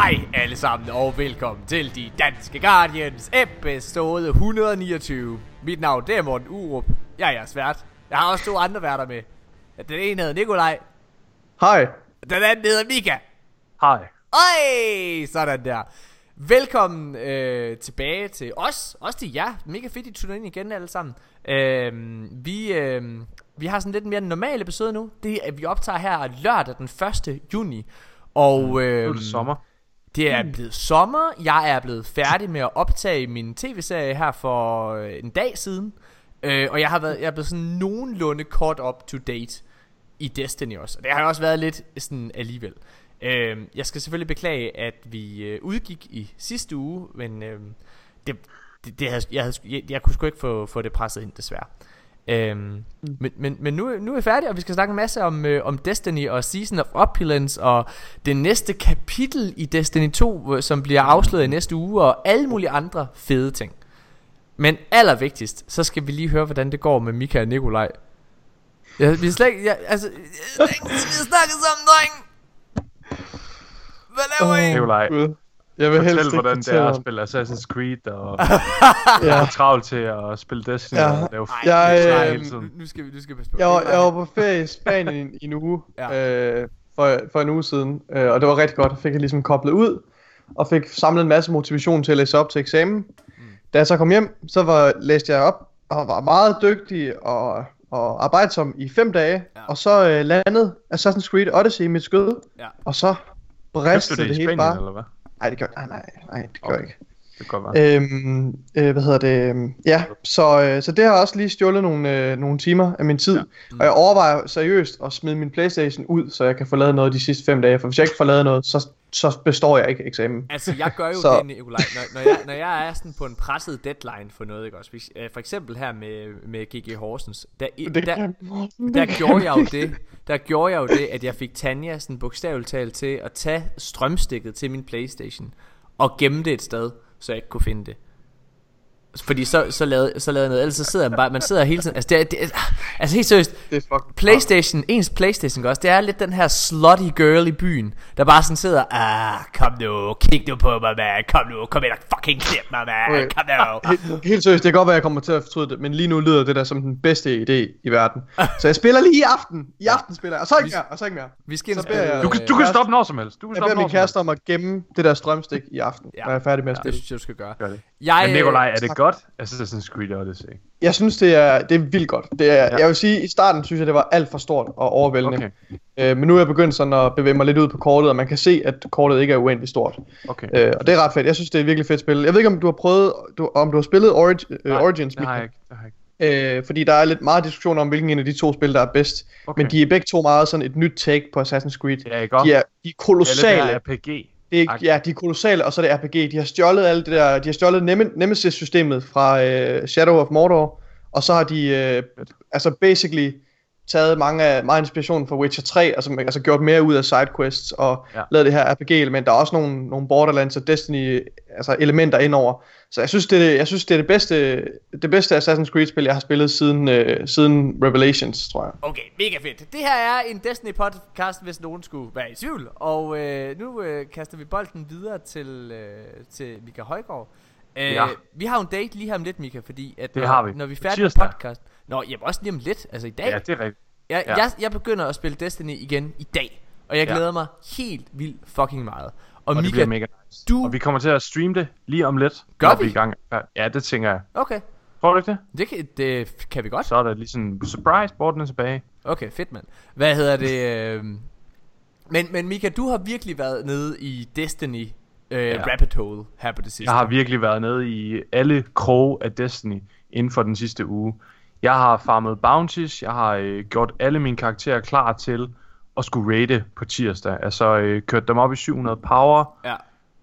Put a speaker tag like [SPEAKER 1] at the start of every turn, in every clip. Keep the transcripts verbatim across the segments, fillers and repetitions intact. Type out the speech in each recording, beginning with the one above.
[SPEAKER 1] Hej alle sammen og velkommen til De Danske Guardians episode et hundrede og niogtyve. Mit navn det er Morten Urup. Jeg er jeres vært. Jeg har også to andre værter med. Den ene hedder Nikolaj.
[SPEAKER 2] Hej.
[SPEAKER 1] Den anden hedder Mika.
[SPEAKER 3] Hej.
[SPEAKER 1] Øj, sådan der. Velkommen øh, tilbage til os. Også til jer. Mega fedt I tuner ind igen alle sammen. øh, Vi øh, Vi har sådan lidt mere en normal episode nu. Det er vi optager her lørdag den første juni. Og øh,
[SPEAKER 3] nu er det sommer.
[SPEAKER 1] Det er blevet sommer. Jeg er blevet færdig med at optage min tv-serie her for øh, en dag siden. øh, Og jeg har været, jeg er blevet sådan nogenlunde caught up to date i Destiny også. Og det har også været lidt sådan alligevel. øh, Jeg skal selvfølgelig beklage at vi øh, udgik i sidste uge. Men øh, det, det, det havde, jeg, havde, jeg, jeg kunne sgu ikke få, få det presset ind desværre. Øhm, men men, men nu, nu er vi færdige, og vi skal snakke en masse om, øh, om Destiny og Season of Opulence og det næste kapitel i Destiny to, som bliver afsløret i næste uge, og alle mulige andre fede ting. Men allervigtigst, så skal vi lige høre, hvordan det går med Mika og Nikolaj. Ja, vi har slet ikke, ja, altså, vi har snakket sammen, dreng. Hvad laver I?
[SPEAKER 3] Nikolaj,
[SPEAKER 2] jeg vil
[SPEAKER 3] fortæl hvordan det er at spille Assassin's Creed og ja. travlt til at spille Destiny ja. og lave
[SPEAKER 2] ja, jeg,
[SPEAKER 3] hele tiden.
[SPEAKER 1] Nu skal vi, nu skal vi passe på.
[SPEAKER 2] Jeg var, jeg var på ferie i Spanien i en uge ja. øh, for, for en uge siden, øh, og det var rigtig godt. Jeg fik jeg ligesom koblet ud og fik samlet en masse motivation til at læse op til eksamen. Mm. Da jeg så kom hjem, så var, læste jeg op og var meget dygtig og, og arbejdsom i fem dage, ja. og så øh, landede Assassin's Creed Odyssey i mit skød, ja. og så bristede det, det hele bare. Eller hvad? Nej, det gør nej, nej, nej, det gør okay. ikke.
[SPEAKER 3] Det kan godt være.
[SPEAKER 2] Øhm, øh, hvad hedder det? Ja, så, øh, så det har også lige stjålet nogle, øh, nogle timer af min tid. Ja. Mm. Og jeg overvejer seriøst at smide min PlayStation ud, så jeg kan få lavet noget de sidste fem dage. For hvis jeg ikke får lavet noget, så, så består jeg ikke eksamen.
[SPEAKER 1] Altså, jeg gør jo så. det, Nikolaj. Når, når, jeg, når jeg er sådan på en presset deadline for noget, ikke også? For eksempel her med, med G G Horsens. Der, der, der, der gjorde jeg jo det. Der gjorde jeg jo det, at jeg fik Tanja sådan bogstaveligt talt til at tage strømstikket til min PlayStation og gemme det et sted, så jeg ikke kunne finde det. Fordi så, så, lavede, så lavede jeg noget. Ellers så sidder man bare, man sidder hele tiden. Altså, det er, det er, altså helt seriøst, PlayStation, ens PlayStation også, det er lidt den her slutty girl i byen, der bare sådan sidder, ah, kom nu, kig nu på mig, man. Kom nu, kom ind og fucking klip mig, man. Okay. Kom nu.
[SPEAKER 2] Helt, helt seriøst, det kan godt være, jeg kommer til at fortryde det, men lige nu lyder det der som den bedste idé i verden. Så jeg spiller lige i aften. I aften spiller jeg, og så ikke mere, og så ikke mere.
[SPEAKER 1] Vi skal
[SPEAKER 2] så
[SPEAKER 1] jeg,
[SPEAKER 3] du, kan, du kan stoppe når som helst. Du kan
[SPEAKER 2] jeg beder min kæreste om at gemme det der strømstik i aften, ja. når jeg er færdig med at spille.
[SPEAKER 1] Det synes jeg, du skal gøre.
[SPEAKER 3] Gør det. Jeg, men Nikolaj, er det godt? Assassin's Creed Odyssey.
[SPEAKER 2] Jeg synes det er det er vildt godt. Det er, ja. Jeg vil sige i starten synes jeg det var alt for stort og overvældende. Okay. Øh, men nu er jeg begyndt sådan at bevæge mig lidt ud på kortet, og man kan se at kortet ikke er uendeligt stort.
[SPEAKER 3] Okay.
[SPEAKER 2] Øh, og det er ret fedt. Jeg synes det er et virkelig fedt spil. Jeg ved ikke om du har prøvet du, om du har spillet Orig,
[SPEAKER 3] Nej,
[SPEAKER 2] uh, Origins.
[SPEAKER 3] Det har jeg ikke. Det har jeg ikke.
[SPEAKER 2] Øh, fordi der er lidt meget diskussion om hvilken en af de to spil der er bedst. Okay. Men de er begge to meget sådan et nyt take på Assassin's Creed.
[SPEAKER 3] Ja, ikke godt.
[SPEAKER 2] De er, de er kolossale.
[SPEAKER 3] Det er R P G.
[SPEAKER 2] Det er, ja, de er kolossale, og så er det R P G. De har stjålet alt det der, de har stjålet Nem- Nemesis-systemet fra øh, Shadow of Mordor, og så har de øh, altså basically taget mange af, meget inspiration fra Witcher tre, altså, altså gjort mere ud af sidequests og ja. lavet det her R P G-element. Der er også nogle, nogle Borderlands og Destiny altså elementer indover. Så jeg synes det, jeg synes det er det bedste, det bedste Assassin's Creed-spil jeg har spillet siden øh, siden Revelations, tror jeg.
[SPEAKER 1] Okay, mega fedt. Det her er en Destiny podcast, hvis nogen skulle være i tvivl. Og øh, nu øh, kaster vi bolden videre til øh, til Mika Højgaard. Øh,
[SPEAKER 3] ja.
[SPEAKER 1] Vi har jo en date lige her om lidt, Mika, fordi at
[SPEAKER 3] det
[SPEAKER 1] når,
[SPEAKER 3] har vi.
[SPEAKER 1] når vi er færdige med podcast. Nå, jamen også lige om lidt, altså i dag.
[SPEAKER 3] Ja, det er rigtigt.
[SPEAKER 1] Jeg,
[SPEAKER 3] ja.
[SPEAKER 1] jeg, jeg begynder at spille Destiny igen i dag, og jeg glæder ja. mig helt vildt fucking meget.
[SPEAKER 3] Og, og Mika, mega nice. du... Og vi kommer til at streame det lige om lidt.
[SPEAKER 1] Gør vi?
[SPEAKER 3] vi i gang. Ja, det tænker jeg.
[SPEAKER 1] Okay.
[SPEAKER 3] Tror du ikke det?
[SPEAKER 1] Det kan, det kan vi godt.
[SPEAKER 3] Så er der lige sådan en surprise, Borten er tilbage.
[SPEAKER 1] Okay, fedt mand. Hvad hedder det? Øh... Men, men Mika, du har virkelig været nede i Destiny øh, ja. rabbit hole her på det sidste.
[SPEAKER 3] Jeg har virkelig været nede i alle kroge af Destiny inden for den sidste uge. Jeg har farmet bounties, jeg har øh, gjort alle mine karakterer klar til at skulle raide på tirsdag. Altså øh, kørt dem op i syv hundrede power,
[SPEAKER 1] ja.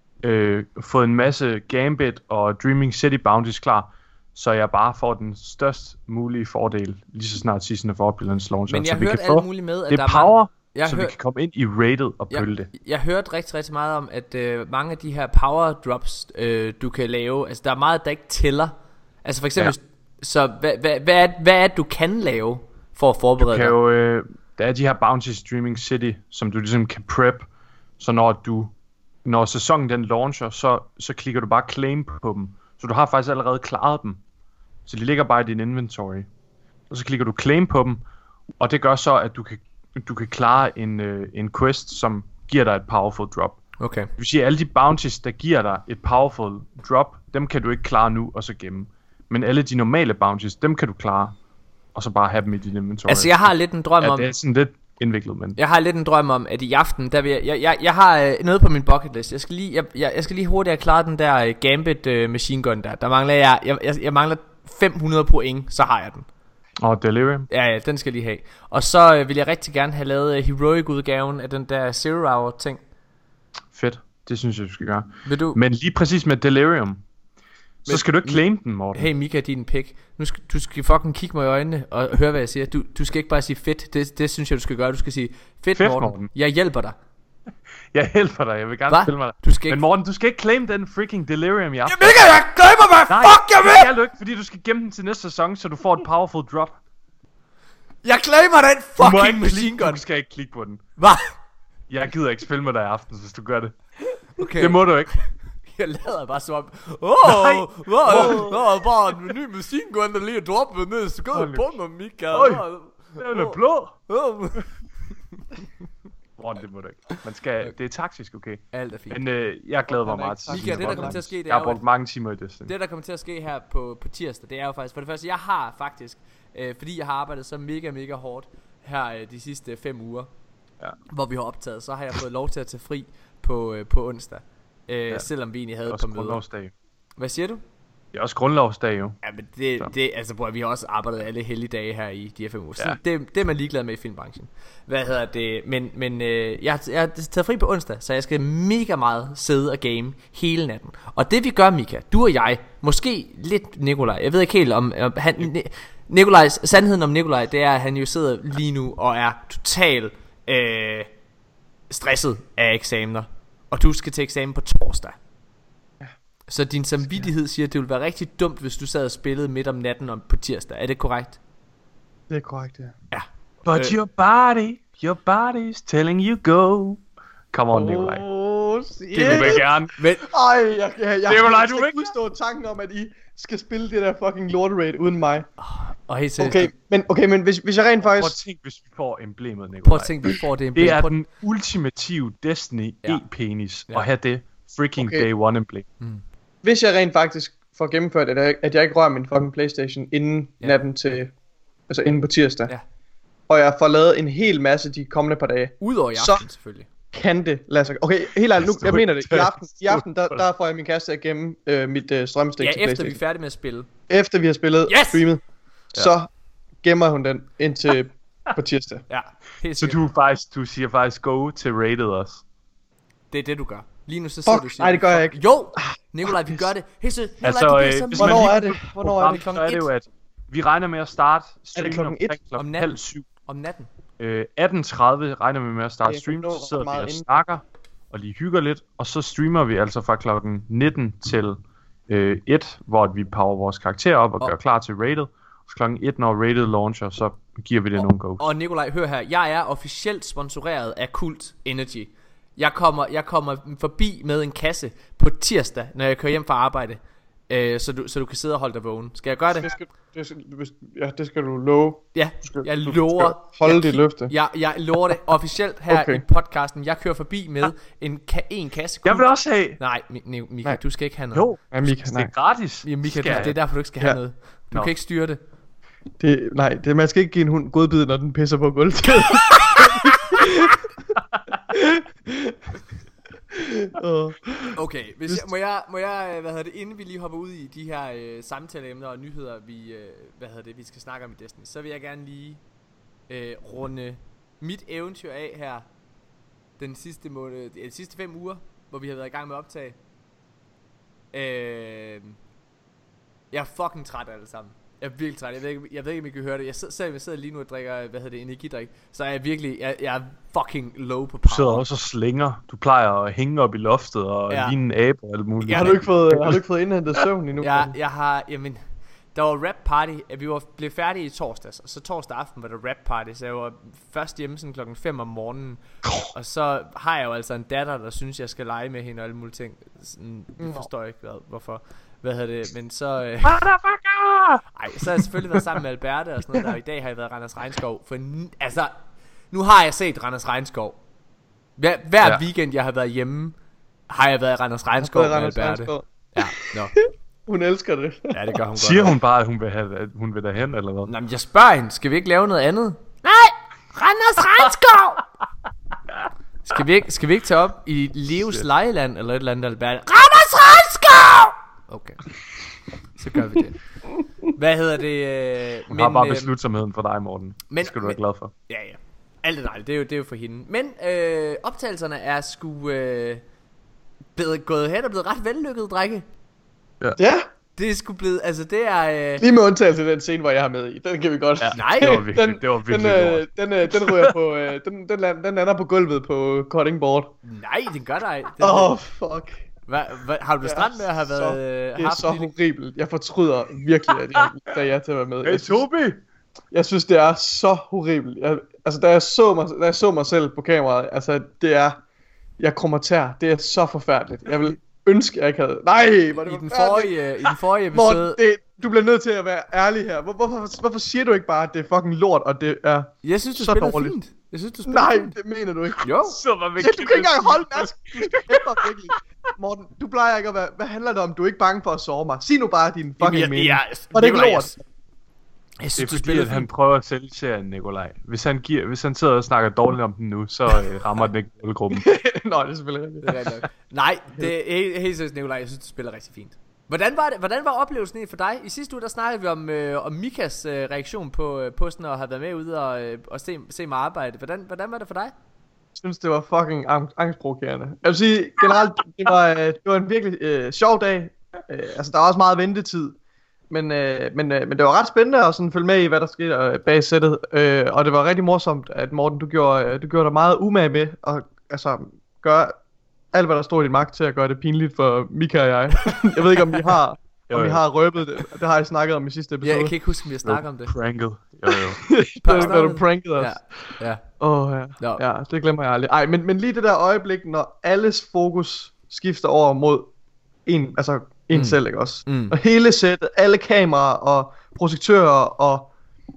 [SPEAKER 3] øh, fået en masse Gambit og Dreaming City bounties klar, så jeg bare får den størst mulige fordel lige så snart Season of Opulence launcher.
[SPEAKER 1] Men jeg
[SPEAKER 3] så
[SPEAKER 1] har
[SPEAKER 3] vi
[SPEAKER 1] hørt
[SPEAKER 3] kan
[SPEAKER 1] alt
[SPEAKER 3] få
[SPEAKER 1] muligt med, at
[SPEAKER 3] det
[SPEAKER 1] der
[SPEAKER 3] power,
[SPEAKER 1] jeg
[SPEAKER 3] så
[SPEAKER 1] hør...
[SPEAKER 3] vi kan komme ind i raidet og pølle det.
[SPEAKER 1] Jeg, jeg hørte rigtig, rigtig meget om, at øh, mange af de her power drops, øh, du kan lave, altså der er meget, der ikke tæller. Altså for eksempel... Ja. Så hvad, hvad, hvad, er, hvad er det, du kan lave for at forberede
[SPEAKER 3] dig? Du kan jo, øh, der er de her bounties Dreaming City, som du ligesom kan prep, så når du når sæsonen den launcher, så, så klikker du bare claim på dem. Så du har faktisk allerede klaret dem. Så de ligger bare i din inventory. Og så klikker du claim på dem, og det gør så, at du kan, du kan klare en, øh, en quest, som giver dig et powerful drop.
[SPEAKER 1] Okay.
[SPEAKER 3] Det vil sige, at alle de bounties, der giver dig et powerful drop, dem kan du ikke klare nu og så gemme. Men alle de normale bounties, dem kan du klare, og så bare have dem i din inventory.
[SPEAKER 1] Altså jeg har lidt en drøm
[SPEAKER 3] ja,
[SPEAKER 1] om...
[SPEAKER 3] det er sådan lidt indviklet, men...
[SPEAKER 1] Jeg har lidt en drøm om, at i aften, der vil jeg... Jeg, jeg, jeg har øh, noget på min bucket list. Jeg skal lige, jeg, jeg, jeg skal lige hurtigt klare den der øh, Gambit øh, machine gun der. Der mangler jeg, jeg, jeg... Jeg mangler fem hundrede point, så har jeg den.
[SPEAKER 3] Og Delirium?
[SPEAKER 1] Ja, ja, den skal jeg lige have. Og så øh, vil jeg rigtig gerne have lavet øh, Heroic-udgaven af den der Zero Hour ting.
[SPEAKER 3] Fedt. Det synes jeg, du skal gøre.
[SPEAKER 1] Vil du...
[SPEAKER 3] Men lige præcis med Delirium, så skal du ikke claim den, Morten.
[SPEAKER 1] Hey Mika, din pik. Nu skal, du skal fucking kigge mig i øjnene og høre, hvad jeg siger. Du, du skal ikke bare sige fedt. Det, det synes jeg, du skal gøre. Du skal sige fedt,
[SPEAKER 3] fedt
[SPEAKER 1] Morten.
[SPEAKER 3] Morten.
[SPEAKER 1] Jeg hjælper dig.
[SPEAKER 3] Jeg hjælper dig. Jeg vil gerne
[SPEAKER 1] Hva?
[SPEAKER 3] spille med dig.
[SPEAKER 1] Du skal ikke...
[SPEAKER 3] Men Morten, du skal ikke claim den freaking Delirium i aften.
[SPEAKER 1] Ja, Mika, jeg glemmer mig.
[SPEAKER 3] Nej,
[SPEAKER 1] Fuck, jeg vil.
[SPEAKER 3] det skal du ikke, fordi du skal gemme den til næste sæson, så du får et powerful drop.
[SPEAKER 1] Jeg claimer den fucking machine
[SPEAKER 3] klikke,
[SPEAKER 1] gun.
[SPEAKER 3] Du skal ikke klikke på den.
[SPEAKER 1] Hvad?
[SPEAKER 3] Jeg gider ikke spille med dig i aften, hvis du gør det.
[SPEAKER 1] Okay.
[SPEAKER 3] Det må du ikke.
[SPEAKER 1] Jeg lader bare som om, åh, åh, åh, bare en ny machine gun, der lige er droppet ned, så går på mig, Mika.
[SPEAKER 3] Øj, den er blå. Morten, det må du ikke. Man skal, det er taktisk, okay?
[SPEAKER 1] Alt er fint.
[SPEAKER 3] Men øh, jeg glæder mig meget til
[SPEAKER 1] Mika, det der kommer til at ske, det
[SPEAKER 3] Jeg
[SPEAKER 1] er
[SPEAKER 3] har brugt mange timer i Destiny.
[SPEAKER 1] Det der kommer til at ske her på, på tirsdag, det er jo faktisk, for det første, jeg har faktisk, øh, fordi jeg har arbejdet så mega, mega hårdt her øh, de sidste fem uger,
[SPEAKER 3] ja.
[SPEAKER 1] hvor vi har optaget, så har jeg fået lov til at tage fri på, øh, på onsdag. Øh, ja. Selvom vi egentlig havde et par møder. Hvad siger du?
[SPEAKER 3] Det er også grundlovsdag jo.
[SPEAKER 1] Ja, men det, det altså bror, vi har også arbejdet alle hellige dage her i de her fem uger. Så ja. det, det er man ligeglad med i filmbranchen. Hvad hedder det? Men, men øh, jeg, jeg har taget fri på onsdag, så jeg skal mega meget sidde og game hele natten. Og det vi gør, Mika, du og jeg, måske lidt Nikolaj, jeg ved ikke helt om, om han, Nikolaj, sandheden om Nikolaj, det er at han jo sidder lige nu og er total øh, stresset af eksamener. Og du skal til eksamen på torsdag. Så din samvittighed siger, at det ville være rigtig dumt, hvis du sad og spillede midt om natten om på tirsdag. Er det korrekt?
[SPEAKER 2] Det er korrekt, ja.
[SPEAKER 1] Ja.
[SPEAKER 3] But øh. your body, your body's telling you go. Come on, Nikolaj.
[SPEAKER 2] Oh, yes.
[SPEAKER 3] Det vil jeg gerne.
[SPEAKER 2] Men... Ej, jeg, jeg, jeg,
[SPEAKER 3] Nikolaj,
[SPEAKER 2] jeg
[SPEAKER 3] du
[SPEAKER 2] skal
[SPEAKER 3] ikke
[SPEAKER 2] udstå tanken om, at I skal spille det der fucking lord raid uden mig.
[SPEAKER 1] Og helt seriøst.
[SPEAKER 2] Okay, men, okay, men hvis, hvis jeg rent faktisk...
[SPEAKER 3] Prøv at tænke, hvis vi får emblemet, Nikolaj.
[SPEAKER 1] Prøv at tænke, vi får det emblem.
[SPEAKER 3] Det er
[SPEAKER 1] Prøv...
[SPEAKER 3] den ultimative Destiny ja. e-penis
[SPEAKER 1] ja.
[SPEAKER 3] at have det freaking okay. day one emblem. Mm.
[SPEAKER 2] Hvis jeg rent faktisk får gennemført, at jeg, at jeg ikke rører min fucking PlayStation inden ja. natten til... Altså inden på tirsdag. Ja. Og jeg får lavet en hel masse de kommende par dage.
[SPEAKER 1] Udover i aften, selvfølgelig.
[SPEAKER 2] Kan det lade sig... Okay, helt ærligt, nu, jeg mener det. I aften, i aften der, der får jeg min kæreste at gemme øh, mit øh, strømstik
[SPEAKER 1] ja,
[SPEAKER 2] til
[SPEAKER 1] efter
[SPEAKER 2] PlayStation.
[SPEAKER 1] vi er færdige med at spille.
[SPEAKER 2] Efter vi har spillet
[SPEAKER 1] yes!
[SPEAKER 2] streamet, ja. Så gemmer hun den indtil på tirsdag.
[SPEAKER 1] Ja, helt
[SPEAKER 3] så du, faktisk, du siger faktisk go til rated os.
[SPEAKER 1] Det er det du gør. Lige nu så
[SPEAKER 2] sidder
[SPEAKER 1] du siger,
[SPEAKER 2] nej det gør jeg ikke.
[SPEAKER 1] Jo, Nikolaj, vi gør det. Hey, så, Nikolaj,
[SPEAKER 3] altså,
[SPEAKER 1] du
[SPEAKER 3] øh,
[SPEAKER 1] så
[SPEAKER 2] hvornår er det? Hvornår er det?
[SPEAKER 3] Så er det jo, at vi regner med at starte
[SPEAKER 2] streamen om
[SPEAKER 1] om
[SPEAKER 3] halv syv.
[SPEAKER 1] Om natten.
[SPEAKER 3] Øh, atten tredive regner vi med at starte stream, så sidder vi og inden. snakker og lige hygger lidt, og så streamer vi altså fra klokken nitten til øh, et, hvor vi power vores karakter op og, og gør klar til rated. Så klokken et, når rated launcher, så giver vi det
[SPEAKER 1] og,
[SPEAKER 3] nogle go.
[SPEAKER 1] Og Nikolaj, hør her, jeg er officielt sponsoreret af Kult Energy. Jeg kommer, jeg kommer forbi med en kasse på tirsdag, når jeg kører hjem fra arbejde. Øh, så, du, så du kan sidde og holde dig vågen. Skal jeg gøre det?
[SPEAKER 2] Det skal, det skal, ja, det skal du love.
[SPEAKER 1] Ja,
[SPEAKER 2] skal,
[SPEAKER 1] jeg lover.
[SPEAKER 2] Holde
[SPEAKER 1] jeg,
[SPEAKER 2] dit løfte.
[SPEAKER 1] Jeg, jeg lover det officielt her okay. i podcasten. Jeg kører forbi med en, ka- en kasse.
[SPEAKER 3] Jeg vil også have.
[SPEAKER 1] Nej, Mika, Mika du skal ikke have noget.
[SPEAKER 3] Jo,
[SPEAKER 2] ja, Mika,
[SPEAKER 3] nej. Det er gratis.
[SPEAKER 1] Ja, Mika, det, det er derfor du ikke skal have ja. noget. Du no. kan ikke styre det.
[SPEAKER 2] det nej, det, man skal ikke give en hund godbid, når den pisser på gulvet.
[SPEAKER 1] Okay, hvis jeg, må jeg, må jeg, hvad hedder det, inden vi lige hopper ud i de her øh, samtaleemner og nyheder, vi, øh, hvad hedder det, vi skal snakke om i Destiny, så vil jeg gerne lige øh, runde mit eventyr af her den sidste måned, de sidste fem uger, hvor vi har været i gang med optag. Øh, jeg er fucking træt af alle sammen. Jeg er virkelig træt. Jeg ved ikke, jeg ved ikke om I kan høre det. Jeg sidder, jeg sidder lige nu og drikker, hvad hedder det, energidrik. Så er jeg virkelig, jeg, jeg er fucking low på power.
[SPEAKER 3] Du sidder også og slinger. Du plejer at hænge op i loftet og ja. ligne en abe og alt muligt.
[SPEAKER 2] Ja, har du ikke fået, har du ikke fået indhentet søvn endnu?
[SPEAKER 1] Ja, jeg har, jamen, der var rap party. Vi var blev færdige i torsdags, og så torsdag aften var der rap party, så jeg var først hjemme sådan klokken fem om morgenen. Og så har jeg jo altså en datter, der synes jeg skal lege med hende og alle mulige ting. Sådan, det forstår jeg ikke hvad, hvorfor. Hvad hedder det? Men så øh, ej, så har jeg selvfølgelig været sammen med Alberte og sådan noget der. Og i dag har jeg været i Randers Regnskov. For altså, nu har jeg set Randers Regnskov. Hver, hver ja. weekend jeg har været hjemme, har jeg været i Randers Regnskov med Alberte. Regnskov. Ja, no.
[SPEAKER 2] Hun elsker det.
[SPEAKER 1] Ja, det gør hun godt.
[SPEAKER 3] Siger hun bare, at hun vil, have, at hun vil derhen, eller hvad?
[SPEAKER 1] Nå, men jeg spørger hende, skal vi ikke lave noget andet? Nej, Randers Regnskov! Skal vi ikke, skal vi ikke tage op i Leos Lejeland eller et eller andet, Alberte? Randers Regnskov! Okay, så gør vi det. Hvad hedder det? Øh,
[SPEAKER 3] hun
[SPEAKER 1] men,
[SPEAKER 3] har bare
[SPEAKER 1] øh,
[SPEAKER 3] beslutsomheden for dig, Morten.
[SPEAKER 1] Men,
[SPEAKER 3] det skal du være
[SPEAKER 1] men,
[SPEAKER 3] glad for.
[SPEAKER 1] Ja, ja. Alt er dejligt, det er jo, det er jo for hende. Men øh, optagelserne er sgu øh, blevet, gået hen og blevet ret vellykket, drenge.
[SPEAKER 2] Ja. Ja.
[SPEAKER 1] Det er sgu blevet, altså det er øh...
[SPEAKER 2] lige med undtagelse af den scene, hvor jeg har med i. Den kan vi godt.
[SPEAKER 1] Ja. Nej,
[SPEAKER 3] det var virkelig,
[SPEAKER 2] den,
[SPEAKER 3] det var virkelig
[SPEAKER 2] den, øh, den, øh, den ryger på, øh, den, den, den, den lander på gulvet på cutting board.
[SPEAKER 1] Nej, den gør dig.
[SPEAKER 2] Åh, oh, fuck.
[SPEAKER 1] Hva, hva, har du bestand med at have været
[SPEAKER 2] så,
[SPEAKER 1] øh,
[SPEAKER 2] det er så lille... horribelt. Jeg fortryder virkelig, at jeg sagde ja til at være med.
[SPEAKER 3] Hey Tobi!
[SPEAKER 2] Jeg synes, det er så horribelt. Jeg, altså, da jeg, så mig, da jeg så mig selv på kameraet, altså, det er... Jeg krummer tær. Det er så forfærdeligt. Jeg vil ønske, jeg ikke havde... Nej, hvor det
[SPEAKER 1] I den forrige, i den forrige episode...
[SPEAKER 2] Morten, det, du bliver nødt til at være ærlig her. Hvor, hvorfor, hvorfor siger du ikke bare, at det er fucking lort, og det er
[SPEAKER 1] jeg synes, du
[SPEAKER 2] så
[SPEAKER 1] spiller
[SPEAKER 2] dårligt?
[SPEAKER 1] Fint. Jeg synes, du spiller
[SPEAKER 2] Nej,
[SPEAKER 1] fint.
[SPEAKER 2] det mener du ikke.
[SPEAKER 1] Jo.
[SPEAKER 3] Så var vi
[SPEAKER 2] du kan ikke engang holde mask. Du spiller virkelig. Morten, du plejer ikke at være... Hvad handler det om? Du er ikke bange for at sove mig. Sig nu bare din fucking
[SPEAKER 1] Jamen,
[SPEAKER 2] mening.
[SPEAKER 1] Ja,
[SPEAKER 2] og det er ikke lort.
[SPEAKER 1] Jeg synes,
[SPEAKER 3] det er
[SPEAKER 1] du
[SPEAKER 3] fordi,
[SPEAKER 1] spiller
[SPEAKER 3] at han
[SPEAKER 1] fint.
[SPEAKER 3] prøver at sælge serien, Nikolaj. Hvis han, giver, hvis han sidder og snakker dårligt om den nu, så øh, rammer den ikke målgruppen.
[SPEAKER 2] Nå, det er selvfølgelig rigtigt.
[SPEAKER 1] Det er rigtigt. Nej, det er helt, helt seriøst, Nikolaj. Jeg synes, du spiller rigtig fint. Hvordan var det? Hvordan var oplevelsen for dig? I sidste uge der snakkede vi om øh, om Mikas øh, reaktion på øh, posten og have været med ude og, øh, og se, se mig arbejde. Hvordan hvordan var det for dig?
[SPEAKER 2] Jeg synes det var fucking ang- angstprovokerende. Jeg vil sige generelt det var øh, det var en virkelig øh, sjov dag. Øh, altså der var også meget ventetid. Men, øh, men, øh, men det var ret spændende at sådan følge med i, hvad der skete øh, bag sættet. Øh, og det var rigtig morsomt, at Morten, du gjorde, øh, du gjorde dig meget umage med at altså, gøre alt, hvad der stod i din magt til at gøre det pinligt for Mika og jeg. Jeg ved ikke, om vi har, om vi har røbet det. Det har jeg snakket om i sidste episode.
[SPEAKER 1] Ja, jeg kan ikke huske, om vi har snakket om det.
[SPEAKER 3] Pranket. Jo, jo.
[SPEAKER 2] det var du prankede os.
[SPEAKER 1] Ja, ja.
[SPEAKER 2] Åh, oh, ja.
[SPEAKER 1] No.
[SPEAKER 2] Ja, det glemmer jeg aldrig. Ej, men, men lige det der øjeblik, når alles fokus skifter over mod en, altså en mm. selv, ikke også? Mm. Og hele sættet, alle kameraer og projektører og,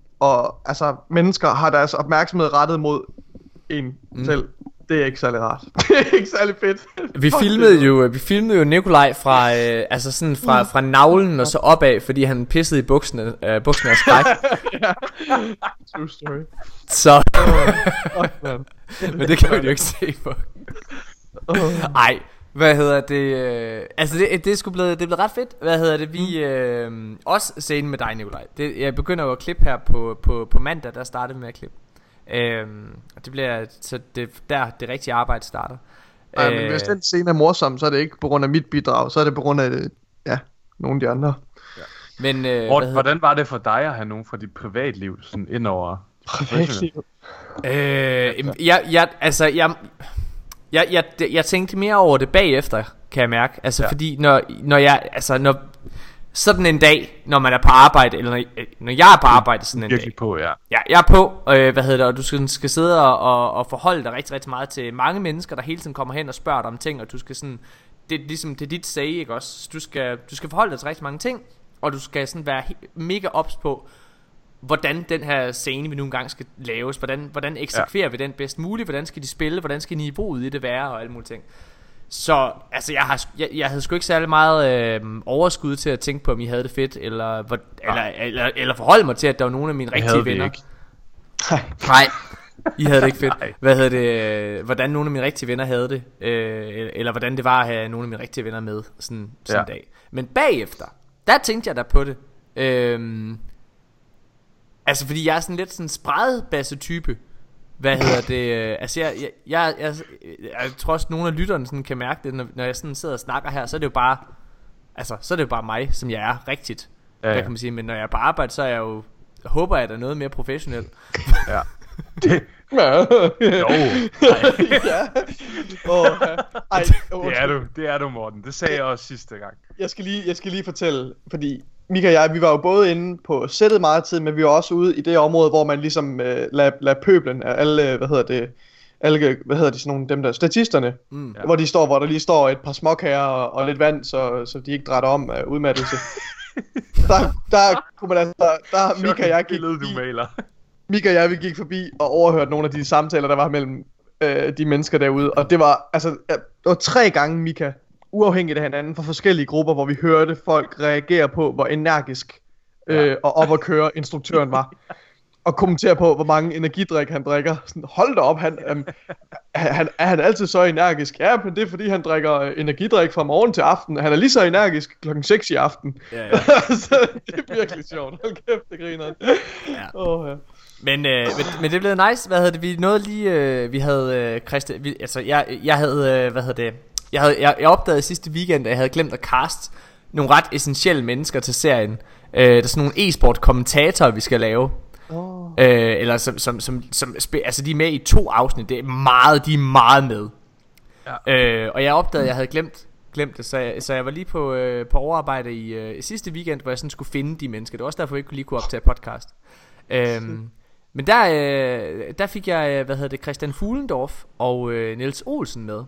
[SPEAKER 2] og altså mennesker har deres opmærksomhed rettet mod en mm. selv. Det er ikke særlig rart. Det er ikke særlig fedt.
[SPEAKER 1] Vi filmede jo, vi filmede jo Nikolaj fra, øh, altså sådan fra, fra navlen og så opad, fordi han pissede i bukserne, øh, bukserne af skræk.
[SPEAKER 2] Ja. True story.
[SPEAKER 1] Så.
[SPEAKER 2] Oh, man.
[SPEAKER 1] Men det kan vi jo ikke se på. Ej, hvad hedder det? Øh, altså det, det er sgu blevet, det er blevet ret fedt. Hvad hedder det? Vi øh, også scenen med dig, Nikolaj. Det, jeg begynder jo at klippe her på på på mandag, der starter vi med at klippe. Øhm, det bliver så det der det rigtige arbejde starter.
[SPEAKER 2] Nej, men hvis den scene er morsom, så er det ikke på grund af mit bidrag, så er det på grund af ja, nogle af de andre.
[SPEAKER 1] Ja. Men øh,
[SPEAKER 3] Morten, hvordan var det for dig at have nogen fra dit privatliv sådan ind over
[SPEAKER 2] privatliv?
[SPEAKER 1] Øh, jeg jeg altså jeg jeg jeg jeg tænkte mere over det bagefter, kan jeg mærke. Altså ja. Fordi når når jeg altså når sådan en dag, når man er på arbejde, eller når, når jeg er på arbejde sådan en dag.
[SPEAKER 3] Virkelig på, ja.
[SPEAKER 1] Ja, jeg er på, øh, hvad hedder det, og du skal, skal sidde og, og, og forholde dig rigtig, rigtig meget til mange mennesker, der hele tiden kommer hen og spørger dig om ting, og du skal sådan, det er ligesom, det er dit say, ikke også? Du skal, du skal forholde dig til rigtig mange ting, og du skal sådan være he- mega ops på, hvordan den her scene, vi nu engang skal laves, hvordan, hvordan eksekverer ja. vi den bedst muligt, hvordan skal de spille, hvordan skal niveauet i det være, og alle mulige ting. Så altså jeg har jeg, jeg havde sgu ikke særlig meget øh, overskud til at tænke på om I havde det fedt eller hvor, eller, eller eller forholde mig til at der var nogle af mine rigtige venner. Nej. I havde det ikke fedt. Hvad hedder det? Hvordan nogle af mine rigtige venner havde det, øh, eller, eller hvordan det var at have nogle af mine rigtige venner med sådan sådan ja. en dag. Men bagefter, der tænkte jeg der på det. Øhm, altså fordi jeg er sådan lidt sådan spredbasse type. Hvad hedder det? Altså jeg, jeg, jeg, jeg, jeg tror også nogle af lytterne sådan kan mærke det, når, når jeg sådan sidder og snakker her, så er det jo bare, altså så er det jo bare mig, som jeg er rigtigt. Ja, ja. Hvad kan man sige? Men når jeg er på arbejde, så er jeg jo, håber jeg, at der er noget mere professionelt.
[SPEAKER 3] Ja. Det.
[SPEAKER 2] Ja.
[SPEAKER 3] Jo.
[SPEAKER 2] Ja. Oh, ej,
[SPEAKER 3] det er du, det er du, Morten. Det sagde jeg også sidste gang.
[SPEAKER 2] Jeg skal lige, jeg skal lige fortælle, fordi Mika og jeg, vi var jo både inde på sættet meget tid, men vi var også ude i det område, hvor man ligesom øh, lader lad pøblen af alle, hvad hedder det, alle, hvad hedder de sådan nogle, dem der, statisterne, mm, ja. hvor de står, hvor der lige står et par småkager og, og lidt vand, så, så de ikke drætter om af udmattelse. der, der kunne man altså, der, der Mika og jeg gik forbi, Mika og jeg, vi gik forbi og overhørte nogle af de samtaler, der var mellem øh, de mennesker derude, og det var, altså, det var tre gange, Mika, uafhængigt af hinanden, fra forskellige grupper, hvor vi hørte folk reagere på, hvor energisk øh, ja. og op at køre instruktøren var. Og kommentere på, hvor mange energidrik han drikker. Sådan, hold da op, han, um, han, er han altid så energisk? Ja, men det er fordi, han drikker energidrik fra morgen til aften. Han er lige så energisk klokken seks i aften. Ja, ja. Så det er virkelig sjovt. Hold kæft, det griner. Ja. Oh, ja.
[SPEAKER 1] Men, øh, men, men det blev nice. Hvad hedder det? Vi nåede lige, øh, vi havde øh, Christian, vi, altså jeg, jeg havde, øh, hvad hedder det? Jeg, havde, jeg, jeg opdagede sidste weekend, at jeg havde glemt at cast nogle ret essentielle mennesker til serien. Øh, der er sådan nogle e-sport kommentatorer, vi skal lave. Oh. Øh, eller som, som, som, som altså de er med i to afsnit. Det er meget, de er meget med. Ja. Øh, og jeg opdagede, at jeg havde glemt glemt det, så jeg, så jeg var lige på øh, på overarbejde i øh, sidste weekend, hvor jeg sådan skulle finde de mennesker. Det var også derfor, jeg ikke lige kunne optage podcast. øhm, Men der øh, der fik jeg, hvad hedder det, Christian Fuglendorf og øh, Niels Olsen med.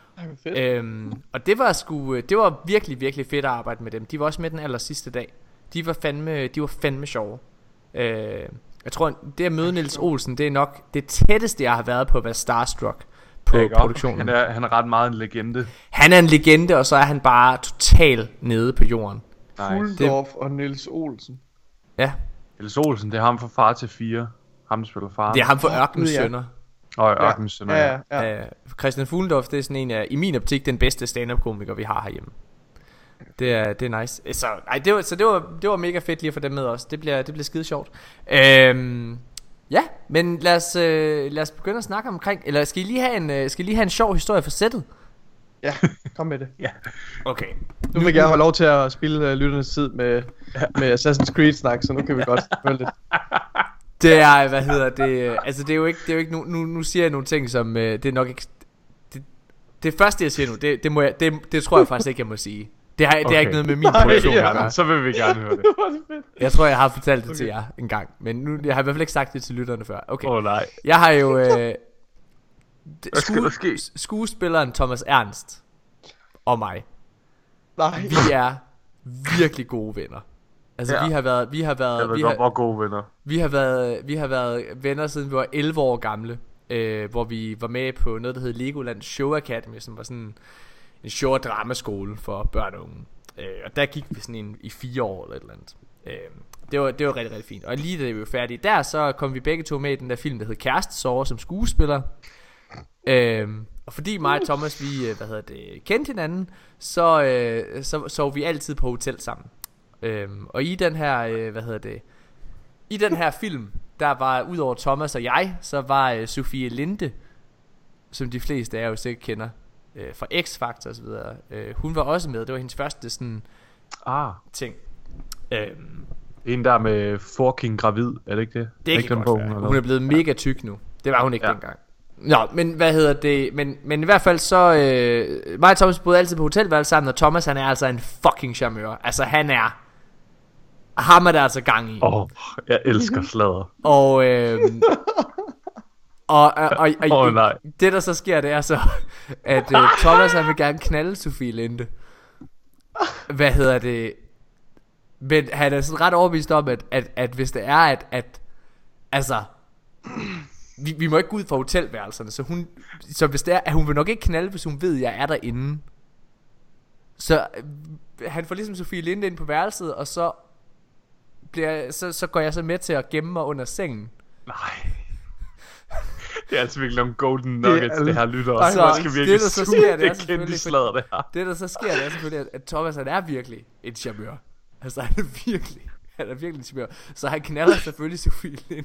[SPEAKER 1] Øhm, og det var sgu, det var virkelig virkelig fedt at arbejde med dem. De var også med den aller sidste dag. De var fandme, de var fandme sjove. Øh, jeg tror det at møde Niels Olsen, det er nok det tætteste jeg har været på at være starstruck på produktionen.
[SPEAKER 3] Han er, han er ret meget en legende.
[SPEAKER 1] Han er en legende, og så er han bare totalt nede på jorden.
[SPEAKER 2] Fuglendorf og Niels Olsen.
[SPEAKER 1] Ja.
[SPEAKER 3] Niels Olsen, det er ham fra Far til fire. Ham der spiller far.
[SPEAKER 1] Det er ham fra Ørkenens Sønner.
[SPEAKER 3] Og ja. Ørkenens Sønner.
[SPEAKER 2] Ja, ja, ja.
[SPEAKER 1] Uh, Christian Fuglendorf, det er sådan en af, i min optik, den bedste stand-up komiker vi har herhjemme. Det er, det er nice. Så, ej, det var, så det var, det var mega fedt lige at få dem med også. Det bliver, det bliver skide sjovt. Øhm, ja, men lad os, øh, lad os begynde at snakke omkring. Eller skal I lige have en, øh, skal I lige have en sjov historie for sættet?
[SPEAKER 2] Ja, kom med det.
[SPEAKER 3] Ja.
[SPEAKER 1] Okay.
[SPEAKER 2] Nu vil jeg have lov til at spille uh, lytternes tid med, med Assassin's Creed snak, så nu kan vi godt følge det.
[SPEAKER 1] Det er, hvad hedder det? Altså det er jo ikke, det er jo ikke nu, nu, nu siger jeg nogle ting som øh, det er nok ikke. Det, det første jeg siger nu, det, det må jeg, det, det tror jeg faktisk ikke jeg må sige. Det har, okay. Det har ikke noget med min produktion at gøre.
[SPEAKER 3] Så vil vi gerne høre det.
[SPEAKER 1] Jeg tror jeg har fortalt det okay. til jer en gang, men nu jeg har i hvert fald ikke sagt det til lytterne før. Okay.
[SPEAKER 3] Åh oh, nej.
[SPEAKER 1] Jeg har jo øh, sku, skuespilleren Thomas Ernst og mig.
[SPEAKER 2] Nej.
[SPEAKER 1] Vi er virkelig gode venner. Altså ja. vi har været vi har været
[SPEAKER 3] jeg ved
[SPEAKER 1] vi
[SPEAKER 3] godt,
[SPEAKER 1] har,
[SPEAKER 3] hvor gode venner.
[SPEAKER 1] Vi har været vi har været venner siden vi var elleve år gamle, øh, hvor vi var med på noget der hed Legoland Show Academy, som var sådan en show- og dramaskole for børn og unge. Øh, og der gik vi sådan en i fire år eller et eller andet. Øh, det var det var rigtig rigtig fint. Og lige da vi var færdige der, så kom vi begge to med i den der film der hed Kærestesorger som skuespiller. Øh, og fordi mig og Thomas vi hvad hedder det kendte hinanden, så øh, så sov vi altid på hotel sammen. Øhm, og i den her øh, hvad hedder det i den her film der var udover Thomas og jeg, så var øh, Sofie Linde, som de fleste af jer jo sikkert kender øh, fra X-Factor og så videre. Øh, hun var også med. Det var hendes første sådan
[SPEAKER 3] ah
[SPEAKER 1] ting. Øhm,
[SPEAKER 3] en der med fucking gravid, er det ikke det?
[SPEAKER 1] Det er ikke den bog, hun, hun er blevet mega tyk nu. Det var hun ikke ja. dengang. Nå, men hvad hedder det? Men, men i hvert fald så øh, mig og Thomas boede altid på hotelværelse sammen, og Thomas han er altså en fucking charmeur. Altså han er ham er der altså gang i.
[SPEAKER 3] Åh, oh, jeg elsker sladder.
[SPEAKER 1] Og øh, og, og, og, og
[SPEAKER 3] oh, nej.
[SPEAKER 1] det der så sker, det er så at øh, Thomas han vil gerne knalde Sofie Linde. Hvad hedder det? Men han er sådan ret overbevist om at, at, at hvis det er at, at altså vi, vi må ikke gå ud fra hotelværelserne. Så hun Så hvis det er at hun vil nok ikke knalde, hvis hun ved at jeg er derinde. Så øh, han får ligesom Sofie Linde ind på værelset, og så bliver, så, så går jeg så med til at gemme mig under sengen.
[SPEAKER 3] Nej. Det er altså virkelig nogle golden nuggets, det, det her lytter.
[SPEAKER 1] Så skal virkelig det der så sker, det er
[SPEAKER 3] selvfølgelig sladder, det her.
[SPEAKER 1] Det der så sker, det er selvfølgelig at Thomas han er virkelig en charmeur. Altså han er virkelig Han er virkelig en charmeur. Så han knaller selvfølgelig Sofie Linde.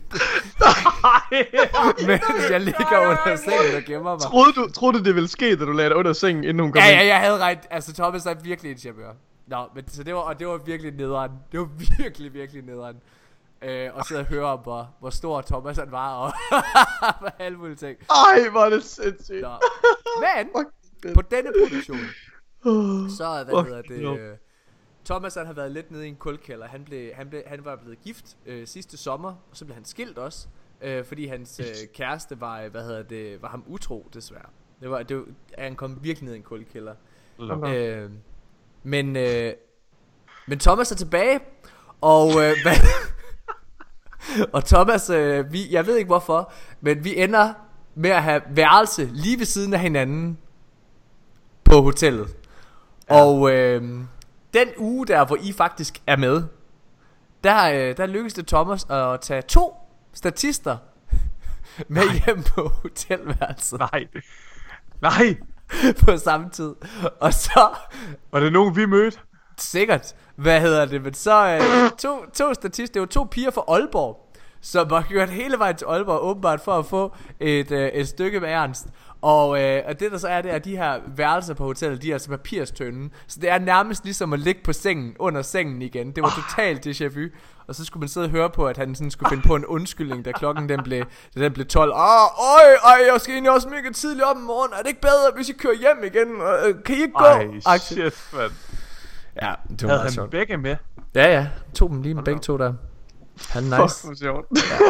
[SPEAKER 1] Mens jeg ligger under sengen og gemmer mig.
[SPEAKER 2] Troede du, troede du det ville ske, da du lagde dig under sengen, inden hun kom
[SPEAKER 1] ja,
[SPEAKER 2] ind?
[SPEAKER 1] Ja, jeg havde ret. Altså Thomas er virkelig en charmeur. Nå, men så det var, og det var virkelig nederen. Det var virkelig, virkelig nederen. Øh, og sidde og høre om, hvor, hvor stor Thomas han var, og alle mulige ting.
[SPEAKER 2] Ej, hvor er det sindssygt.
[SPEAKER 1] Nå. Men, på denne produktion, så, hvad hedder det, øh, Thomas han har været lidt nede i en kulkælder. Han blev han blev han var blevet gift øh, sidste sommer, og så blev han skilt også, øh, fordi hans øh, kæreste var hvad hedder det var ham utro desværre. Det var det var, han kom virkelig ned i en kulkælder. Øh, men øh, men Thomas er tilbage, og øh, hvad, og Thomas øh, vi jeg ved ikke hvorfor, men vi ender med at have værelse lige ved siden af hinanden på hotellet. Ja. Og øh, den uge der, hvor I faktisk er med, der, øh, der lykkedes det Thomas at tage to statister med Nej. hjem på hotelværelset.
[SPEAKER 3] Nej. Nej.
[SPEAKER 1] På samme tid. Og så
[SPEAKER 3] var det nogen vi mødte?
[SPEAKER 1] Sikkert. Hvad hedder det? Men så øh, to, to statister. Det var to piger fra Aalborg, som var kørt hele vejen til Aalborg åbenbart for at få et, øh, et stykke med Ernst. Og, øh, og det der så er, det er de her værelser på hotellet, de er altså papirstønde. Så det er nærmest ligesom at ligge på sengen, under sengen igen. Det var totalt déjà vu. Og så skulle man sidde og høre på, at han sådan skulle finde på en undskyldning, da klokken den blev, da den blev tolv. Åh, øj, øj, jeg skal egentlig også mega tidligt op i morgen. Er det ikke bedre, hvis I kører hjem igen? Kan I ikke gå?
[SPEAKER 3] Ej, shit, man.
[SPEAKER 1] Ja, det var
[SPEAKER 3] havde
[SPEAKER 1] meget
[SPEAKER 3] han
[SPEAKER 1] sjovt.
[SPEAKER 3] Begge med?
[SPEAKER 1] Ja, ja. Tog dem lige med begge to der. Han er nice.
[SPEAKER 2] Fuck, hvor sjovt.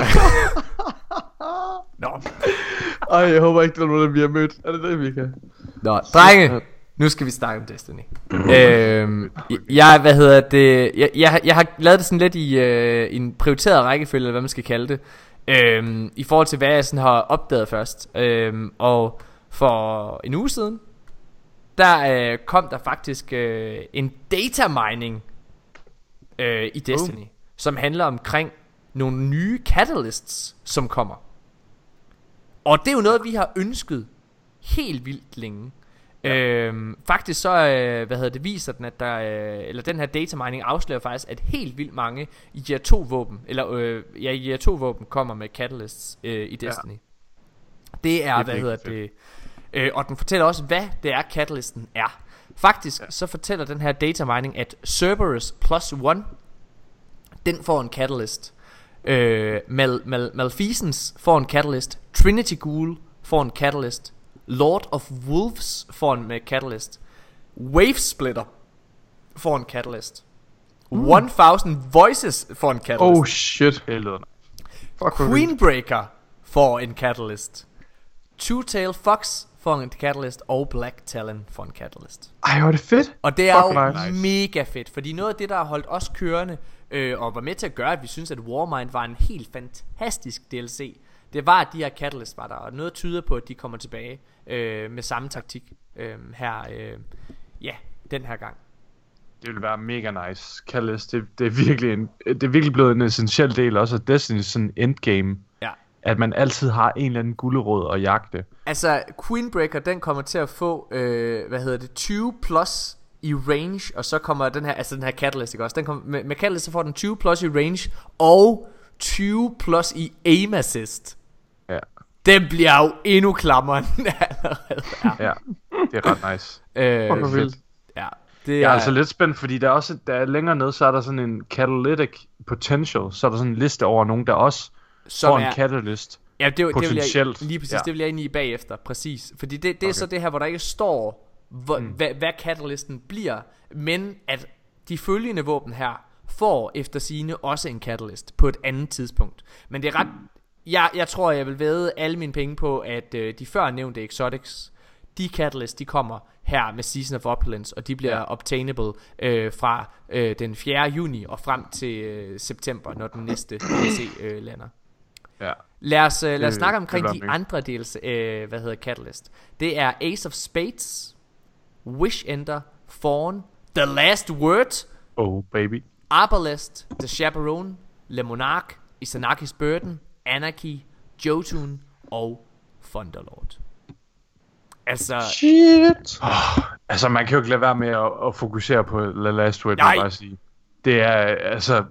[SPEAKER 1] Nå.
[SPEAKER 2] Ej, jeg håber ikke, der er nogen, der vi har mødt. Er det det, vi kan?
[SPEAKER 1] Nå, drenge. Nu skal vi snakke om Destiny. øhm, jeg, hvad hedder det jeg, jeg, jeg har lavet det sådan lidt i, øh, i en prioriteret rækkefølge, eller hvad man skal kalde det, øhm, i forhold til hvad jeg sådan har opdaget først. øhm, Og for en uge siden, der øh, kom der faktisk øh, en data mining øh, i Destiny, uh. som handler omkring nogle nye catalysts, som kommer. Og det er jo noget, vi har ønsket helt vildt længe. Ja. Øhm, faktisk så øh, hvad hedder det viser den at der øh, eller den her data mining afslører faktisk at helt vildt mange I R to våben eller øh, ja I R to våben kommer med catalysts øh, i Destiny. Ja. Det er, det er hvad hedder fedt. det øh, og den fortæller også hvad det er catalysten er. Faktisk ja. så fortæller den her data mining at Cerberus plus one, den får en catalyst. øh, Mal, Mal, Malfeasance får en catalyst. Trinity Ghoul får en catalyst. Lord of Wolves får en med catalyst. Wave Splitter får en catalyst. mm. tusind Voices får en catalyst.
[SPEAKER 2] Oh shit.
[SPEAKER 1] Queenbreaker får en catalyst. Two-Tail Fox får en catalyst. Og Black Talon får en catalyst.
[SPEAKER 2] Ej, hvor er det fedt.
[SPEAKER 1] Og det er Fuck jo nice. mega fedt. Fordi noget af det der har holdt os kørende øh, og var med til at gøre at vi synes at Warmind var en helt fantastisk D L C, det var at de her catalyst var der. Og noget tyder på at de kommer tilbage øh, med samme taktik øh, her øh, ja, den her gang.
[SPEAKER 3] Det vil være mega nice. Catalyst, det, det er virkelig en, det er virkelig blevet en essentiel del også af Destiny's sådan endgame.
[SPEAKER 1] Ja. At
[SPEAKER 3] man altid har en eller anden gulerod at jagte.
[SPEAKER 1] Altså Queenbreaker, den kommer til at få øh, hvad hedder det, tyve plus i range. Og så kommer den her, altså den her catalyst, ikke også? Den kommer, med, med catalyst så får den tyve plus i range og tyve plus i aim assist.
[SPEAKER 3] Ja.
[SPEAKER 1] Den bliver jo endnu klammere end allerede er.
[SPEAKER 3] Ja, det er ret nice.
[SPEAKER 1] øh,
[SPEAKER 2] Fuck, hvor vildt.
[SPEAKER 1] Ja, det er...
[SPEAKER 3] Jeg er altså lidt spændt, fordi der er også der er længere nede, så er der sådan en catalytic potential. Så er der sådan en liste over nogen, der også
[SPEAKER 1] som
[SPEAKER 3] får
[SPEAKER 1] er...
[SPEAKER 3] en catalyst.
[SPEAKER 1] Ja, det, det vil jeg, lige præcis,
[SPEAKER 3] ja.
[SPEAKER 1] det vil jeg ind i bagefter, præcis. Fordi det, det er okay. Så det her, hvor der ikke står hvor, mm. hvad, hvad catalysten bliver, men at de følgende våben her får efter sigende også en catalyst på et andet tidspunkt. Men det er ret... Jeg, jeg tror jeg vil vædde alle mine penge på at øh, de før nævnte exotics, de catalysts, de kommer her med Season of Opulence, og de bliver ja. obtainable øh, fra øh, den fjerde juni og frem til øh, september, når den næste D L C øh, lander.
[SPEAKER 3] Ja.
[SPEAKER 1] Lad os, øh, lad os snakke omkring de andre dels, øh, hvad hedder catalyst. Det er Ace of Spades, Wish Ender, Fawn, The Last Word,
[SPEAKER 3] Oh baby,
[SPEAKER 1] Arbalest, The Chaperone, Le Monarch, Izanagi's Burden, Anarchy, Jotun og Thunderlord. Altså
[SPEAKER 2] shit.
[SPEAKER 3] Oh, altså man kan jo ikke lade være med at, at fokusere på The Last Word,
[SPEAKER 1] Nej.
[SPEAKER 3] bare sige. Det er altså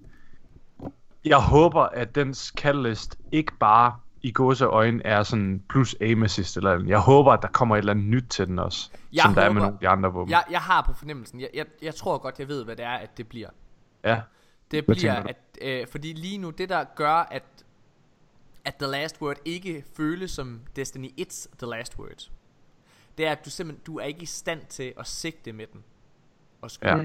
[SPEAKER 3] jeg håber at dens catalyst ikke bare i gåseøjne er sådan plus aim assist eller andet. Jeg håber at der kommer et eller andet nyt til den også, jeg som håber, der er med nogle af de andre våben.
[SPEAKER 1] Jeg, jeg har på fornemmelsen jeg, jeg, jeg tror godt jeg ved hvad det er at det bliver.
[SPEAKER 3] Ja.
[SPEAKER 1] Det bliver at øh, fordi lige nu det der gør at at The Last Word ikke føles som Destiny et's The Last Word, det er at du simpelthen du er ikke i stand til at sigte med den og skyde.
[SPEAKER 3] Ja.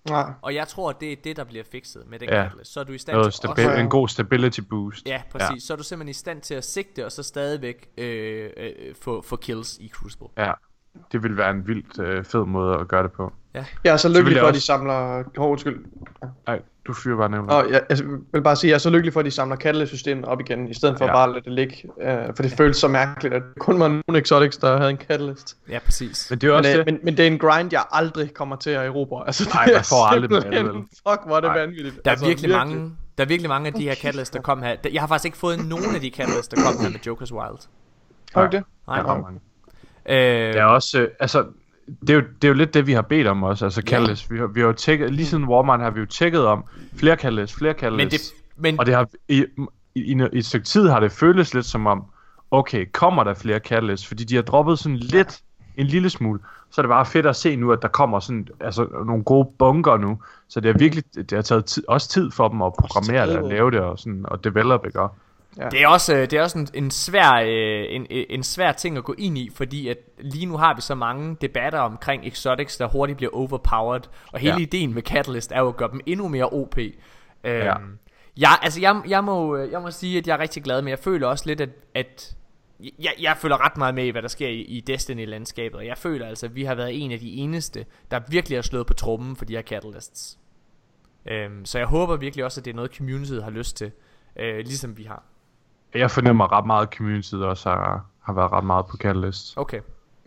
[SPEAKER 2] Nej.
[SPEAKER 1] Og jeg tror, det er det, der bliver fikset med den
[SPEAKER 3] Ja.
[SPEAKER 1] catalyst. Så er du i stand
[SPEAKER 3] Noget
[SPEAKER 1] til
[SPEAKER 3] stabi-
[SPEAKER 1] også...
[SPEAKER 3] en god stability boost.
[SPEAKER 1] Ja, præcis. Ja. Så er du simpelthen i stand til at sigte, og så stadigvæk øh, øh, få, få kills i Crucible.
[SPEAKER 3] Ja, det vil være en vildt øh, fed måde at gøre det på.
[SPEAKER 1] Ja.
[SPEAKER 2] Jeg er så lykkelig
[SPEAKER 3] jeg
[SPEAKER 2] for, at de
[SPEAKER 3] også-
[SPEAKER 2] samler... Oh, undskyld.
[SPEAKER 3] Nej, du fyrer bare nævnt.
[SPEAKER 2] Og jeg, jeg vil bare sige, at jeg er så lykkelig for, at de samler Catalyst-systemet op igen, i stedet for
[SPEAKER 3] Ja.
[SPEAKER 2] ja. bare at lade det ligge. Uh, for det føles så mærkeligt, at det kun var nogle Exotics, der havde en Catalyst.
[SPEAKER 1] Ja, præcis.
[SPEAKER 3] Men det er
[SPEAKER 2] Men,
[SPEAKER 3] også
[SPEAKER 2] øh,
[SPEAKER 3] det.
[SPEAKER 2] men, men det er en grind, jeg aldrig kommer til at erobre. Altså, det
[SPEAKER 3] Nej,
[SPEAKER 2] er
[SPEAKER 3] man får aldrig den
[SPEAKER 2] simpelthen-
[SPEAKER 3] vel.
[SPEAKER 2] Fuck, hvor er det
[SPEAKER 3] Nej.
[SPEAKER 2] vanvittigt.
[SPEAKER 1] Der er
[SPEAKER 2] altså,
[SPEAKER 1] virkelig, mange Der er virkelig mange af de her catalysts, der kom her. Jeg har faktisk ikke fået nogen af de catalysts, der kom her med Joker's Wild.
[SPEAKER 2] Har du ikke det?
[SPEAKER 1] Nej.
[SPEAKER 3] Der er mange.
[SPEAKER 1] Øh,
[SPEAKER 3] Det er også, øh, altså, det er, jo, det er jo lidt det, vi har bedt om også, altså Catalyst. Vi har, vi har jo tjekket, lige siden Warmind har vi jo tjekket om flere Catalyst, flere Catalyst.
[SPEAKER 1] men det, men
[SPEAKER 3] Og det har, i, i, i, i et stykke tid har det føltes lidt som om, okay, kommer der flere Catalyst? Fordi de har droppet sådan lidt, en lille smule. Så er det bare fedt at se nu, at der kommer sådan, altså nogle gode bunker nu. Så det er virkelig, det har taget tid, også tid for dem at programmere det, og lave det og sådan, og develop, ikke?
[SPEAKER 2] Ja.
[SPEAKER 1] det er også, øh, det er også en, en, svær, øh, en, en svær ting at gå ind i, fordi at lige nu har vi så mange debatter omkring exotics, der hurtigt bliver overpowered, og hele
[SPEAKER 3] Ja.
[SPEAKER 1] ideen med Catalyst er jo at gøre dem endnu mere O P. Øhm,
[SPEAKER 3] Ja.
[SPEAKER 1] jeg, altså jeg, jeg, må, jeg må sige, at jeg er rigtig glad, men jeg føler også lidt, at, at jeg, jeg føler ret meget med i, hvad der sker i, i Destiny-landskabet, og jeg føler altså, at vi har været en af de eneste, der virkelig har slået på trommen for de her Catalysts. Øhm, så jeg håber virkelig også, at det er noget, communityet har lyst til, øh, ligesom vi har.
[SPEAKER 3] Jeg fornemmer ret meget, at community også har, har været ret meget på Catalyst.
[SPEAKER 1] Okay.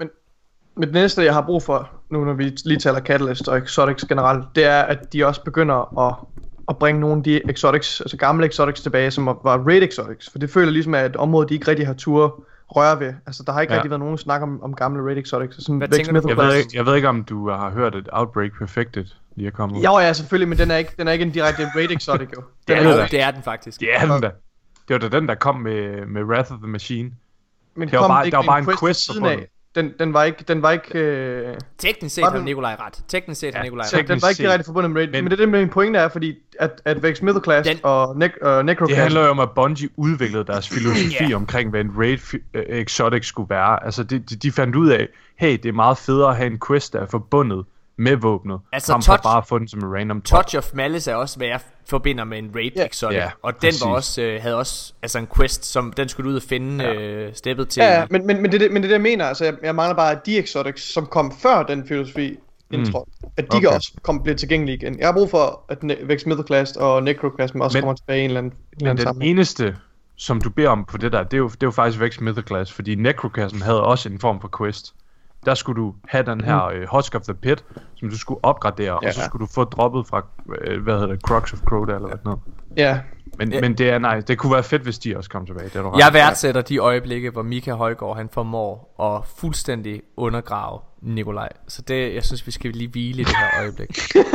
[SPEAKER 2] Men det næste, jeg har brug for, nu når vi lige taler Catalyst og Exotics generelt, det er, at de også begynder at, at bringe nogle af de Exotics, altså gamle Exotics tilbage, som var, var Raid Exotics. For det føler ligesom, at et område, de ikke rigtig har tur røre ved. Altså, der har ikke
[SPEAKER 3] Ja.
[SPEAKER 2] ja. rigtig været nogen snak om, om gamle Raid Exotics. Sådan
[SPEAKER 1] Hvad
[SPEAKER 2] Vex
[SPEAKER 1] tænker du på?
[SPEAKER 3] Jeg
[SPEAKER 2] Mythoclast.
[SPEAKER 3] ved, ikke, jeg ved ikke, om du har hørt, at Outbreak Perfected lige er kommet ud.
[SPEAKER 2] Jo, ja, selvfølgelig, men den er ikke, den er ikke en direkte Raid Exotic, jo.
[SPEAKER 1] Det
[SPEAKER 2] Den
[SPEAKER 1] er,
[SPEAKER 3] det
[SPEAKER 1] det,
[SPEAKER 3] da.
[SPEAKER 1] det er den faktisk.
[SPEAKER 3] Det er den da. Det var da den, der kom med, med Wrath of the Machine.
[SPEAKER 2] Men
[SPEAKER 3] det var
[SPEAKER 2] kom
[SPEAKER 3] bare-
[SPEAKER 2] ikke
[SPEAKER 3] der var
[SPEAKER 2] med
[SPEAKER 3] bare en
[SPEAKER 2] quest,
[SPEAKER 3] quest
[SPEAKER 2] ved siden
[SPEAKER 3] forbundet.
[SPEAKER 2] af. Den, den var ikke, den var ikke, øh,
[SPEAKER 1] Teknisk set
[SPEAKER 2] Var
[SPEAKER 1] har
[SPEAKER 2] den-
[SPEAKER 1] Nikolaj ret. Teknisk set har
[SPEAKER 3] Ja,
[SPEAKER 1] Nikolaj
[SPEAKER 2] så
[SPEAKER 1] ret.
[SPEAKER 2] den var ikke
[SPEAKER 3] set.
[SPEAKER 2] direkte forbundet med Raid. Men,
[SPEAKER 3] Men-
[SPEAKER 2] men det er det, min pointe er, fordi at, at Vex Mythoclast
[SPEAKER 1] Den-
[SPEAKER 2] og ne- uh, Necrocast...
[SPEAKER 3] Det handler jo om, at Bungie udviklede deres filosofi
[SPEAKER 1] Ja.
[SPEAKER 3] omkring, hvad en raid fi- øh, exotic skulle være. Altså, de, de, de fandt ud af, hey, det er meget federe at have en quest, der er forbundet med våbnet,
[SPEAKER 1] Altså,
[SPEAKER 3] frem for
[SPEAKER 1] touch-
[SPEAKER 3] bare at få den som en random top.
[SPEAKER 1] Touch of Malice er også, hvad jeg forbinder med en Raid
[SPEAKER 2] Ja.
[SPEAKER 1] Exotic.
[SPEAKER 3] Ja,
[SPEAKER 1] og den
[SPEAKER 3] præcis.
[SPEAKER 1] var også, øh, havde også altså en quest, som den skulle ud og finde
[SPEAKER 3] Ja.
[SPEAKER 1] øh, steppet til.
[SPEAKER 2] Ja, ja, men, men, men, det, er det, men det er det, jeg mener. Altså, jeg, jeg mangler bare, at de Exotics, som kom før den filosofi indtrådte, at de
[SPEAKER 3] Okay.
[SPEAKER 2] kan også komme, blive tilgængelige igen. Jeg har brug for, at ne- Vex Mythoclast og Necrocast også
[SPEAKER 3] Men-
[SPEAKER 2] kommer tilbage i en eller anden, en eller
[SPEAKER 3] Men
[SPEAKER 2] anden
[SPEAKER 3] den
[SPEAKER 2] sammenhæng.
[SPEAKER 3] eneste, som du beder om på det der, det er jo, det er jo faktisk Vex Mythoclast, fordi Necrocasm havde også en form for quest. Der skulle du have den her øh, Husk of the Pit, som du skulle opgradere,
[SPEAKER 2] Ja.
[SPEAKER 3] og så skulle du få droppet fra, øh, hvad hedder det, Crux of Crota eller hvad noget.
[SPEAKER 2] Ja,
[SPEAKER 3] Men,
[SPEAKER 1] Ja.
[SPEAKER 3] men det er nej, det kunne være fedt, hvis de også kom tilbage. Det er du ret
[SPEAKER 1] Jeg
[SPEAKER 3] i.
[SPEAKER 1] værdsætter de øjeblikke, hvor Mika Højgaard han formår at fuldstændig undergrave Nikolaj. Så det, jeg synes, vi skal lige hvile i det her øjeblik.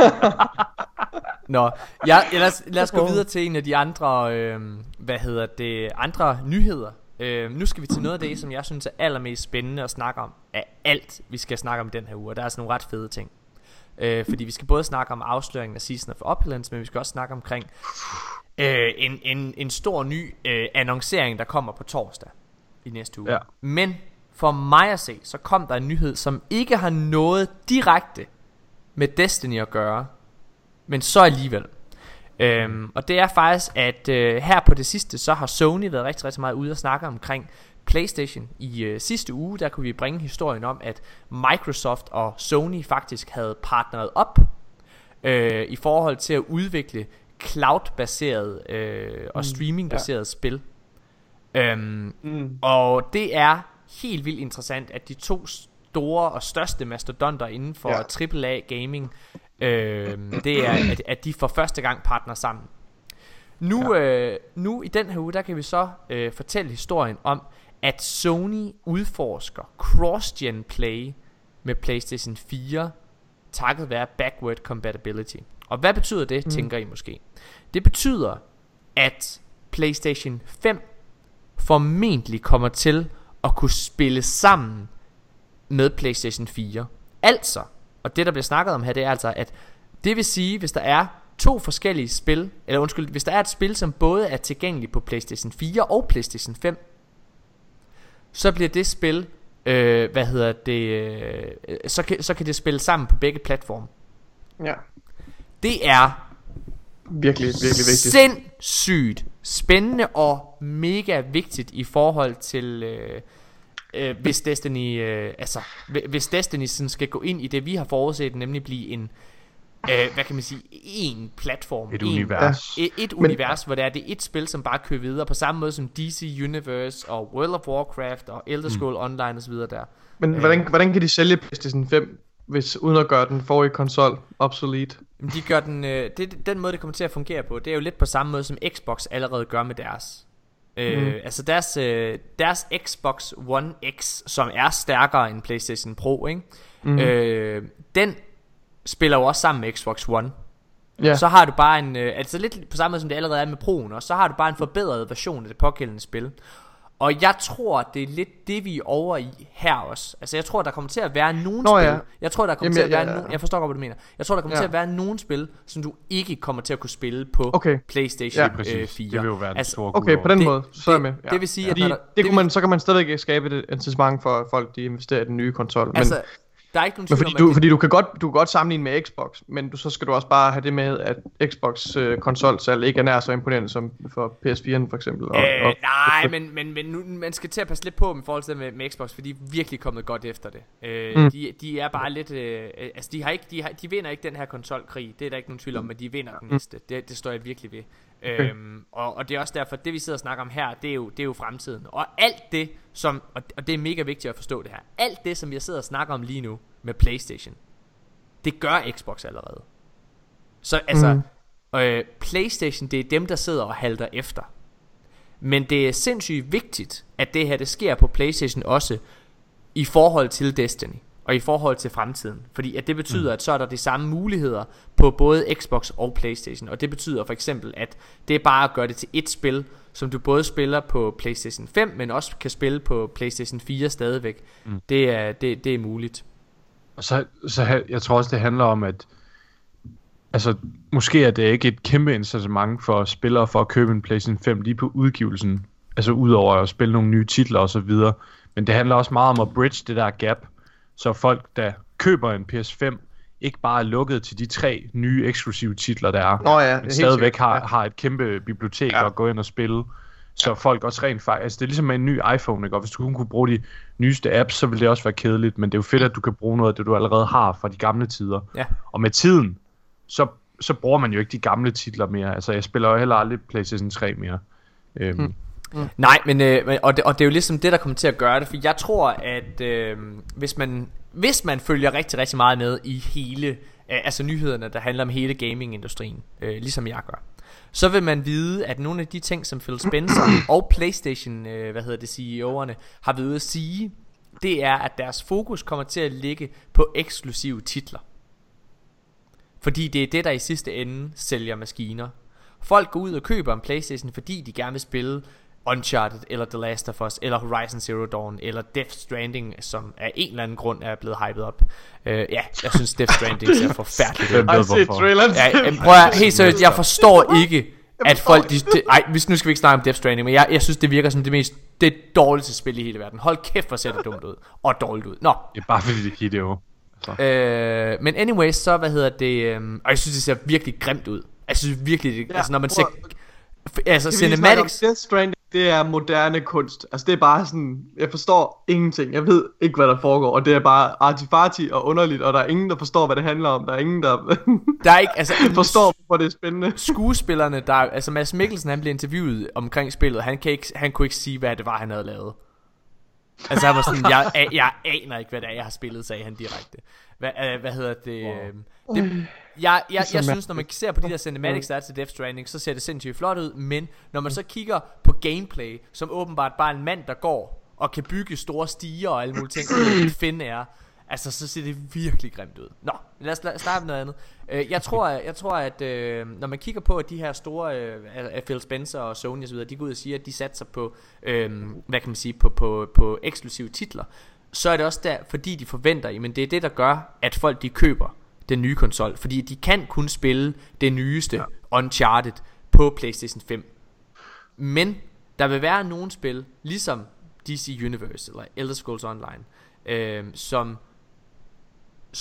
[SPEAKER 1] Nå, ja, ja, lad, os, lad os gå videre til en af de andre, øh, hvad hedder det, andre nyheder. Øh, nu skal vi til noget af det, som jeg synes er allermest spændende at snakke om. Af alt, vi skal snakke om den her uge, og der er sådan nogle ret fede ting. Øh, fordi vi skal både snakke om afsløringen af Season of Opulence, men vi skal også snakke omkring øh, en, en, en stor ny øh, annoncering, der kommer på torsdag i næste uge.
[SPEAKER 3] Ja.
[SPEAKER 1] Men for mig at se, så kom der en nyhed, som ikke har noget direkte med Destiny at gøre, men så alligevel. Øhm, og det er faktisk, at øh, her på det sidste, så har Sony været rigtig, rigtig meget ude og snakke omkring PlayStation. I øh, sidste uge, der kunne vi bringe historien om, at Microsoft og Sony faktisk havde partneret op øh, i forhold til at udvikle cloud-baseret øh, og streaming-baseret ja. spil. Øhm,
[SPEAKER 2] mm.
[SPEAKER 1] og det er helt vildt interessant, at de to store og største mastodonter inden for
[SPEAKER 2] Ja.
[SPEAKER 1] triple A gaming, øh, det er, at, at de for første gang partner sammen. Nu, ja. øh, nu i den her uge, der kan vi så øh, fortælle historien om, at Sony udforsker cross-gen play med PlayStation fire, takket være backward compatibility. Og hvad betyder det, mm. tænker I måske? Det betyder, at PlayStation fem formentlig kommer til at kunne spille sammen med PlayStation fire. Altså, og det der bliver snakket om her, det er altså, at det vil sige, hvis der er to forskellige spil, eller undskyld, hvis der er et spil, som både er tilgængeligt på PlayStation fire og PlayStation fem, så bliver det spil, øh, hvad hedder det, øh, så, kan, så kan det spille sammen på begge platforme.
[SPEAKER 2] Ja.
[SPEAKER 1] Det er
[SPEAKER 2] Virkelig, virkelig vigtigt.
[SPEAKER 1] sindssygt spændende og mega vigtigt i forhold til øh, øh, hvis Destiny øh, altså hvis Destiny sådan skal gå ind i det vi har forudset, nemlig blive en øh, hvad kan man sige, en platform,
[SPEAKER 3] et
[SPEAKER 1] en,
[SPEAKER 3] univers,
[SPEAKER 1] et, et
[SPEAKER 2] Men,
[SPEAKER 1] univers, hvor det er det er et spil som bare kører videre på samme måde som D C Universe og World of Warcraft og Elder Scrolls mm. Online og så videre der.
[SPEAKER 2] Men øh, hvordan, hvordan kan de sælge PlayStation fem hvis uden at gøre den forrige konsol obsolete?
[SPEAKER 1] De gør den øh, det, den måde det kommer til at fungere på, det er jo lidt på samme måde som Xbox allerede gør med deres øh, mm. altså deres øh, deres Xbox One X, som er stærkere end PlayStation Pro, ikke? Mm. Øh, den spiller jo også sammen med Xbox One. Yeah. Så har du bare en øh, altså lidt på samme måde som det allerede er med Pro'en, og så har du bare en forbedret version af det pågældende spil. Og jeg tror det er lidt det vi er over i her også. Altså jeg tror der kommer til at være nogle
[SPEAKER 2] Nå,
[SPEAKER 1] spil
[SPEAKER 2] ja.
[SPEAKER 1] Jeg tror der kommer
[SPEAKER 2] Jamen,
[SPEAKER 1] til at
[SPEAKER 2] ja,
[SPEAKER 1] være
[SPEAKER 2] ja, ja.
[SPEAKER 1] no... Jeg forstår godt hvad du mener. Jeg tror der kommer
[SPEAKER 2] ja.
[SPEAKER 1] til at være nogle spil som du ikke kommer til at kunne spille på
[SPEAKER 2] okay.
[SPEAKER 1] PlayStation
[SPEAKER 2] ja.
[SPEAKER 1] øh, fire.
[SPEAKER 3] Det vil jo være
[SPEAKER 1] altså,
[SPEAKER 3] store
[SPEAKER 2] okay, på den
[SPEAKER 1] det,
[SPEAKER 2] måde så er jeg med.
[SPEAKER 1] Det,
[SPEAKER 2] ja.
[SPEAKER 1] det vil sige
[SPEAKER 2] ja.
[SPEAKER 1] at
[SPEAKER 2] det,
[SPEAKER 1] der,
[SPEAKER 2] det, det kunne man så kan man stadig skabe et incitament for at folk de investerer i den nye konsol. Men
[SPEAKER 1] altså der er ikke nogen
[SPEAKER 2] men
[SPEAKER 1] tvivl
[SPEAKER 2] fordi,
[SPEAKER 1] om,
[SPEAKER 2] du,
[SPEAKER 1] det...
[SPEAKER 2] fordi du kan godt du kan godt sammenligne med Xbox, men du, så skal du også bare have det med at Xbox øh, konsolsalg ikke er nær så imponerende som for P S fire for eksempel. Og,
[SPEAKER 1] øh,
[SPEAKER 2] og,
[SPEAKER 1] nej, men, men, men nu, man skal til at passe lidt på i forhold til det med, med Xbox, for de er virkelig kommet godt efter det. Øh, mm. de, de er bare lidt, øh, altså de har ikke, de, har, de vinder ikke den her konsolkrig, det er der ikke nogen tvivl om, men de vinder den næste. Det, det står jeg virkelig ved. Okay. Øhm, og, og det er også derfor, det vi sidder og snakker om her, det er jo, det er jo fremtiden. Og alt det, som, og, og det er mega vigtigt at forstå det her, alt det, som jeg sidder og snakker om lige nu med PlayStation, det gør Xbox allerede. Så altså, mm. øh, PlayStation, det er dem, der sidder og halter efter. Men det er sindssygt vigtigt, at det her, det sker på PlayStation også, i forhold til Destiny. Og i forhold til fremtiden. Fordi at det betyder, mm. at så er der de samme muligheder på både Xbox og PlayStation. Og det betyder for eksempel, at det er bare at gøre det til et spil, som du både spiller på PlayStation fem, men også kan spille på PlayStation fire stadigvæk. Mm. Det, er, det, det er muligt.
[SPEAKER 3] Og så, så jeg tror også, det handler om, at altså, måske er det ikke et kæmpe incitament for spillere for at købe en PlayStation fem lige på udgivelsen. Altså udover at spille nogle nye titler og så videre. Men det handler også meget om at bridge det der gap. Så folk, der køber en P S fem, ikke bare er lukket til de tre nye eksklusive titler, der er.
[SPEAKER 2] Nå ja,
[SPEAKER 3] men stadigvæk har,
[SPEAKER 2] ja.
[SPEAKER 3] har et kæmpe bibliotek
[SPEAKER 2] ja.
[SPEAKER 3] at gå ind og spille. Så ja. folk også rent faktisk... Altså det er ligesom med en ny iPhone, ikke? Og hvis du kun kunne bruge de nyeste apps, så ville det også være kedeligt. Men det er jo fedt, at du kan bruge noget af det, du allerede har fra de gamle tider.
[SPEAKER 1] Ja.
[SPEAKER 3] Og med tiden, så, så bruger man jo ikke de gamle titler mere. Altså jeg spiller jo heller aldrig PlayStation tre mere. Øhm,
[SPEAKER 2] hmm.
[SPEAKER 1] Mm. Nej, men øh, og, det, og det er jo ligesom det der kommer til at gøre det. For jeg tror at øh, hvis man Hvis man følger rigtig rigtig meget med i hele øh, altså nyhederne der handler om hele gamingindustrien, øh, ligesom jeg gør, så vil man vide at nogle af de ting som Phil Spencer og PlayStation øh, hvad hedder det C E O'erne har været ude at sige, det er at deres fokus kommer til at ligge på eksklusive titler. Fordi det er det der i sidste ende sælger maskiner. Folk går ud og køber en PlayStation fordi de gerne vil spille Uncharted, eller The Last of Us, eller Horizon Zero Dawn, eller Death Stranding, som af en eller anden grund er blevet hypet op. uh, Ja, jeg synes Death Stranding ser forfærdeligt ud.
[SPEAKER 2] Jeg set traileren.
[SPEAKER 1] Ja, prøv at, helt seriøst, jeg forstår ikke at folk de, de, ej, hvis nu skal vi ikke snakke om Death Stranding, men jeg, jeg synes det virker som det mest det dårligste spil i hele verden. Hold kæft hvor ser det dumt ud. Og dårligt ud. Nå.
[SPEAKER 3] Det er bare fordi det er Hideo.
[SPEAKER 1] øh, Men anyways, så hvad hedder det øh, og jeg synes det ser virkelig grimt ud. Jeg synes virkelig det, ja, altså når man ser altså cinematics.
[SPEAKER 2] Death Stranding, det er moderne kunst. Altså det er bare sådan, jeg forstår ingenting. Jeg ved ikke hvad der foregår, og det er bare artifarti og underligt, og der er ingen der forstår hvad det handler om. Der er ingen der
[SPEAKER 1] der er ikke altså
[SPEAKER 2] forstår hvor det er spændende.
[SPEAKER 1] Skuespillerne der, altså Mads Mikkelsen han blev interviewet omkring spillet. Han kan ikke, han kunne ikke sige hvad det var han havde lavet. Altså han var sådan, jeg, jeg, jeg aner ikke hvad det er jeg har spillet, sagde han direkte. Hvad, øh, hvad hedder det, wow. øh, det Jeg, jeg, jeg synes når man ser på de der cinematics der er til Death Stranding, så ser det sindssygt flot ud. Men når man så kigger på gameplay, som åbenbart bare en mand der går og kan bygge store stiger og alle mulige ting, og Finn er, altså så ser det virkelig grimt ud. Nå, lad os snakke om noget andet. uh, Jeg tror Jeg tror at uh, når man kigger på at de her store uh, Phil Spencer og Sony og så videre, de går ud og siger at de satser på uh, hvad kan man sige på, på, på eksklusive titler, så er det også der fordi de forventer, men det er det der gør at folk de køber den nye konsol, fordi de kan kun spille det nyeste, ja. Uncharted på PlayStation fem. Men der vil være nogle spil ligesom D C Universe eller Elder Scrolls Online, øh, som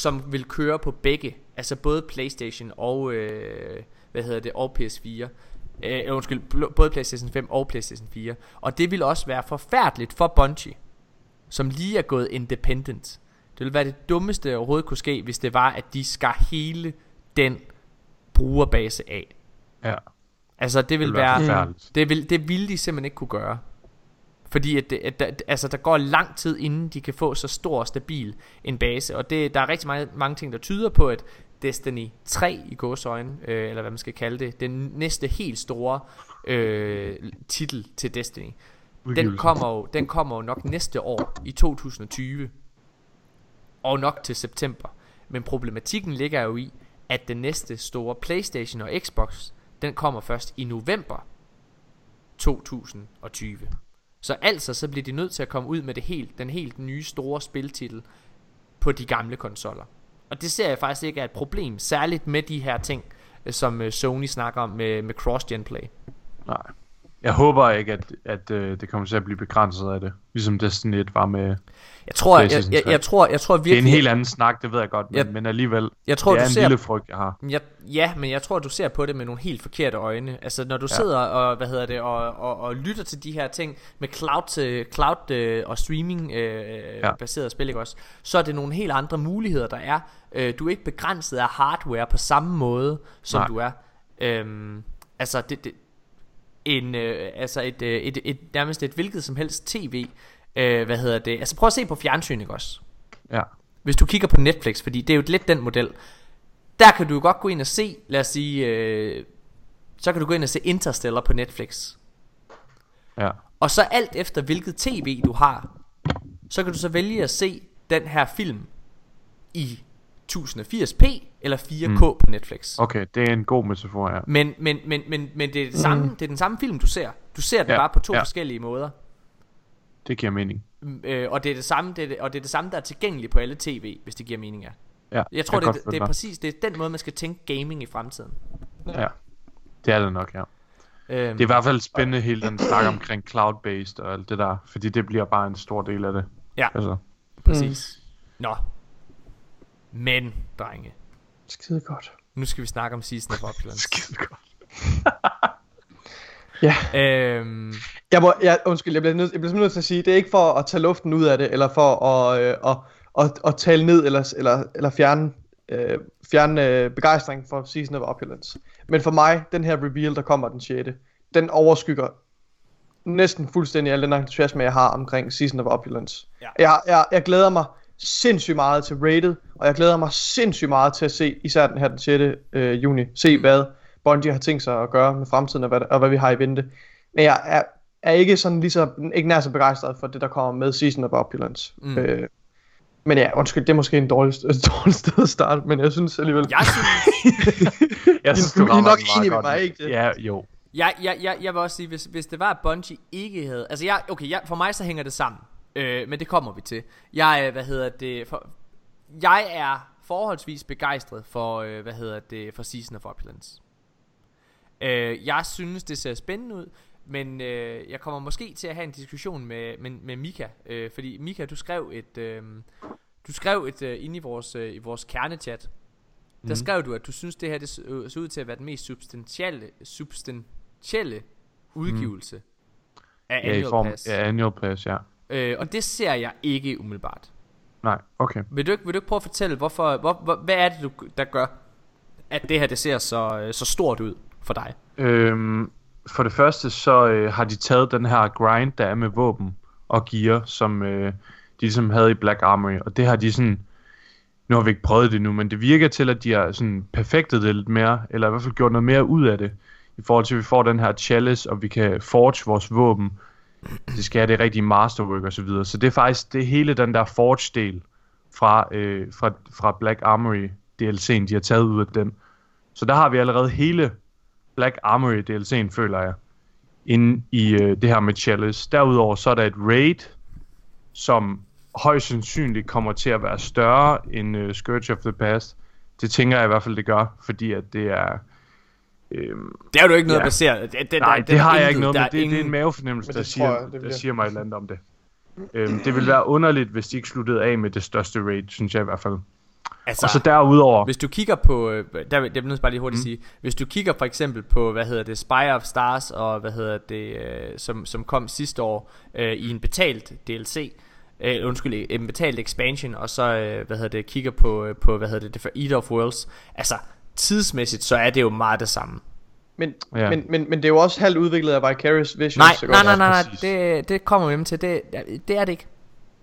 [SPEAKER 1] som vil køre på begge, altså både PlayStation og øh, hvad hedder det, og P S fire. Øh, undskyld, både PlayStation fem og PlayStation fire. Og det vil også være forfærdeligt for Bungie, som lige er gået independent. Det ville være det dummeste der overhovedet kunne ske, hvis det var, at de skar hele den brugerbase af.
[SPEAKER 3] Ja.
[SPEAKER 1] Altså det vil
[SPEAKER 3] det være,
[SPEAKER 1] være det vil det ville de simpelthen ikke kunne gøre. Fordi at, det, at der, altså der går lang tid inden de kan få så stor og stabil en base. Og det, der er rigtig mange, mange ting der tyder på, at Destiny tre i gåseøjne, øh, eller hvad man skal kalde det, den næste helt store øh, titel til Destiny, den kommer, jo, den kommer jo nok næste år i to tusind og tyve. Og nok til september. Men problematikken ligger jo i, at den næste store PlayStation og Xbox, den kommer først i november to tusind og tyve. Så altså så bliver de nødt til at komme ud med det helt, den helt nye store spiltitel på de gamle konsoller. Og det ser jeg faktisk ikke er et problem, særligt med de her ting, som Sony snakker om med, med cross-gen play.
[SPEAKER 3] Nej. Jeg håber ikke, at, at uh, det kommer til at blive begrænset af det. Ligesom Destiny et var med.
[SPEAKER 1] Jeg tror, jeg, jeg, jeg, jeg tror, jeg tror virkelig.
[SPEAKER 3] Det er en helt anden snak, det ved jeg godt, men,
[SPEAKER 1] jeg,
[SPEAKER 3] men alligevel.
[SPEAKER 1] Jeg tror,
[SPEAKER 3] det er
[SPEAKER 1] du
[SPEAKER 3] en
[SPEAKER 1] ser,
[SPEAKER 3] lille frygt, jeg har.
[SPEAKER 1] Jeg, ja, men jeg tror, du ser på det med nogle helt forkerte øjne. Altså, når du ja. sidder og hvad hedder det og, og, og lytter til de her ting med cloud, cloud øh, og streaming øh, ja. baseret spil, ikke også? Så er det nogle helt andre muligheder, der er. Øh, du er ikke begrænset af hardware på samme måde, som Nej. du er. Øhm, altså, det, det en øh, altså et, øh, et, et, et nærmest et hvilket som helst tv, øh, hvad hedder det? Altså prøv at se på fjernsyn, ikke også?
[SPEAKER 3] Ja.
[SPEAKER 1] Hvis du kigger på Netflix, fordi det er jo lidt den model. Der kan du godt gå ind og se, lad os sige, øh, så kan du gå ind og se Interstellar på Netflix.
[SPEAKER 3] Ja.
[SPEAKER 1] Og så alt efter hvilket tv du har, så kan du så vælge at se den her film i tusind firs p eller fire K mm. på Netflix.
[SPEAKER 3] Okay, det er en god metafor, ja.
[SPEAKER 1] Men, men, men, men, men det, er det, samme, mm. det er den samme film du ser. Du ser den ja. bare på to ja. forskellige måder.
[SPEAKER 3] Det giver mening.
[SPEAKER 1] øh, Og det er det samme det er det, Og det er det samme der er tilgængeligt på alle tv, hvis det giver mening, ja.
[SPEAKER 3] Ja,
[SPEAKER 1] jeg tror det, det, det er præcis det er den måde man skal tænke gaming i fremtiden.
[SPEAKER 3] Ja, ja. Det er det nok, ja. øhm, Det er i hvert fald spændende hele den snak omkring cloud-based og alt det der, fordi det bliver bare en stor del af det.
[SPEAKER 1] Ja,
[SPEAKER 3] altså.
[SPEAKER 1] præcis. mm. Nå. Men, drenge,
[SPEAKER 2] skide godt.
[SPEAKER 1] nu skal vi snakke om Season of Opulence.
[SPEAKER 3] Skide godt.
[SPEAKER 2] Ja.
[SPEAKER 1] øhm,
[SPEAKER 2] jeg, må, jeg, undskyld, jeg bliver, nødt, jeg bliver simpelthen nødt til at sige, det er ikke for at tage luften ud af det, eller for at, øh, at, at, at tale ned, eller, eller, eller fjerne, øh, fjerne øh, begejstring for Season of Opulence. Men for mig, den her reveal, der kommer den sjette, den overskygger næsten fuldstændig al den entusiasme, jeg har omkring Season of Opulence.
[SPEAKER 1] Ja.
[SPEAKER 2] Jeg, jeg, jeg glæder mig sindssygt meget til rated, og jeg glæder mig sindssygt meget til at se, især den her den sjette Øh, juni, se hvad Bungie har tænkt sig at gøre med fremtiden, og hvad, og hvad vi har i vente. Men jeg er, er ikke sådan lige så, ikke nær så begejstret for det, der kommer med Season of Opulence. Mm. Øh, men ja, undskyld, det er måske en dårlig, dårlig sted at starte, men jeg synes alligevel...
[SPEAKER 1] Jeg synes...
[SPEAKER 3] jeg synes,
[SPEAKER 2] du, du er nok enig med mig, ikke det?
[SPEAKER 3] Ja, jo.
[SPEAKER 1] Jeg, jeg, jeg, jeg vil også sige, hvis, hvis det var, at Bungie ikke havde... Altså, jeg, okay, jeg, for mig så hænger det sammen. Øh, men det kommer vi til. Jeg, hvad hedder det... For, jeg er forholdsvis begejstret for, øh, hvad hedder det, for Season of Opulence. Øh, jeg synes, det ser spændende ud, men øh, jeg kommer måske til at have en diskussion med, med, med Mika. Øh, fordi Mika, du skrev et... Øh, du skrev et øh, inde i vores, øh, i vores kernechat. Der mm. skrev du, at du synes, det her det så ud til at være den mest substantielle, substantielle udgivelse mm. af
[SPEAKER 3] ja,
[SPEAKER 1] Annual
[SPEAKER 3] form,
[SPEAKER 1] Pass.
[SPEAKER 3] Ja, Annual Pass, ja.
[SPEAKER 1] Øh, og det ser jeg ikke umiddelbart.
[SPEAKER 3] Nej, okay.
[SPEAKER 1] Vil du ikke, vil du ikke prøve at fortælle, hvorfor, hvor, hvor, hvad er det, du, der gør, at det her det ser så, så stort ud for dig?
[SPEAKER 3] Øhm, for det første, så øh, har de taget den her grind, der er med våben og gear, som øh, de ligesom havde i Black Armory, og det har de sådan... Nu har vi ikke prøvet det nu, men det virker til, at de har sådan perfektet det lidt mere, eller i hvert fald gjort noget mere ud af det, i forhold til, at vi får den her chalice, og vi kan forge vores våben. Det skal have det rigtige masterwork og så videre. Så det er faktisk det hele den der forge-del fra, øh, fra, fra Black Armory D L C'en, de har taget ud af den. Så der har vi allerede hele Black Armory D L C'en, føler jeg, inde i øh, det her med chalice. Derudover så er der et raid, som højst sandsynligt kommer til at være større end uh, Scourge of the Past. Det tænker jeg i hvert fald, det gør, fordi at det er... Øhm,
[SPEAKER 1] det har du ikke noget
[SPEAKER 3] ja.
[SPEAKER 1] at basere. Det, det,
[SPEAKER 3] Nej,
[SPEAKER 1] det,
[SPEAKER 3] det har jeg ikke noget,
[SPEAKER 1] men
[SPEAKER 3] det, ingen... det er en mavefornemmelse, der, siger, jeg, der siger mig et eller andet om det. øhm, det vil være underligt, hvis de ikke sluttede af med det største raid, synes jeg i hvert fald.
[SPEAKER 1] Altså,
[SPEAKER 3] og så derudover...
[SPEAKER 1] Hvis du kigger på, øh, der, det bliver bare lige hurtigt at
[SPEAKER 3] Mm.
[SPEAKER 1] sige, hvis du kigger for eksempel på, hvad hedder det, Spire of Stars, og hvad hedder det, øh, som, som kom sidste år øh, i en betalt D L C, øh, undskyld, en betalt expansion, og så, øh, hvad hedder det, kigger på, øh, på hvad hedder det, det for Eater of Worlds, altså tidsmæssigt, så er det jo meget det samme.
[SPEAKER 2] Men,
[SPEAKER 3] Ja.
[SPEAKER 2] men, men, men det er jo også halvt udviklet af Vicarious Visions.
[SPEAKER 1] Nej,
[SPEAKER 2] så
[SPEAKER 1] nej,
[SPEAKER 2] godt.
[SPEAKER 1] nej, nej, nej,
[SPEAKER 3] præcis.
[SPEAKER 1] det, det kommer vi med til, det, det er det ikke.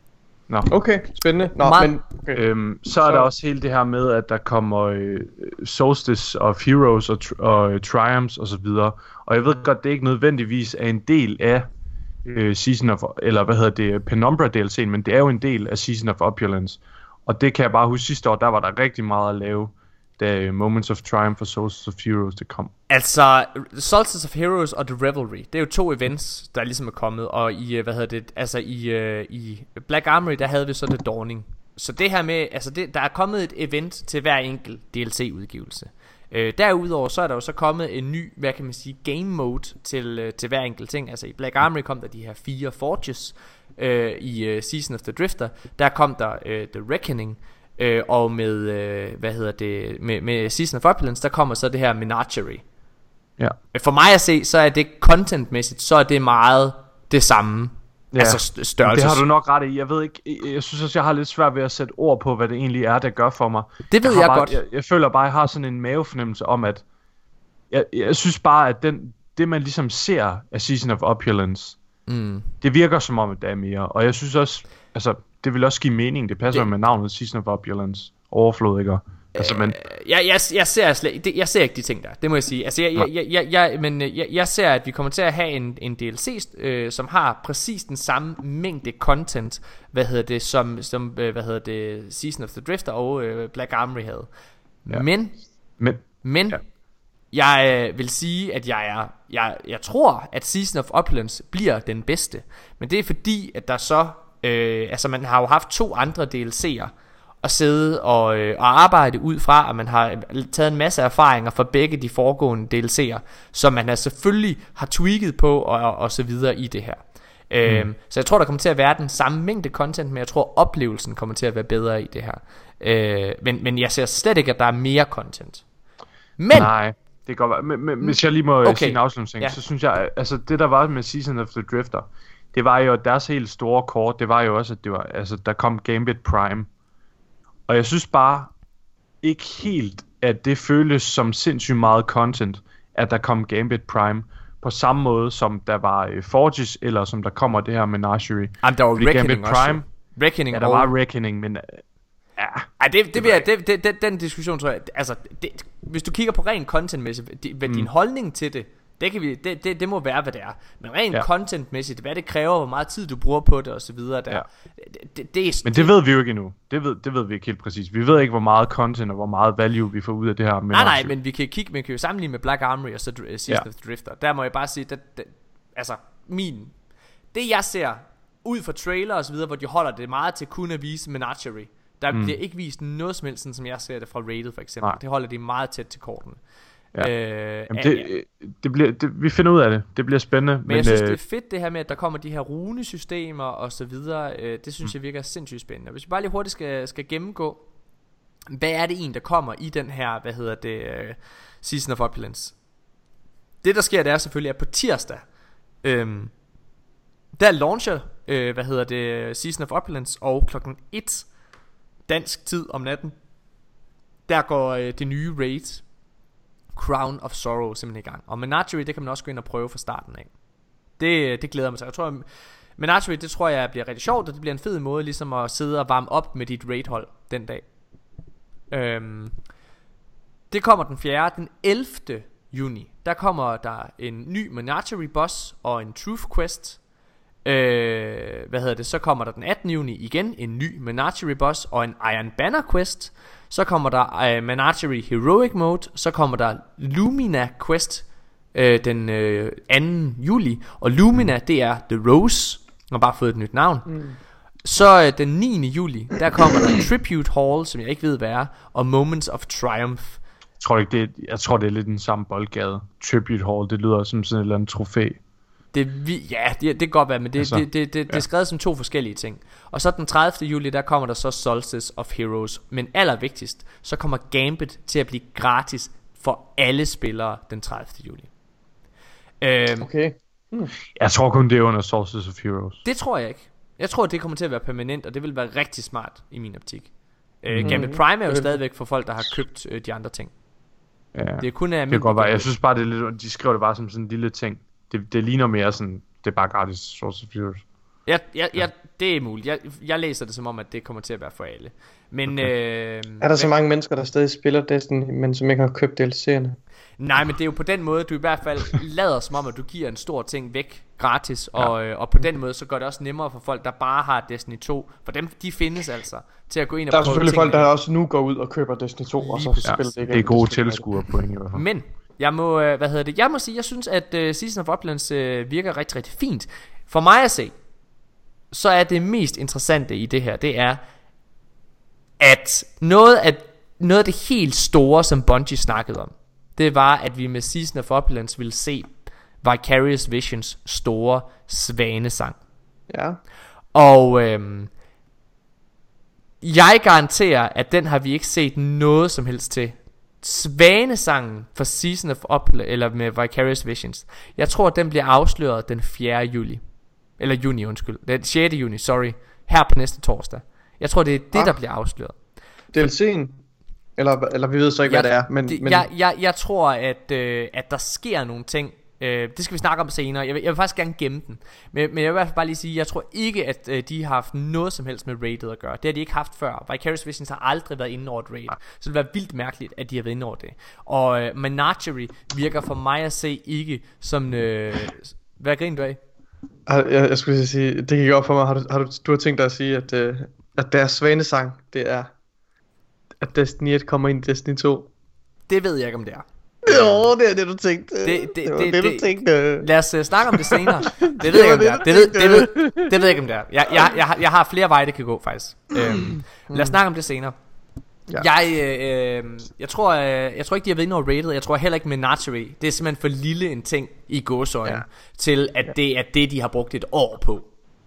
[SPEAKER 3] Nå.
[SPEAKER 2] Okay, spændende. Nå,
[SPEAKER 1] Meget-
[SPEAKER 2] men okay.
[SPEAKER 3] Øhm, så er
[SPEAKER 2] Så-
[SPEAKER 3] der også hele det her med, at der kommer øh, Solstice of Heroes og, tr- og øh, Triumphs og så videre. Og jeg ved godt, det er ikke nødvendigvis er en del af øh, Season of, eller hvad hedder det, Penumbra D L C'en, men det er jo en del af Season of Opulence. Og det kan jeg bare huske sidste år, der var der rigtig meget at lave, da Moments of Triumph og Solstice of Heroes det kom.
[SPEAKER 1] Altså, Solstice of Heroes og The Revelry, det er jo to events, der ligesom er kommet. Og i, øh, hvad hedder det, altså i, øh, i Black Armory, der havde vi så The Dawning. Så det her med, altså det, der er kommet et event til hver enkelt D L C-udgivelse. Øh, derudover så er der jo så kommet en ny, hvad kan man sige, game mode til, øh, til hver enkelt ting. Altså i Black Armory kom der de her fire forges. Øh, I øh, Season of the Drifter, der kom der øh, The Reckoning. Øh, og med, øh, hvad hedder det, med, med Season of Opulence, der kommer så det her Menagerie.
[SPEAKER 3] Ja.
[SPEAKER 1] For mig at se, så er det contentmæssigt, så er det meget det samme.
[SPEAKER 3] Ja.
[SPEAKER 1] Altså st- størrelse.
[SPEAKER 3] Det har du nok ret i. Jeg ved ikke, jeg, jeg synes også, jeg har lidt svært ved at sætte ord på, hvad det egentlig er, der gør for mig.
[SPEAKER 1] Det ved
[SPEAKER 3] har
[SPEAKER 1] jeg
[SPEAKER 3] bare,
[SPEAKER 1] godt.
[SPEAKER 3] Jeg, jeg føler bare, at jeg har sådan en mavefornemmelse om, at jeg, jeg synes bare, at den, det man ligesom ser af Season of Opulence,
[SPEAKER 1] Mm.
[SPEAKER 3] det virker som om, at der er mere. Og jeg synes også, altså, det vil også give mening. Det passer
[SPEAKER 1] Det-
[SPEAKER 3] det... med navnet Season of Opulence. Overflod, ikke? Altså, men...
[SPEAKER 1] Jeg, jeg, jeg, ser slet, det, jeg ser ikke de ting der. Det må jeg sige. Altså jeg, jeg, jeg, jeg, jeg, men øh, jeg, jeg ser at vi kommer til at have en, en D L C øh, som har præcis den samme mængde content, hvad hedder det, som, som øh, hvad hedder det, Season of the Drifter og øh, Black Armory havde.
[SPEAKER 3] Ja.
[SPEAKER 1] Men
[SPEAKER 3] Men,
[SPEAKER 1] Men
[SPEAKER 3] Ja.
[SPEAKER 1] jeg øh, vil sige, at jeg er jeg, jeg tror, at Season of Opulence bliver den bedste. Men det er fordi, at der så øh, altså man har jo haft to andre D L C'er at sidde og, øh, og arbejde ud fra, og man har taget en masse erfaringer fra begge de foregående D L C'er, som man har selvfølgelig har tweaked på og, og, og så videre i det her. Mm. Øhm, så jeg tror, der kommer til at være den samme mængde content, men jeg tror, oplevelsen kommer til at være bedre i det her. Øh, men, men jeg ser slet ikke, at der er mere content. Men
[SPEAKER 3] nej, det kan godt være. Men, men hvis jeg lige må
[SPEAKER 1] Okay.
[SPEAKER 3] okay. sige en afslutning,
[SPEAKER 1] Ja.
[SPEAKER 3] ja. så synes jeg, altså det der var med Season of the Drifter, det var jo deres helt store kort, det var jo også, at det var, altså, der kom Gambit Prime. Og jeg synes bare ikke helt, at det føles som sindssygt meget content, at der kom Gambit Prime, på samme måde som der var uh, Forges, eller som der kommer det her Menagerie.
[SPEAKER 1] Jamen, der var
[SPEAKER 3] Fordi
[SPEAKER 1] Reckoning
[SPEAKER 3] Gambit
[SPEAKER 1] også.
[SPEAKER 3] Prime,
[SPEAKER 1] Reckoning
[SPEAKER 3] ja, der
[SPEAKER 1] og...
[SPEAKER 3] var Reckoning, men uh, ja,
[SPEAKER 1] Ej, det, det, det, vil jeg, det, det, det, den diskussion tror jeg, altså, det, hvis du kigger på ren contentmæssigt, det, hvad
[SPEAKER 3] Mm.
[SPEAKER 1] din holdning til det, det, kan vi, det, det, det må være, hvad det er. Men rent
[SPEAKER 3] Ja.
[SPEAKER 1] contentmæssigt, hvad det kræver, hvor meget tid du bruger på det, og så videre der.
[SPEAKER 3] Ja.
[SPEAKER 1] Det, det, det er,
[SPEAKER 3] men det ved vi jo ikke endnu. Det ved, det ved vi ikke helt præcis. Vi ved ikke, hvor meget content og hvor meget value vi får ud af det her.
[SPEAKER 1] Nej, nej,
[SPEAKER 3] Menagerie.
[SPEAKER 1] men vi kan kigge, man kan jo sammenligne med Black Armory og så uh, Season
[SPEAKER 3] Ja.
[SPEAKER 1] of the Drifter. Der må jeg bare sige, det, det, altså, min, det jeg ser, ud fra trailer og så videre, hvor de holder det meget til kun at vise Menagerie. Der
[SPEAKER 3] Mm.
[SPEAKER 1] bliver ikke vist noget som helst, sådan som jeg ser det fra Rated for eksempel.
[SPEAKER 3] Nej.
[SPEAKER 1] Det holder de meget tæt til kortene.
[SPEAKER 3] Ja.
[SPEAKER 1] Øh,
[SPEAKER 3] Jamen,
[SPEAKER 1] ja,
[SPEAKER 3] det,
[SPEAKER 1] ja.
[SPEAKER 3] det bliver, det, vi finder ud af det. Det bliver spændende.
[SPEAKER 1] Men, men jeg synes
[SPEAKER 3] øh,
[SPEAKER 1] det er fedt det her med at der kommer de her runesystemer og så videre. øh, Det synes jeg virker sindssygt spændende. Hvis vi bare lige hurtigt skal, skal gennemgå, hvad er det en der kommer i den her, hvad hedder det, uh, Season of Opulence. Det der sker, det er selvfølgelig at på tirsdag, øhm, der launcher øh, hvad hedder det, Season of Opulence, og klokken et dansk tid om natten, der går øh, det nye raid Crown of Sorrow simpelthen i gang. Og Menagerie, det kan man også gå ind og prøve fra starten af. Det, det glæder mig til. Jeg tror, Menagerie, det tror jeg bliver rigtig sjovt, og det bliver en fed måde ligesom at sidde og varme op med dit raid-hold den dag. Øhm, det kommer den fjerde. Den ellevte juni, der kommer der en ny Menagerie boss og en Truth Quest. Øh, hvad hedder det? Så kommer der den attende juni igen en ny Menagerie boss og en Iron Banner Quest. Så kommer der uh, Menagerie Heroic Mode. Så kommer der Lumina Quest øh, den øh, anden juli. Og Lumina, det er The Rose. Jeg har bare fået et nyt navn. mm. Så øh, den niende juli, der kommer der Tribute Hall, som jeg ikke ved hvad er, og Moments of Triumph.
[SPEAKER 3] Jeg tror ikke, det er, jeg tror, det er lidt den samme boldgade. Tribute Hall, det lyder som sådan et eller andet trofæ.
[SPEAKER 1] Det, vi, ja, det, det kan godt være, men det,
[SPEAKER 3] altså,
[SPEAKER 1] det, det, det, det, det er skrevet som to forskellige ting. Og så den tredivte juli, der kommer der så Solstice of Heroes. Men allervigtigst, så kommer Gambit til at blive gratis for alle spillere den tredivte juli. øhm,
[SPEAKER 2] Okay. hmm.
[SPEAKER 3] Jeg tror kun det er under Solstice of Heroes.
[SPEAKER 1] Det tror jeg ikke. Jeg tror det kommer til at være permanent, og det vil være rigtig smart i min optik. øh,
[SPEAKER 3] Mm.
[SPEAKER 1] Gambit Prime er jo stadigvæk for folk der har købt øh, de andre ting.
[SPEAKER 3] Ja.
[SPEAKER 1] Det er kun af
[SPEAKER 3] Det kan godt være. Jeg synes bare det er lidt, de skriver det bare som sådan en lille ting. Det, det ligner mere sådan, det er bare gratis Solstice of Heroes.
[SPEAKER 1] Ja, ja, ja, det er muligt. Jeg, jeg læser det som om, at det kommer til at være for alle. Men
[SPEAKER 3] Okay.
[SPEAKER 1] øh,
[SPEAKER 2] Er der så mange mennesker, der stadig spiller Destiny, men som ikke har købt D L C'erne?
[SPEAKER 1] nej, men det er jo på den måde, du i hvert fald lader som om, at du giver en stor ting væk gratis. Og, øh, og på den måde, så gør det også nemmere for folk, der bare har Destiny to. For dem, de findes altså til at gå ind og
[SPEAKER 2] Der er
[SPEAKER 1] prøve
[SPEAKER 2] selvfølgelig folk,
[SPEAKER 1] tingene.
[SPEAKER 2] der også nu går ud og køber Destiny to, og så
[SPEAKER 1] Lige
[SPEAKER 2] spiller
[SPEAKER 1] præcis.
[SPEAKER 2] det igen.
[SPEAKER 3] Det er gode
[SPEAKER 2] Det spiller
[SPEAKER 3] tilskuere point i hvert fald.
[SPEAKER 1] Men jeg må, øh, hvad hedder det? Jeg må sige, jeg synes, at øh, Season of Uplands øh, virker rigtig, rigtig fint. For mig at se, så er det mest interessante i det her, det er, at noget af, noget af det helt store, som Bungie snakkede om, det var, at vi med Season of Uplands ville se Vicarious Visions store svanesang.
[SPEAKER 2] Ja.
[SPEAKER 1] Og øhm, jeg garanterer, at den har vi ikke set noget som helst til. Svanesangen for Season of Uplands, eller med Vicarious Visions, jeg tror, at den bliver afsløret den fjerde juli. Eller juni, undskyld. Den sjette juni, sorry. Her på næste torsdag. Jeg tror, det er det,
[SPEAKER 2] Ah.
[SPEAKER 1] der bliver afsløret.
[SPEAKER 2] D L C'en? Eller, eller vi ved så ikke,
[SPEAKER 1] jeg,
[SPEAKER 2] hvad det er. Men,
[SPEAKER 1] det,
[SPEAKER 2] men
[SPEAKER 1] jeg, jeg, jeg tror, at, øh, at der sker nogle ting. øh, Det skal vi snakke om senere. Jeg vil, jeg vil faktisk gerne gemme den. Men, men jeg vil i hvert fald bare lige sige, jeg tror ikke, at øh, de har haft noget som helst med raidet at gøre. Det har de ikke haft før. Vicarious Visions har aldrig været inde over et raid. Så det vil være vildt mærkeligt, at de har været inde over det. Og øh, Menagerie virker for mig at se ikke som øh, hvad griner du af?
[SPEAKER 2] jeg, jeg skulle lige sige, det gik op for mig. Har du, har du, du har tænkt dig at sige, at, øh, at deres svanesang, det er, at Destiny et kommer ind i Destiny to?
[SPEAKER 1] Det ved jeg ikke, om det er.
[SPEAKER 2] Jo, det er det, du tænkte.
[SPEAKER 1] Det, det,
[SPEAKER 2] det var
[SPEAKER 1] det,
[SPEAKER 2] det,
[SPEAKER 1] det,
[SPEAKER 2] du tænkte.
[SPEAKER 1] Lad os uh, snakke om det senere. Det ved jeg ikke, om det er. Det ved, det, ved, det ved jeg ikke, om det er. Jeg, jeg, jeg, har, jeg har flere veje, det kan gå, faktisk. øhm, Lad os snakke om det senere.
[SPEAKER 2] Ja.
[SPEAKER 1] Jeg, øh, øh, jeg, tror, øh, jeg tror ikke, de har været inde over rated. Jeg tror heller ikke med Menagerie. Det er simpelthen for lille en ting i gåseøjne, ja. Til at ja. Det er det, de har brugt et år på.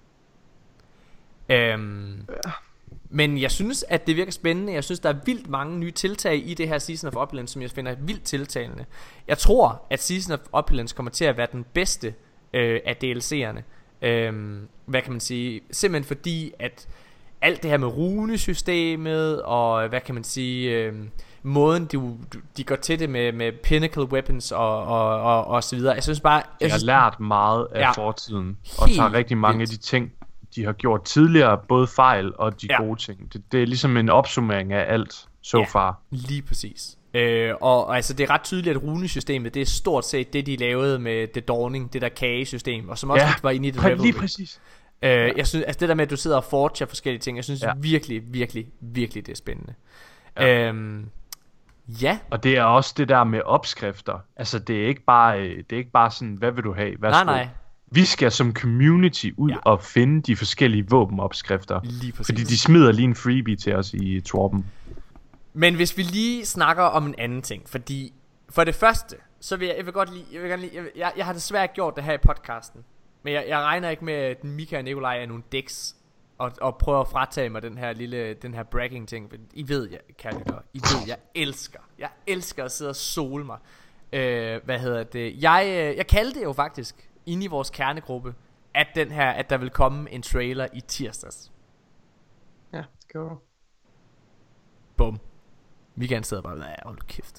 [SPEAKER 1] øhm, ja. Men jeg synes, at det virker spændende. Jeg synes, der er vildt mange nye tiltag i det her Season of Uplands, som jeg finder vildt tiltalende. Jeg tror, at Season of Uplands kommer til at være den bedste øh, af D L C'erne. øhm, Hvad kan man sige? Simpelthen fordi, at alt det her med runesystemet og hvad kan man sige, øh, måden du, du, de går til det med, med pinnacle weapons og, og, og, og så videre. Jeg synes bare, jeg
[SPEAKER 3] Jeg har
[SPEAKER 1] synes,
[SPEAKER 3] lært meget af
[SPEAKER 1] Ja.
[SPEAKER 3] fortiden, og
[SPEAKER 1] Helt
[SPEAKER 3] tager rigtig mange
[SPEAKER 1] vildt.
[SPEAKER 3] af de ting, de har gjort tidligere, både fejl og de
[SPEAKER 1] Ja.
[SPEAKER 3] gode ting. Det, det er ligesom en opsummering af alt so
[SPEAKER 1] Ja.
[SPEAKER 3] far.
[SPEAKER 1] lige præcis. Øh, og, og altså det er ret tydeligt, at runesystemet, det er stort set det, de lavede med The Dawning, det der kagesystem, og som også
[SPEAKER 3] Ja,
[SPEAKER 1] var inde i The
[SPEAKER 3] Præ-
[SPEAKER 1] Revelry.
[SPEAKER 3] lige præcis.
[SPEAKER 1] Øh, jeg synes, altså det der med, at du sidder og forger forskellige ting, jeg synes
[SPEAKER 3] Ja.
[SPEAKER 1] virkelig, virkelig, virkelig, det er spændende.
[SPEAKER 3] Ja.
[SPEAKER 1] Øhm, ja.
[SPEAKER 3] Og det er også det der med opskrifter. Altså det er ikke bare, øh, det er ikke bare sådan, hvad vil du have? Værsgo.
[SPEAKER 1] Nej, nej.
[SPEAKER 3] Vi skal som community ud
[SPEAKER 1] Ja.
[SPEAKER 3] ja. og finde de forskellige våbenopskrifter.
[SPEAKER 1] Lige præcis.
[SPEAKER 3] Fordi de smider lige en freebie til os i Torben.
[SPEAKER 1] Men hvis vi lige snakker om en anden ting, fordi for det første, så vil jeg, jeg vil godt lige, jeg, vil gerne lige jeg, jeg, jeg har desværre ikke gjort det her i podcasten, men jeg, jeg regner ikke med, at Mika og Nikolaj er nogle dicks og, og prøver at fratage mig den her lille, den her bragging ting. I ved, jeg, kære lyttere, I ved, jeg elsker, jeg elsker at sidde og sole mig. Øh, hvad hedder det? Jeg, øh, jeg kaldte jo faktisk inde i vores kernegruppe, at den her, at der vil komme en trailer i tirsdags.
[SPEAKER 2] Ja, det gjorde du.
[SPEAKER 1] Bum. Michael sidder bare, nej, hold kæft.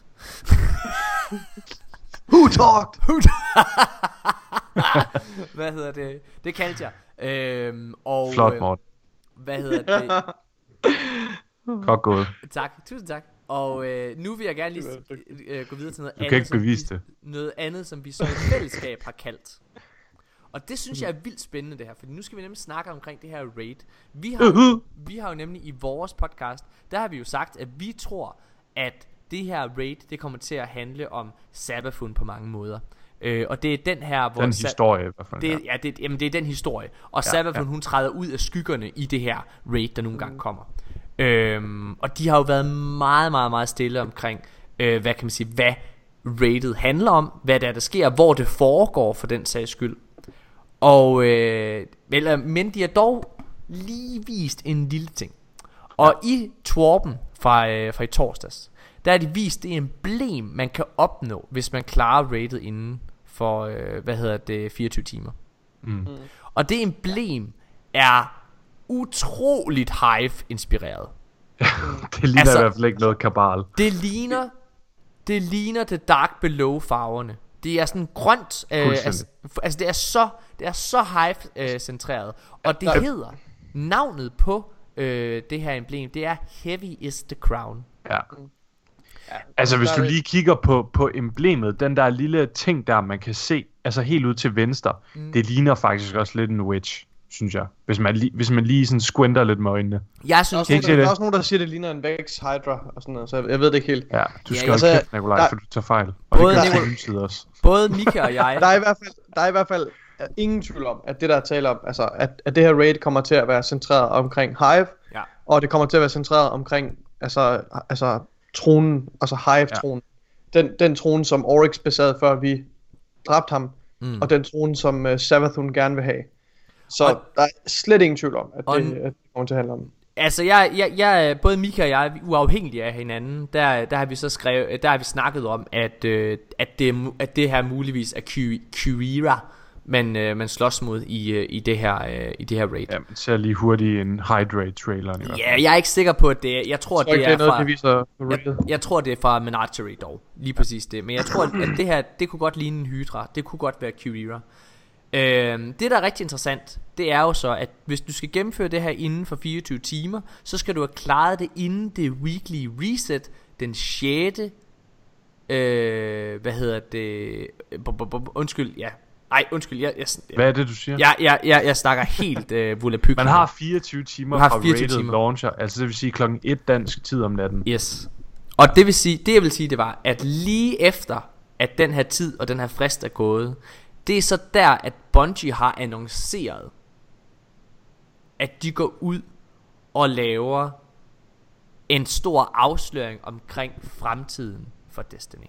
[SPEAKER 2] Who talked?
[SPEAKER 1] Hvad hedder det? Det kaldte jeg. Øhm, og,
[SPEAKER 3] Flot,
[SPEAKER 1] øh,
[SPEAKER 3] Morten.
[SPEAKER 1] Hvad hedder det?
[SPEAKER 3] Godt gået.
[SPEAKER 1] Tak, tusind tak. Og øh, nu vil jeg gerne lige øh, gå videre til noget
[SPEAKER 3] Du kan
[SPEAKER 1] andet,
[SPEAKER 3] ikke
[SPEAKER 1] som
[SPEAKER 3] bevise
[SPEAKER 1] vi,
[SPEAKER 3] det.
[SPEAKER 1] noget andet, som vi så i fællesskab har kaldt. Og det synes jeg er vildt spændende det her, for nu skal vi nemlig snakke omkring det her raid. Vi har, vi har jo nemlig i vores podcast, der har vi jo sagt, at vi tror, at det her raid, det kommer til at handle om Savathûn på mange måder. Øh, og det er den her, hvor
[SPEAKER 3] Den
[SPEAKER 1] Sa-
[SPEAKER 3] historie i hvert fald.
[SPEAKER 1] det,
[SPEAKER 3] ja.
[SPEAKER 1] ja, det, jamen, det er den historie. Og
[SPEAKER 3] Ja,
[SPEAKER 1] Savathûn,
[SPEAKER 3] ja.
[SPEAKER 1] hun træder ud af skyggerne i det her raid, der nogle gange kommer. Øhm, og de har jo været meget, meget, meget stille omkring, øh, hvad kan man sige, hvad raidet handler om, hvad der er, der sker, hvor det foregår for den sags skyld. Og øh, eller, men de har dog lige vist en lille ting. Og ja. i Tworpen fra, øh, fra i torsdags, der har de vist det emblem man kan opnå, hvis man klarer rated inden for øh, hvad hedder det fireogtyve timer.
[SPEAKER 3] Mm.
[SPEAKER 1] Og det emblem er utroligt Hive inspireret.
[SPEAKER 3] Det ligner altså, i hvert fald ikke noget kabal.
[SPEAKER 1] Det ligner Det ligner det Dark Below farverne. Det er sådan grønt øh, altså, altså det er så Det er så Hive øh, centreret. Og det hedder navnet på øh, det her emblem, det er Heavy is the Crown.
[SPEAKER 3] Ja. Ja, altså hvis du lige kigger på, på emblemet, den der lille ting der man kan se, altså helt ud til venstre, mm. det ligner faktisk også lidt en wedge, synes jeg. Hvis man, li- hvis man lige sådan squinter lidt med øjnene.
[SPEAKER 1] Jeg synes,
[SPEAKER 2] der, er også nogen, der, der er også nogen der siger det ligner en Vex Hydra og sådan noget, så jeg, jeg ved det ikke helt.
[SPEAKER 3] Ja, du skal
[SPEAKER 1] ja,
[SPEAKER 3] jo
[SPEAKER 1] altså,
[SPEAKER 3] kæft, Nikolaj, der, for du tager fejl. Og
[SPEAKER 1] både,
[SPEAKER 3] det kan Nikolaj, også.
[SPEAKER 1] Både Mika og jeg.
[SPEAKER 2] Der er i hvert fald der er i hvert fald ingen tvivl om, at det der taler om, altså at, at det her raid kommer til at være centreret omkring Hive,
[SPEAKER 1] ja.
[SPEAKER 2] og det kommer til at være centreret omkring altså altså tronen, altså Hive-tronen. Ja. Den den trone som Oryx besad før vi dræbte ham, mm. og den trone som uh, Savathun gerne vil have. Så og, der er slet ingen tvivl om, at det, at det kommer til at handle om.
[SPEAKER 1] Altså jeg, jeg, jeg, både Mika og jeg, uafhængige af hinanden, der, der har vi så skrevet, der har vi snakket om, at, øh, at, det, at det her muligvis er Kyria, man, øh, man slås mod i, øh, i, det her, øh, i det her raid.
[SPEAKER 3] Ja, man ser lige hurtigt en Hydrate-trailer.
[SPEAKER 1] Ja, jeg er ikke sikker på, at det er, jeg tror,
[SPEAKER 2] jeg tror
[SPEAKER 1] det
[SPEAKER 2] ikke,
[SPEAKER 1] er,
[SPEAKER 2] det er noget,
[SPEAKER 1] fra,
[SPEAKER 2] det viser
[SPEAKER 1] jeg, jeg tror, det er fra Menagerie dog, lige præcis det. Men jeg tror, at det her, det kunne godt ligne en Hydra, det kunne godt være Kyria. Øhm, det der er rigtig interessant, det er jo så at hvis du skal gennemføre det her inden for fireogtyve timer, så skal du have klaret det inden det weekly reset den sjette øh, hvad hedder det undskyld ja nej undskyld jeg, jeg, jeg,
[SPEAKER 3] hvad er det du siger?
[SPEAKER 1] Jeg, jeg, jeg, jeg snakker helt øh, volapyk.
[SPEAKER 3] Man har fireogtyve timer fra rated launcher, altså det vil sige klokken et dansk tid om natten.
[SPEAKER 1] Yes. Og det vil sige, det jeg vil sige det var at lige efter at den her tid og den her frist er gået, det er så der at Bungie har annonceret at de går ud og laver en stor afsløring omkring fremtiden for Destiny.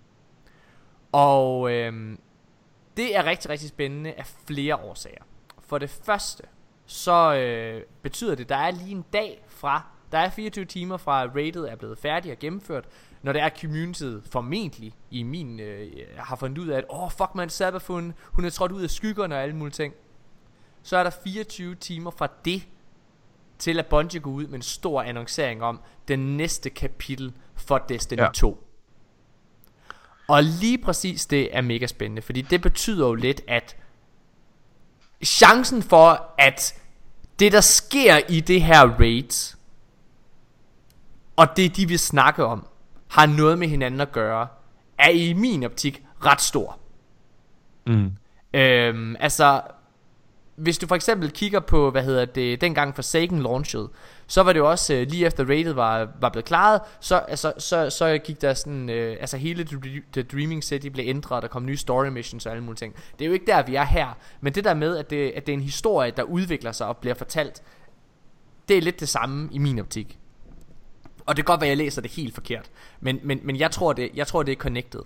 [SPEAKER 1] Og øhm, det er rigtig rigtig spændende af flere årsager. For det første så øh, betyder det at der er lige en dag fra der er fireogtyve timer fra rated er blevet færdig og gennemført, når det er communityet formentlig i min øh, har fundet ud af at åh oh, fuck man, Savathun, hun er trådt ud af skyggerne og alle mulige ting. Så er der fireogtyve timer fra det til at Bungie går ud med en stor annoncering om den næste kapitel for Destiny ja. to. Og lige præcis det er mega spændende, fordi det betyder jo lidt at chancen for at det der sker i det her raid og det de vil snakke om har noget med hinanden at gøre, er i min optik ret stor.
[SPEAKER 3] Mm.
[SPEAKER 1] Øhm, altså hvis du for eksempel kigger på hvad hedder det dengang Forsaken launched, så var det jo også øh, lige efter rated var var blevet klaret, så altså så så gik der sådan øh, altså hele The, The Dreaming City blev ændret, der kom nye story missions og alle mulige ting. Det er jo ikke der vi er her, men det der med at det at det er en historie der udvikler sig og bliver fortalt, det er lidt det samme i min optik. Og det kan godt være jeg læser det helt forkert, men men men jeg tror det jeg tror det er connected.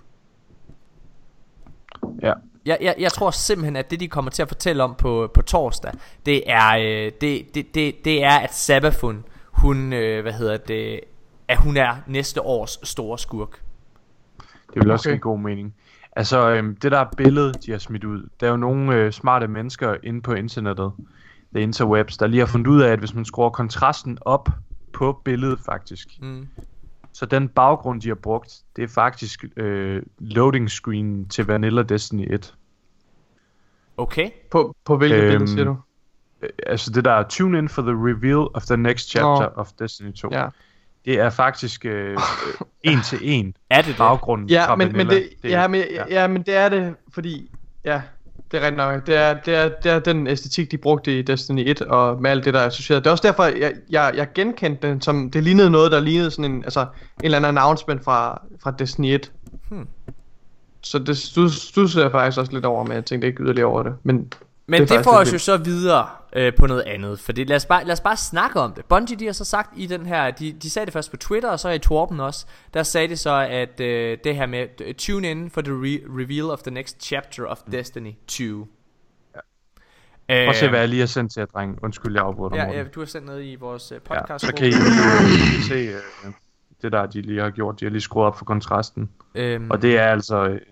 [SPEAKER 3] Ja.
[SPEAKER 1] Jeg, jeg, jeg tror simpelthen at det de kommer til at fortælle om på, på torsdag, det er øh, det, det, det, det er at Savathun, hun øh, hvad hedder det, at hun er næste års store skurk.
[SPEAKER 3] Det vil også okay. En god mening. Altså øhm, det der billede de har smidt ud, der er jo nogle øh, smarte mennesker inde på internettet, the interwebs, der lige har fundet ud af at hvis man skruer kontrasten op på billedet faktisk, mm. så den baggrund de har brugt, det er faktisk øh, loading screen til Vanilla Destiny et.
[SPEAKER 1] Okay.
[SPEAKER 2] På, på hvilket øhm, billede siger du?
[SPEAKER 3] Øh, altså det der tune in for the reveal of the next chapter oh. of Destiny to.
[SPEAKER 2] Ja.
[SPEAKER 3] Det er faktisk øh, en til en
[SPEAKER 1] er det
[SPEAKER 3] baggrunden
[SPEAKER 2] ja,
[SPEAKER 3] fra
[SPEAKER 2] men,
[SPEAKER 3] Vanilla.
[SPEAKER 2] Men det,
[SPEAKER 3] det,
[SPEAKER 2] ja, men, ja. ja, men det er det, fordi ja, det er rent nok. Det er, det, er, det er den æstetik de brugte i Destiny et og med alt det der er associeret. Det er også derfor jeg, jeg, jeg genkendte den som det lignede noget der lignede sådan en altså en eller anden announcement fra fra Destiny et. Hmm. Så det studser jeg faktisk også lidt over, men jeg tænkte ikke yderligere over det. Men
[SPEAKER 1] Men det, det får os jo så videre øh, på noget andet. For lad os, bare, lad os bare snakke om det. Bungie de har så sagt i den her de, de sagde det først på Twitter og så i Tworpen også. Der sagde de så at øh, det her med tune in for the re- reveal of the next chapter of Destiny to. Ja.
[SPEAKER 3] Prøv at se, hvad jeg lige har sendt til jer, dreng. Undskyld, jeg afbryder dig.
[SPEAKER 1] Ja, ja, du har sendt noget i vores uh, podcast.
[SPEAKER 3] Ja, så kan I lige se uh, det der, de lige har gjort. De har lige skruet op for kontrasten.
[SPEAKER 1] Øhm,
[SPEAKER 3] Og det er altså... Uh,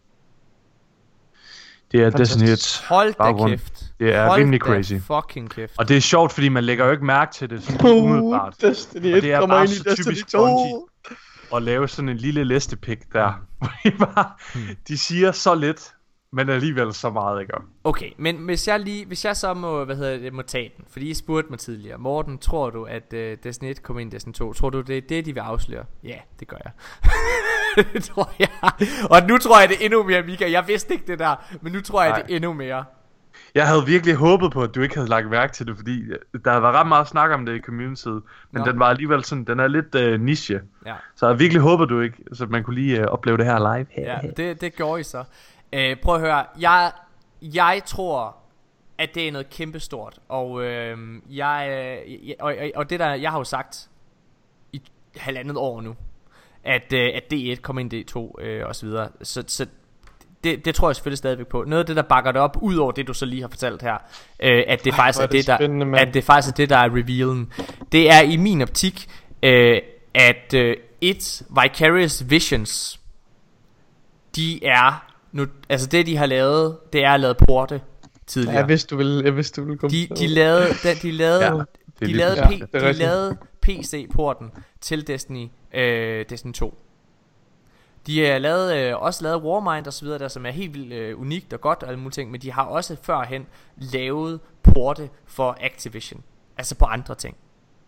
[SPEAKER 3] det er Destiny's
[SPEAKER 1] Hold da
[SPEAKER 3] baggrund.
[SPEAKER 1] kæft.
[SPEAKER 3] Det er
[SPEAKER 1] Hold
[SPEAKER 3] rimelig
[SPEAKER 1] da
[SPEAKER 3] crazy.
[SPEAKER 1] fucking kæft.
[SPEAKER 3] Og det er sjovt, fordi man lægger jo ikke mærke til det sådan umiddelbart.
[SPEAKER 2] Uh, Destiny
[SPEAKER 3] Og det er
[SPEAKER 2] et kommer
[SPEAKER 3] bare
[SPEAKER 2] ind i
[SPEAKER 3] så
[SPEAKER 2] Destiny
[SPEAKER 3] typisk
[SPEAKER 2] to.
[SPEAKER 3] Bungie at lave sådan en lille listepik der. Hvor de bare, de siger så lidt, men alligevel så meget, ikke?
[SPEAKER 1] Okay, men hvis jeg lige, hvis jeg så må, hvad hedder det, må tage den, fordi I spurgte mig tidligere, Morten, tror du, at uh, Destiny et kommer ind i Destiny to? Tror du, det er det, de vil afsløre? Ja, det gør jeg. Det tror jeg. Og nu tror jeg det endnu mere, Mika. Jeg vidste ikke det der, men nu tror jeg
[SPEAKER 3] Nej.
[SPEAKER 1] det endnu mere.
[SPEAKER 3] Jeg havde virkelig håbet på, at du ikke havde lagt mærke til det, fordi der var ret meget snak om det i communityet, men
[SPEAKER 1] Nå.
[SPEAKER 3] den var alligevel sådan, den er lidt uh, niche.
[SPEAKER 1] Ja.
[SPEAKER 3] Så jeg virkelig håbet du ikke, så man kunne lige uh, opleve det her live.
[SPEAKER 1] Ja, det, det gjorde I så. uh, Prøv at høre. Jeg, jeg tror, at det er noget kæmpestort. Og uh, jeg, uh, og, og, og det der, jeg har jo sagt i halvandet år nu, at, uh, at D et kommer ind i D to uh, og så videre. Så, så det, det tror jeg selvfølgelig stadigvæk på. Noget af det der bakker det op, ud over det du så lige har fortalt her, øh, at det
[SPEAKER 2] Ej,
[SPEAKER 1] faktisk er
[SPEAKER 2] er
[SPEAKER 1] det,
[SPEAKER 2] det
[SPEAKER 1] der, at det faktisk er det der er revealen. Det er i min optik, øh, at øh, et Vicarious Visions, de er nu, altså det de har lavet, det er at lave porte tidligere.
[SPEAKER 2] Jeg vidste du ville, jeg vidste du ville komme.
[SPEAKER 1] De, de lavede, de, de lavede,
[SPEAKER 3] Ja,
[SPEAKER 1] ja, de
[SPEAKER 3] lige
[SPEAKER 1] lavede,
[SPEAKER 2] præcis.
[SPEAKER 1] P,
[SPEAKER 2] Ja, det er
[SPEAKER 1] de
[SPEAKER 2] rigtigt.
[SPEAKER 1] lavede P C-porten til Destiny, øh, Destiny to. De har lavet, øh, også lavet Warmind og så videre der, som er helt vildt øh, unikt og godt og alle mulige ting, men de har også førhen lavet porte for Activision, altså på andre ting.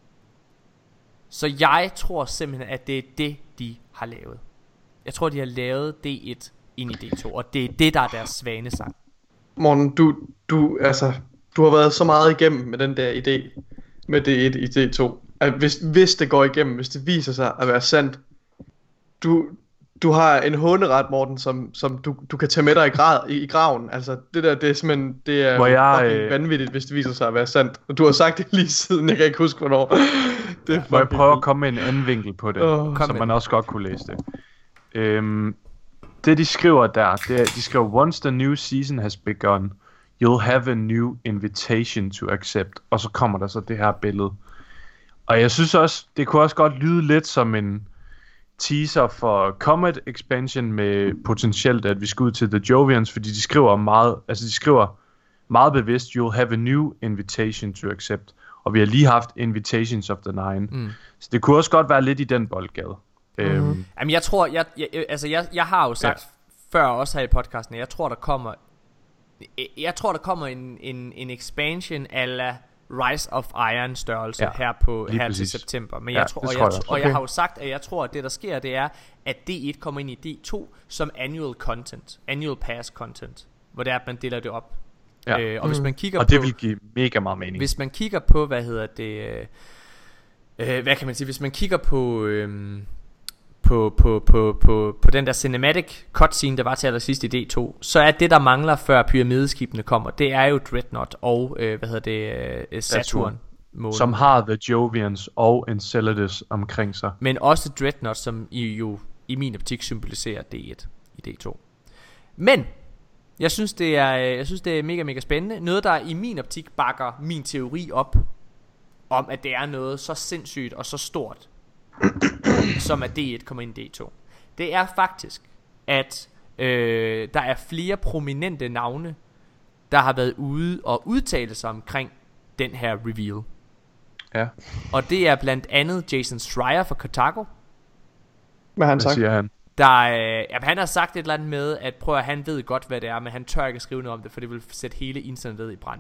[SPEAKER 1] Så jeg tror simpelthen, at det er det, de har lavet. Jeg tror, de har lavet D et ind i D to, og det er det, der er deres svanesang.
[SPEAKER 2] Morten, du, du, altså, du har været så meget igennem med den der idé med D et i D to, at hvis, hvis det går igennem, hvis det viser sig at være sandt, du, du har en håneret, Morten, som, som du, du kan tage med dig i, grad, i, i graven. Altså, det der, det er simpelthen, det er
[SPEAKER 3] Hvor jeg,
[SPEAKER 2] fucking
[SPEAKER 3] øh...
[SPEAKER 2] vanvittigt, hvis det viser sig at være sandt. Og du har sagt det lige siden, jeg kan ikke huske, hvornår. Det er
[SPEAKER 3] Må jeg
[SPEAKER 2] fucking
[SPEAKER 3] prøve at
[SPEAKER 2] vildt.
[SPEAKER 3] komme med en anden vinkel på det,
[SPEAKER 2] Åh.
[SPEAKER 3] så
[SPEAKER 1] Kom med
[SPEAKER 3] man
[SPEAKER 1] den.
[SPEAKER 3] også godt kunne læse det. Øhm, det de skriver der, det er, de skriver, once the new season has begun, you'll have a new invitation to accept. Og så kommer der så det her billede. Og jeg synes også, det kunne også godt lyde lidt som en teaser for Comet expansion med potentielt, at vi skal ud til The Jovians, fordi de skriver meget, altså de skriver meget bevidst, you'll have a new invitation to accept. Og vi har lige haft Invitations of the Nine.
[SPEAKER 1] Mm.
[SPEAKER 3] Så det kunne også godt være lidt i den boldgade. Mm-hmm. Øhm,
[SPEAKER 1] Jamen jeg tror, jeg, jeg, altså jeg, jeg har jo sagt ja. før også her i podcasten, at jeg tror der kommer, jeg tror der kommer en, en, en expansion a la Rise of Iron størrelse
[SPEAKER 3] Ja,
[SPEAKER 1] her på
[SPEAKER 3] lige
[SPEAKER 1] her
[SPEAKER 3] præcis.
[SPEAKER 1] til september. Men
[SPEAKER 3] Ja,
[SPEAKER 1] jeg tror,
[SPEAKER 3] det
[SPEAKER 1] og,
[SPEAKER 3] tror
[SPEAKER 1] jeg,
[SPEAKER 3] jeg også.
[SPEAKER 1] og jeg
[SPEAKER 2] Okay.
[SPEAKER 1] har jo sagt, at jeg tror, at det der sker, det er, at D et kommer ind i D to som annual content, annual pass content, hvor det er, at man deler det op.
[SPEAKER 3] Ja.
[SPEAKER 1] Øh, og hvis man kigger
[SPEAKER 3] og
[SPEAKER 1] på,
[SPEAKER 3] det vil give mega meget mening.
[SPEAKER 1] hvis man kigger på, hvad hedder det, øh, øh, hvad kan man sige, hvis man kigger på, øh, på, på, på, på, på den der cinematic cutscene, der var til allersidst i D to, så er det, der mangler, før pyramideskibene kommer, det er jo Dreadnought og, øh, hvad hedder det, øh, Saturn. Målen.
[SPEAKER 3] Som har The Jovians og Enceladus omkring sig.
[SPEAKER 1] Men også Dreadnought, som i, jo i min optik symboliserer D et i D to. Men jeg synes det er jeg synes det er mega mega spændende. Noget der i min optik bakker min teori op om at det er noget så sindssygt og så stort som at D et kommer ind i D to. Det er faktisk at øh, der er flere prominente navne der har været ude og udtale sig omkring den her reveal.
[SPEAKER 3] Ja,
[SPEAKER 1] Og det er blandt andet Jason Schreier fra Kotaku.
[SPEAKER 2] Hvad har han
[SPEAKER 3] hvad
[SPEAKER 2] sagt?
[SPEAKER 3] siger han?
[SPEAKER 1] Der, øh, jamen, han har sagt et eller andet med at prøv at han ved godt hvad det er, men han tør ikke at skrive noget om det, for det vil sætte hele internettet i brand.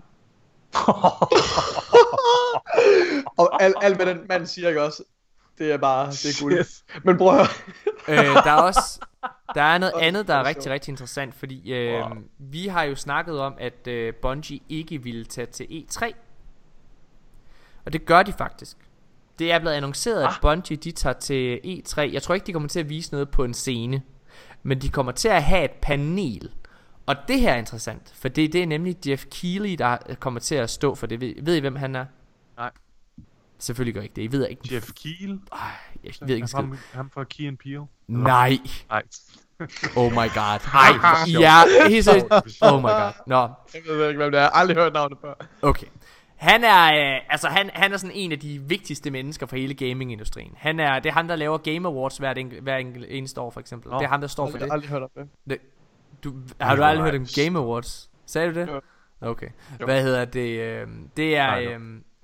[SPEAKER 2] Og alt, alt hvad den mand siger, ikke også? Det er bare, det er guld. Men prøv at høre.
[SPEAKER 1] øh, Der er også der er noget
[SPEAKER 2] Åh,
[SPEAKER 1] andet der er
[SPEAKER 2] det er
[SPEAKER 1] rigtig
[SPEAKER 2] sjovt.
[SPEAKER 1] rigtig interessant, fordi øh,
[SPEAKER 3] Wow.
[SPEAKER 1] vi har jo snakket om at øh, Bungie ikke ville tage til E tre. Og det gør de faktisk. Det er blevet annonceret at
[SPEAKER 3] Ah.
[SPEAKER 1] Bungie de tager til E tre. Jeg tror ikke de kommer til at vise noget på en scene, men de kommer til at have et panel. Og det her er interessant, for det, det er nemlig Jeff Keighley der kommer til at stå for det. Ved, ved I hvem han er?
[SPEAKER 3] Nej.
[SPEAKER 1] Selvfølgelig gør I ikke det. I ved ikke.
[SPEAKER 3] Jeff Keel?
[SPEAKER 1] Ej, jeg ved ikke en skid.
[SPEAKER 3] ham, ham fra Key and Peele?
[SPEAKER 1] Nej.
[SPEAKER 3] Nej.
[SPEAKER 1] Oh my god. Ej, ja, helt seriøst. Oh my god. Nå.
[SPEAKER 2] Jeg ved ikke, hvem det er. Jeg har aldrig hørt navnet før.
[SPEAKER 1] Okay. Han er, øh, altså han, han er sådan en af de vigtigste mennesker for hele gamingindustrien. Han er, det er ham, der laver Game Awards hver, en, hver en, eneste år, for eksempel.
[SPEAKER 3] Nå,
[SPEAKER 1] det er ham, der står for
[SPEAKER 2] Jeg har
[SPEAKER 1] det.
[SPEAKER 2] aldrig hørt om det.
[SPEAKER 1] det du, har du aldrig hørt om Game Awards? Sagde du det?
[SPEAKER 2] Jo.
[SPEAKER 1] Okay.
[SPEAKER 2] Jo.
[SPEAKER 1] Hvad hedder det? Øh, det er...
[SPEAKER 3] Nej,
[SPEAKER 1] Øh,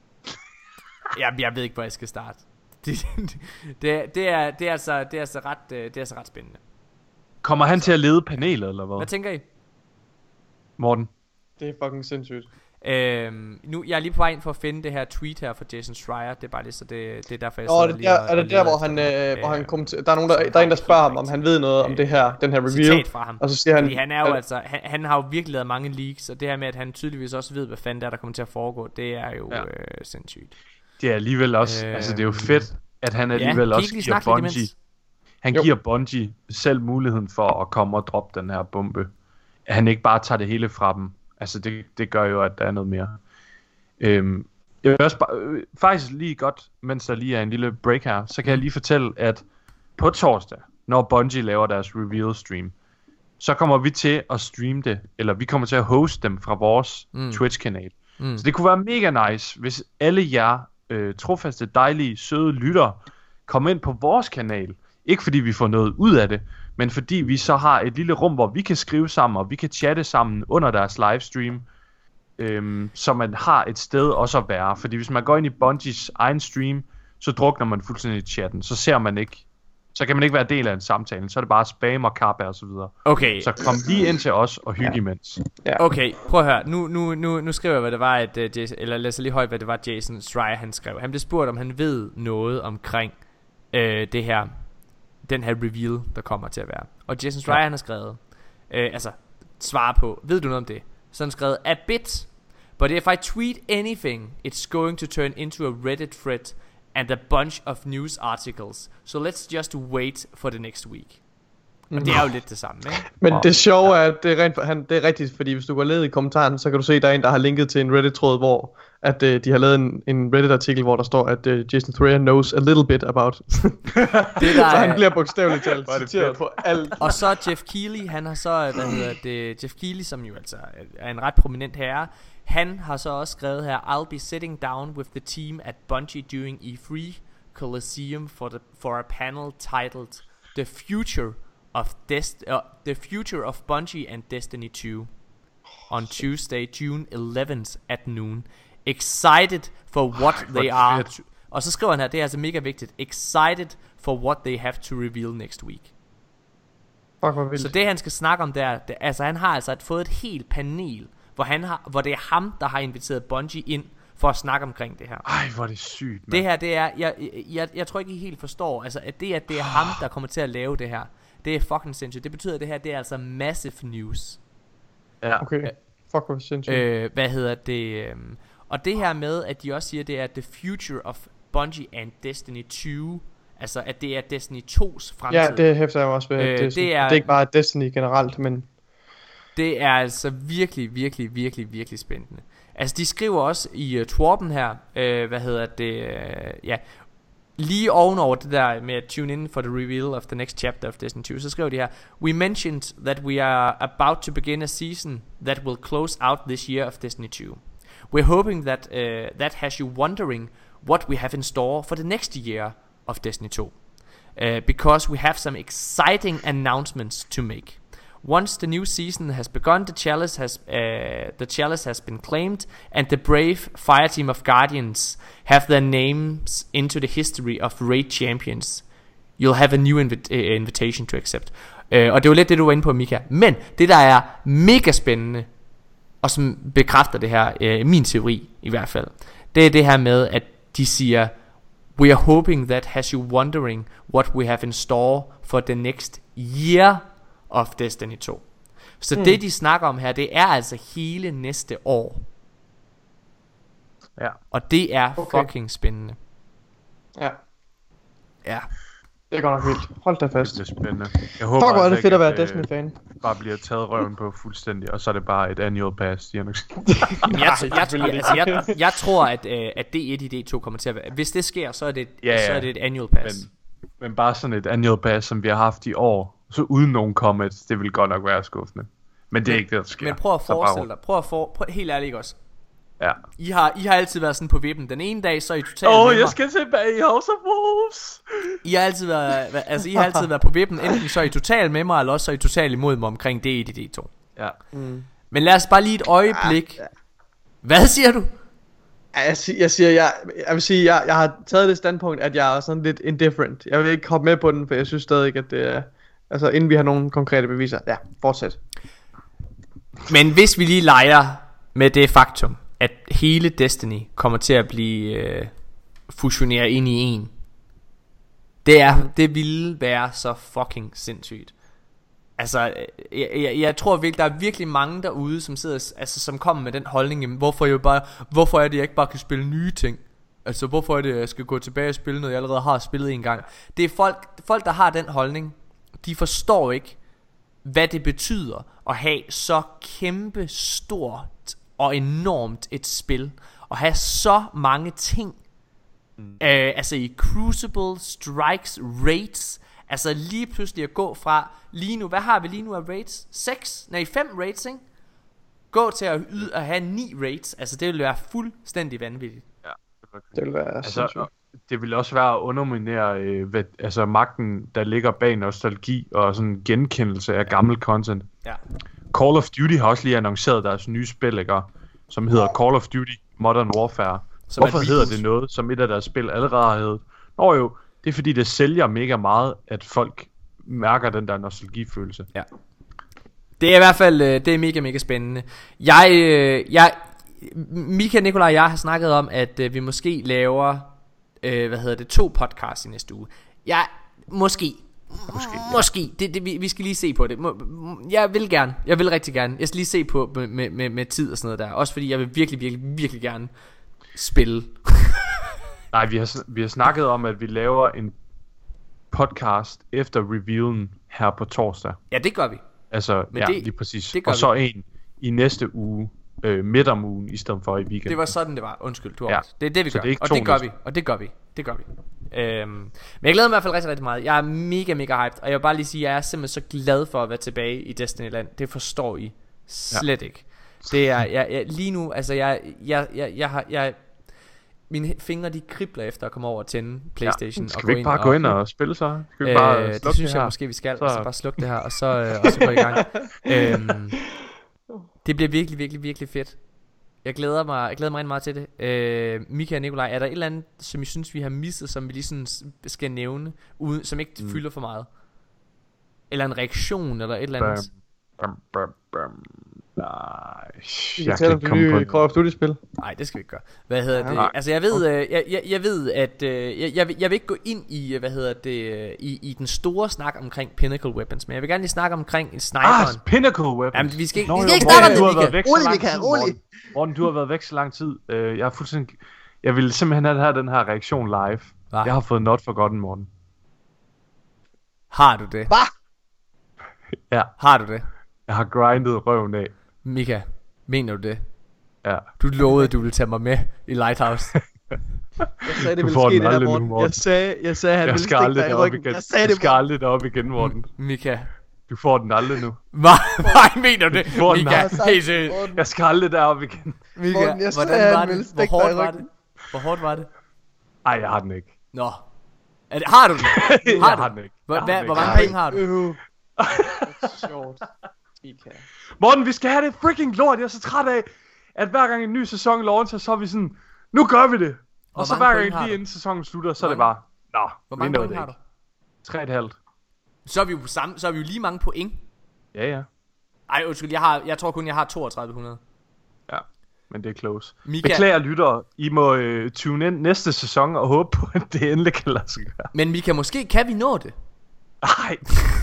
[SPEAKER 1] jeg, jeg ved ikke, hvor jeg skal starte. Det, det, det, er, det, er, altså, det, er, altså ret, øh, det er altså ret spændende.
[SPEAKER 3] Kommer han til at lede panelet, eller hvad?
[SPEAKER 1] Hvad tænker I?
[SPEAKER 3] Morten?
[SPEAKER 2] Det er fucking sindssygt.
[SPEAKER 1] Øhm, nu, jeg er lige på vej ind for at finde det her tweet her fra Jason Schreier. Det er bare lige så det, det er derfor jeg
[SPEAKER 2] Nå, er
[SPEAKER 1] sidder
[SPEAKER 2] det
[SPEAKER 1] lige
[SPEAKER 2] der,
[SPEAKER 1] og-
[SPEAKER 2] er det
[SPEAKER 1] og
[SPEAKER 2] der
[SPEAKER 1] leder
[SPEAKER 2] hvor han,
[SPEAKER 1] efter
[SPEAKER 2] øh,
[SPEAKER 1] det.
[SPEAKER 2] hvor han
[SPEAKER 1] Øh,
[SPEAKER 2] kommer til, der er nogen der,
[SPEAKER 1] som
[SPEAKER 2] der er en der
[SPEAKER 1] har
[SPEAKER 2] spørger
[SPEAKER 1] helt
[SPEAKER 2] ham, om
[SPEAKER 1] rigtigt.
[SPEAKER 2] han ved noget om
[SPEAKER 1] Øh,
[SPEAKER 2] det her, den her review,
[SPEAKER 1] citat fra ham.
[SPEAKER 2] og så siger han,
[SPEAKER 1] Fordi han er jo
[SPEAKER 2] at-
[SPEAKER 1] altså han, han har jo virkelig lavet mange leaks. Og det her med at han tydeligvis også ved hvad fanden der, er, der kommer til at foregå, det er jo
[SPEAKER 3] Ja.
[SPEAKER 1] øh, sindssygt.
[SPEAKER 3] Det er alligevel også,
[SPEAKER 1] Øh,
[SPEAKER 3] altså det er jo fedt, at han
[SPEAKER 1] Ja,
[SPEAKER 3] alligevel
[SPEAKER 1] kan I
[SPEAKER 3] også
[SPEAKER 1] ikke lige
[SPEAKER 3] giver
[SPEAKER 1] snakke lidt
[SPEAKER 3] Bungie,
[SPEAKER 1] imens?
[SPEAKER 3] han
[SPEAKER 2] Jo.
[SPEAKER 3] giver Bungie selv muligheden for at komme og droppe den her bombe. At han ikke bare tager det hele fra dem. Altså det, det gør jo, at der er noget mere. Øhm, jeg vil også bare, øh, faktisk lige godt, mens der lige er en lille break her, så kan jeg lige fortælle, at på torsdag, når Bungie laver deres reveal stream, så kommer vi til at streame det, eller vi kommer til at hoste dem fra vores
[SPEAKER 1] Mm.
[SPEAKER 3] mm. Twitch-kanal.
[SPEAKER 1] Mm.
[SPEAKER 3] Så det kunne være mega nice, hvis alle jer øh, trofaste, dejlige, søde lyttere kommer ind på vores kanal. Ikke fordi vi får noget ud af det, men fordi vi så har et lille rum, hvor vi kan skrive sammen, og vi kan chatte sammen under deres livestream. Øhm, så man har et sted også at være. Fordi hvis man går ind i Bungies egen stream, så drukner man fuldstændig i chatten. Så ser man ikke, så kan man ikke være del af en samtale. Så er det bare spam og kappa og så videre.
[SPEAKER 1] Okay.
[SPEAKER 3] Så kom lige ind til os og hygge imens.
[SPEAKER 1] Okay, prøv at høre. Nu, nu, nu, nu skriver jeg, hvad det var, at uh, Jason, eller læser lige højt, hvad det var, Jason Schreier han skrev. Han blev spurgt, om han ved noget omkring øh, det her, den her reveal, der kommer til at være. Og Jason Schreier, ja. han har skrevet, øh, altså, svare på, ved du noget om det? Så han har skrevet, a bit, but if I tweet anything, it's going to turn into a Reddit thread and a bunch of news articles. So let's just wait for the next week. Og det er jo lidt det samme, ikke?
[SPEAKER 2] Men
[SPEAKER 3] Wow.
[SPEAKER 2] det sjove er, at det er, rent, han, det er rigtigt, fordi hvis du går ned i kommentaren, så kan du se, at der er en, der har linket til en Reddit-tråd, hvor at, uh, de har lavet en, en Reddit-artikel, hvor der står, at uh, Jason Schreier knows a little bit about.
[SPEAKER 1] Det der
[SPEAKER 2] Så han
[SPEAKER 1] er-
[SPEAKER 2] bliver bogstaveligt talt
[SPEAKER 3] Hvor er det
[SPEAKER 2] citeret
[SPEAKER 3] fedt.
[SPEAKER 2] på alt.
[SPEAKER 1] Og så Jeff Keighley, han har så, hvad hedder det, Jeff Keighley, som jo altså er en ret prominent herre, han har så også skrevet her, I'll be sitting down with the team at Bungie during E tre Coliseum for the for a panel titled The Future of Dest uh, The Future of Bungie and Destiny two on Tuesday, June eleventh at noon. Excited for what
[SPEAKER 3] hvor
[SPEAKER 1] they
[SPEAKER 3] fedt.
[SPEAKER 1] are to, og så skriver han her, det er altså mega vigtigt, excited for what they have to reveal next week.
[SPEAKER 2] Fuck, hvor vildt.
[SPEAKER 1] Så det han skal snakke om der, det, altså han har altså fået et helt panel, hvor han har, hvor det er ham der har inviteret Bungie ind for at snakke omkring det her.
[SPEAKER 3] Ej, hvor er det sygt, mand.
[SPEAKER 1] Det her det er, jeg, jeg, jeg tror ikke I helt forstår, altså at det at det er ham der kommer til at lave det her, det er fucking sindssygt. Det betyder at det her det er altså massive news.
[SPEAKER 3] Ja.
[SPEAKER 2] Okay, fuck, hvor sindssygt.
[SPEAKER 1] Øh, hvad hedder det? Øh, og det her med at de også siger det er the future of Bungie and Destiny two, altså at det er Destiny to's fremtid.
[SPEAKER 2] Ja, det hæfter jeg mig også ved.
[SPEAKER 1] Øh,
[SPEAKER 2] Øh, det, er sådan,
[SPEAKER 1] det er-
[SPEAKER 2] det er ikke bare Destiny generelt, men
[SPEAKER 1] Det er altså virkelig, virkelig, virkelig, virkelig spændende. Altså de skriver også i uh, Twarpen her, uh, hvad hedder det, uh, ja, lige ovenover det der med at tune in for the reveal of the next chapter of Destiny two, så skriver de her, we mentioned that we are about to begin a season that will close out this year of Destiny two. We're hoping that uh, that has you wondering what we have in store for the next year of Destiny two. Uh, because we have some exciting announcements to make. Once the new season has begun, the chalice has uh, the chalice has been claimed, and the brave fireteam of Guardians have their names into the history of raid champions. You'll have a new invi- uh, invitation to accept. Uh, og det var lidt det du var inde på, Mika. Men det der er mega spændende, og som bekræfter det her, uh, min teori i hvert fald, det er det her med at de siger, we are hoping that has you wondering what we have in store for the next year of Destiny two. Så
[SPEAKER 2] Mm.
[SPEAKER 1] det de snakker om her, det er altså hele næste år.
[SPEAKER 3] Ja.
[SPEAKER 1] Og det er
[SPEAKER 2] Okay.
[SPEAKER 1] fucking spændende.
[SPEAKER 2] ja,
[SPEAKER 1] Ja.
[SPEAKER 2] det er godt nok vildt. Hold da fast.
[SPEAKER 3] Det er spændende. Jeg
[SPEAKER 2] Fuck,
[SPEAKER 3] håber
[SPEAKER 2] hvor er
[SPEAKER 3] altså
[SPEAKER 2] det fedt at
[SPEAKER 3] ikke,
[SPEAKER 2] være
[SPEAKER 3] øh,
[SPEAKER 2] Destiny-fan.
[SPEAKER 3] bare bliver taget røven på fuldstændig, og så er det bare et annual pass, siger nok.
[SPEAKER 1] Jamen, jeg, jeg, jeg, altså, jeg, jeg tror at, øh, at D et i D to kommer til at være. Hvis det sker, så er det,
[SPEAKER 3] Ja,
[SPEAKER 1] så
[SPEAKER 3] ja.
[SPEAKER 1] er det et annual pass.
[SPEAKER 3] Men, men bare sådan et annual pass, som vi har haft i år, så uden nogen comments. Det vil godt nok være skuffende. Men det er ikke det, der sker.
[SPEAKER 1] Men prøv at forestille dig, prøv at for, prøv, helt ærligt ikke også.
[SPEAKER 3] Ja.
[SPEAKER 1] I har, I har altid været sådan på vippen. Den ene dag, så er I totalt
[SPEAKER 3] Åh,
[SPEAKER 1] med
[SPEAKER 3] jeg
[SPEAKER 1] mig.
[SPEAKER 3] skal tilbage i House of Wolves.
[SPEAKER 1] I har altid været, altså I har altid været på vippen. Enten så er I totalt med mig, eller også så er I totalt imod mig omkring D D D to.
[SPEAKER 3] Ja.
[SPEAKER 2] Mm.
[SPEAKER 1] Men lad os bare lige et øjeblik.
[SPEAKER 2] Ja, ja.
[SPEAKER 1] Hvad siger du?
[SPEAKER 2] Ja, Jeg, si- jeg siger, jeg, jeg vil sige, jeg, jeg har taget det standpunkt, at jeg er sådan lidt indifferent. Jeg vil ikke hoppe med på den, for jeg synes stadig, at det er... Altså, inden vi har nogle konkrete beviser. Ja, fortsæt.
[SPEAKER 1] Men hvis vi lige leger med det faktum, at hele Destiny kommer til at blive øh, fusioneret ind i en. Det er, det ville være så fucking sindssygt. Altså, jeg, jeg, jeg tror virkelig, der er virkelig mange derude, som sidder, altså, som kommer med den holdning, jamen, hvorfor, jeg bare, hvorfor er det, jeg ikke bare kan spille nye ting? Altså, hvorfor er det, jeg skal gå tilbage og spille noget, jeg allerede har spillet en gang? Det er folk, folk der har den holdning, de forstår ikke, hvad det betyder at have så kæmpe stort og enormt et spil, og have så mange ting, mm. øh, altså i Crucible, Strikes, Raids. Altså lige pludselig at gå fra, lige nu, hvad har vi lige nu af raids? seks? Nej, fem raids, ikke? Gå til at, yde, at have ni raids. Altså det vil være fuldstændig vanvittigt.
[SPEAKER 3] Ja,
[SPEAKER 2] Det vil være
[SPEAKER 3] altså, det vil også være at underminere øh, hvad, altså magten, der ligger bag nostalgi og sådan genkendelse af gammel content.
[SPEAKER 1] Ja.
[SPEAKER 3] Call of Duty har også lige annonceret deres nye spil, ikke? Som hedder Call of Duty Modern Warfare.
[SPEAKER 1] Som
[SPEAKER 3] Hvorfor
[SPEAKER 1] er
[SPEAKER 3] hedder det noget, som et af deres spil allerede har heddet? Nå jo, det er fordi det sælger mega meget, at folk mærker den der nostalgifølelse.
[SPEAKER 1] Ja. Det er i hvert fald øh, det er mega mega spændende. Jeg øh, jeg Mika, Nikolaj og jeg har snakket om, at øh, vi måske laver øh, hvad hedder det, to podcasts i næste uge. Jeg måske Måske, ja. Måske. Det, det, vi, vi skal lige se på det. Jeg vil gerne. Jeg vil rigtig gerne. Jeg skal lige se på med, med, med, med tid og sådan noget der. Også fordi jeg vil virkelig, virkelig, virkelig gerne spille.
[SPEAKER 3] Nej, vi har, vi har snakket om, at vi laver en podcast efter revealen her på torsdag.
[SPEAKER 1] Ja, det gør vi.
[SPEAKER 3] Altså,
[SPEAKER 1] men
[SPEAKER 3] ja,
[SPEAKER 1] det,
[SPEAKER 3] lige præcis.
[SPEAKER 1] Det
[SPEAKER 3] og så
[SPEAKER 1] vi.
[SPEAKER 3] en i næste uge, øh, midt om ugen, i stedet for i weekenden.
[SPEAKER 1] Det var sådan, det var. Undskyld, du har
[SPEAKER 3] ja.
[SPEAKER 1] ret. Det er det, vi
[SPEAKER 3] så
[SPEAKER 1] gør.
[SPEAKER 3] Det
[SPEAKER 1] og det gør vi. Og det gør vi. Det gør vi. Øhm, men jeg glæder mig i hvert fald rigtig, rigtig meget. Jeg er mega, mega hyped. Og jeg vil bare lige sige, at jeg er simpelthen så glad for at være tilbage i Destinyland. Det forstår I slet ja. ikke. Det er, jeg, jeg, lige nu, altså jeg, jeg, jeg, jeg har, jeg, mine fingre de kribler efter at komme over og tænde PlayStation.
[SPEAKER 3] Ja. Skal
[SPEAKER 1] og
[SPEAKER 3] vi
[SPEAKER 1] gå
[SPEAKER 3] ikke bare
[SPEAKER 1] ind
[SPEAKER 3] gå
[SPEAKER 1] og,
[SPEAKER 3] ind og spille så? Skal vi
[SPEAKER 1] øh,
[SPEAKER 3] bare
[SPEAKER 1] det
[SPEAKER 3] slukke
[SPEAKER 1] synes
[SPEAKER 3] det
[SPEAKER 1] jeg
[SPEAKER 3] her?
[SPEAKER 1] måske vi skal.
[SPEAKER 3] Så...
[SPEAKER 1] Altså bare slukke det her og så, øh, og så gå i gang. øhm, det bliver virkelig, virkelig, virkelig fedt. Jeg glæder mig, jeg glæder mig rigtig meget til det. øh, Mika og Nikolaj, er der et eller andet, som I synes vi har misset, som vi lige sådan skal nævne, uden, som ikke mm. fylder for meget? Eller en reaktion, eller et eller andet?
[SPEAKER 3] Bam, bam, bam. Nej,
[SPEAKER 2] Vi
[SPEAKER 3] jeg
[SPEAKER 2] kan
[SPEAKER 3] kan
[SPEAKER 2] tale
[SPEAKER 3] ikke
[SPEAKER 2] om
[SPEAKER 3] komme
[SPEAKER 2] det
[SPEAKER 3] på
[SPEAKER 2] nye Call of Duty-spil.
[SPEAKER 1] Nej, det skal vi ikke gøre. Hvad hedder
[SPEAKER 2] ja,
[SPEAKER 1] det?
[SPEAKER 2] nej.
[SPEAKER 1] Altså jeg ved, øh, jeg, jeg, jeg ved at øh, jeg, jeg, vil, jeg vil ikke gå ind i, hvad hedder det, øh, i, i den store snak omkring Pinnacle Weapons, men jeg vil gerne lige snakke omkring sniperen.
[SPEAKER 3] Ah, Pinnacle Weapons.
[SPEAKER 1] Jamen, vi skal ikke,
[SPEAKER 3] Nå,
[SPEAKER 1] vi skal
[SPEAKER 3] jo,
[SPEAKER 1] ikke snakke om
[SPEAKER 3] Morten,
[SPEAKER 1] det,
[SPEAKER 3] du har været
[SPEAKER 1] Mika.
[SPEAKER 3] væk så
[SPEAKER 2] Rolig,
[SPEAKER 3] lang
[SPEAKER 2] Mika,
[SPEAKER 3] tid,
[SPEAKER 2] rolig.
[SPEAKER 3] Morten. Morten, du har været væk så lang tid. Uh, jeg er fuldstændig... Jeg vil simpelthen have den her reaktion live.
[SPEAKER 1] Hva?
[SPEAKER 3] Jeg har fået not forgotten, Morten.
[SPEAKER 1] Har du det?
[SPEAKER 2] Hvad?
[SPEAKER 3] Ja,
[SPEAKER 1] Har du det?
[SPEAKER 3] jeg har grindet røven af.
[SPEAKER 1] Mika, mener du det?
[SPEAKER 3] Ja.
[SPEAKER 1] Du lovede, at du ville tage mig med i Lighthouse.
[SPEAKER 2] Jeg sagde, det
[SPEAKER 3] Du
[SPEAKER 2] ville
[SPEAKER 3] får
[SPEAKER 2] ske,
[SPEAKER 3] den
[SPEAKER 2] det her,
[SPEAKER 3] aldrig nu,
[SPEAKER 2] Morten.
[SPEAKER 3] Morten.
[SPEAKER 2] Jeg sagde, jeg sagde, han
[SPEAKER 3] Jeg
[SPEAKER 2] ville
[SPEAKER 3] skal
[SPEAKER 2] stikke
[SPEAKER 3] aldrig
[SPEAKER 2] dig i
[SPEAKER 3] derop
[SPEAKER 2] ryggen.
[SPEAKER 3] igen.
[SPEAKER 2] Jeg sagde
[SPEAKER 3] Jeg
[SPEAKER 2] det,
[SPEAKER 3] skal
[SPEAKER 2] Morten.
[SPEAKER 3] aldrig derop igen, Morten.
[SPEAKER 1] Mika.
[SPEAKER 3] Du får den aldrig nu.
[SPEAKER 1] Hvad? Hvad mener du det?
[SPEAKER 3] får den
[SPEAKER 1] Mika,
[SPEAKER 3] aldrig.
[SPEAKER 1] helt seriøst.
[SPEAKER 2] Morten,
[SPEAKER 3] Jeg skal aldrig derop igen.
[SPEAKER 1] Mika,
[SPEAKER 2] Morten, jeg sagde,
[SPEAKER 1] hvordan var
[SPEAKER 2] han ville
[SPEAKER 1] det? Hvor
[SPEAKER 2] stikke dig
[SPEAKER 1] hårdt
[SPEAKER 2] i
[SPEAKER 1] var det?
[SPEAKER 2] ryggen.
[SPEAKER 1] Hvor hårdt var det?
[SPEAKER 3] Ej, jeg har den ikke.
[SPEAKER 1] Nå. Er det, har du den?
[SPEAKER 3] Jeg
[SPEAKER 1] Har
[SPEAKER 3] har
[SPEAKER 1] du?
[SPEAKER 3] den ikke.
[SPEAKER 1] Hvor,
[SPEAKER 3] Jeg har
[SPEAKER 1] hvad,
[SPEAKER 3] den
[SPEAKER 1] hvor
[SPEAKER 3] ikke.
[SPEAKER 1] mange penge har du?
[SPEAKER 2] Øh. Sjovt. Mika.
[SPEAKER 3] Morten, vi skal have det freaking lort. Jeg er så træt af, at hver gang en ny sæson launcher, så er vi sådan, nu gør vi det.
[SPEAKER 1] Hvor
[SPEAKER 3] Og så
[SPEAKER 1] mange
[SPEAKER 3] hver
[SPEAKER 1] point
[SPEAKER 3] gang
[SPEAKER 1] har
[SPEAKER 3] lige
[SPEAKER 1] du?
[SPEAKER 3] inden sæsonen slutter, så er
[SPEAKER 1] Hvor
[SPEAKER 3] det bare, nå,
[SPEAKER 1] Hvor
[SPEAKER 3] vi
[SPEAKER 1] mange
[SPEAKER 3] nåede
[SPEAKER 1] point
[SPEAKER 3] det
[SPEAKER 1] har du?
[SPEAKER 3] ikke. Tre og et halvt.
[SPEAKER 1] Så er vi jo på samme, så er vi jo lige mange point.
[SPEAKER 3] Ja, ja.
[SPEAKER 1] Ej, undskyld, jeg har, jeg tror kun jeg har toogtredive hundrede.
[SPEAKER 3] Ja, men det er close.
[SPEAKER 1] Mika,
[SPEAKER 3] Beklager lyttere, I må øh, tune ind næste sæson og håbe på, at det endelig kan lade sig gøre.
[SPEAKER 1] men Mika, måske kan vi nå det.
[SPEAKER 3] Nej,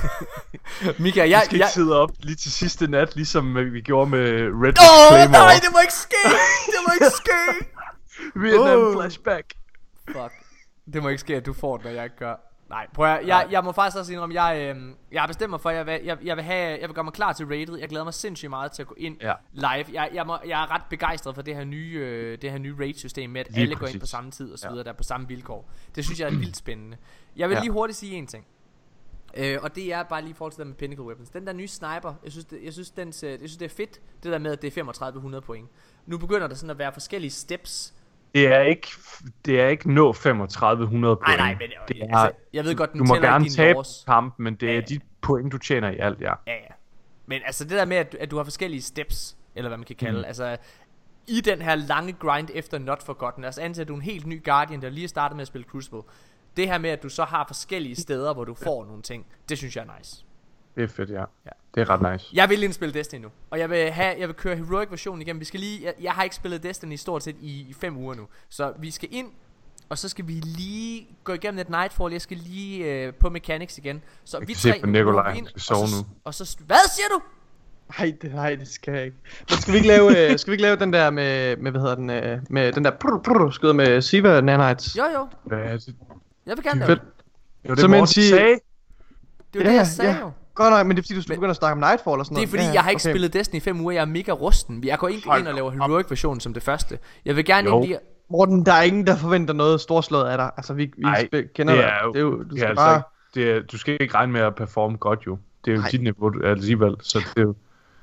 [SPEAKER 1] Mika,
[SPEAKER 3] jeg
[SPEAKER 1] jeg,
[SPEAKER 3] skal
[SPEAKER 1] jeg...
[SPEAKER 3] ikke sidde op lige til sidste nat, ligesom øh, vi gjorde med Red
[SPEAKER 1] Åh,
[SPEAKER 3] Claymore.
[SPEAKER 1] nej, det må ikke ske. Det må ikke ske.
[SPEAKER 3] Vietnam
[SPEAKER 1] Åh.
[SPEAKER 3] flashback.
[SPEAKER 1] Fuck. Det må ikke ske, at du får det, når jeg ikke gør. Nej, prøv at, jeg, jeg må faktisk også indrømme, jeg, øh, jeg har bestemt mig for, at jeg vil, jeg, jeg, vil have, jeg vil gøre mig klar til rated. Jeg glæder mig sindssygt meget til at gå ind
[SPEAKER 3] Ja.
[SPEAKER 1] live. Jeg, jeg, må, jeg er ret begejstret for det her nye, øh, det her nye raid-system med, at
[SPEAKER 3] Lige
[SPEAKER 1] alle går
[SPEAKER 3] præcis.
[SPEAKER 1] ind på samme tid og så
[SPEAKER 3] Ja.
[SPEAKER 1] videre, der på samme vilkår. Det synes jeg er vildt spændende. Jeg vil
[SPEAKER 3] Ja.
[SPEAKER 1] lige hurtigt sige en ting. Øh, og det er bare lige i forhold til det med pinnacle weapons. Den der nye sniper, jeg synes det, jeg synes, den, jeg synes det er fedt. Det der med at det er femogtredive hundrede point. Nu begynder der sådan at være forskellige steps.
[SPEAKER 3] Det er ikke, det er ikke nå femogtredive hundrede point.
[SPEAKER 1] Nej, nej, men
[SPEAKER 3] det er,
[SPEAKER 1] altså, jeg ved godt, den
[SPEAKER 3] du må
[SPEAKER 1] tæller
[SPEAKER 3] gerne
[SPEAKER 1] ikke
[SPEAKER 3] tabe
[SPEAKER 1] loss.
[SPEAKER 3] kamp, men det er
[SPEAKER 1] ja.
[SPEAKER 3] de point, du tjener i alt, ja.
[SPEAKER 1] Ja, ja. Men altså det der med, at, at du har forskellige steps, eller hvad man kan kalde,
[SPEAKER 3] mm.
[SPEAKER 1] altså i den her lange grind efter Not Forgotten, altså antager du er en helt ny Guardian, der lige er startet med at spille Crucible. Det her med, at du så har forskellige steder, hvor du får nogle ting, det synes jeg er nice.
[SPEAKER 3] Det er fedt, ja.
[SPEAKER 1] Ja.
[SPEAKER 3] Det er ret nice.
[SPEAKER 1] Jeg vil indspille Destiny nu, og jeg vil have, jeg vil køre Heroic versionen igen. Vi skal lige, jeg, jeg har ikke spillet Destiny stort set i, i fem uger nu, så vi skal ind, og så skal vi lige gå igennem et Nightfall. Jeg skal lige øh, på mechanics igen. Så
[SPEAKER 3] jeg
[SPEAKER 1] vi
[SPEAKER 3] kan
[SPEAKER 1] tre
[SPEAKER 3] se på Nikolaj,
[SPEAKER 1] ind,
[SPEAKER 3] skal sove
[SPEAKER 1] og så,
[SPEAKER 3] nu.
[SPEAKER 1] og så, hvad siger du?
[SPEAKER 2] Nej, det, nej, det skal jeg ikke. Men skal vi ikke lave, øh, skal vi ikke lave den der med, med hvad hedder den, øh, med den der prr, prr, skyder med Siva Nanites?
[SPEAKER 1] Jo jo.
[SPEAKER 3] Hvad er det?
[SPEAKER 1] Jeg vil gerne
[SPEAKER 2] Det er
[SPEAKER 1] lave
[SPEAKER 2] fedt.
[SPEAKER 1] det.
[SPEAKER 3] Jo, det
[SPEAKER 2] Så
[SPEAKER 3] Morten
[SPEAKER 2] mens I-
[SPEAKER 3] sagde.
[SPEAKER 1] Det er jo
[SPEAKER 2] Ja,
[SPEAKER 1] det
[SPEAKER 2] ja,
[SPEAKER 1] jeg sagde
[SPEAKER 2] ja.
[SPEAKER 1] jo.
[SPEAKER 2] Godt nok, men det er fordi du
[SPEAKER 1] Men-
[SPEAKER 2] begynder at snakke om Nightfall og sådan
[SPEAKER 1] Det er
[SPEAKER 2] noget.
[SPEAKER 1] fordi
[SPEAKER 2] Ja, ja,
[SPEAKER 1] jeg har ikke
[SPEAKER 2] okay.
[SPEAKER 1] spillet Destiny i fem uger. Jeg er mega rusten. Jeg går ikke
[SPEAKER 3] Hold
[SPEAKER 1] ind og laver
[SPEAKER 3] op.
[SPEAKER 1] Heroic versionen som det første. Jeg vil gerne
[SPEAKER 3] Jo.
[SPEAKER 1] ind lige.
[SPEAKER 2] Morten, der er ingen, der forventer noget storslået af dig. Altså, vi, vi
[SPEAKER 3] Ej,
[SPEAKER 2] spil, kender
[SPEAKER 3] det
[SPEAKER 2] dig.
[SPEAKER 3] er jo,
[SPEAKER 2] Det er jo, du
[SPEAKER 3] det er
[SPEAKER 2] skal
[SPEAKER 3] altså
[SPEAKER 2] bare...
[SPEAKER 3] ikke, det er, du skal ikke regne med at performe godt jo. Det er jo
[SPEAKER 2] Nej.
[SPEAKER 3] dit niveau alligevel, så det er jo...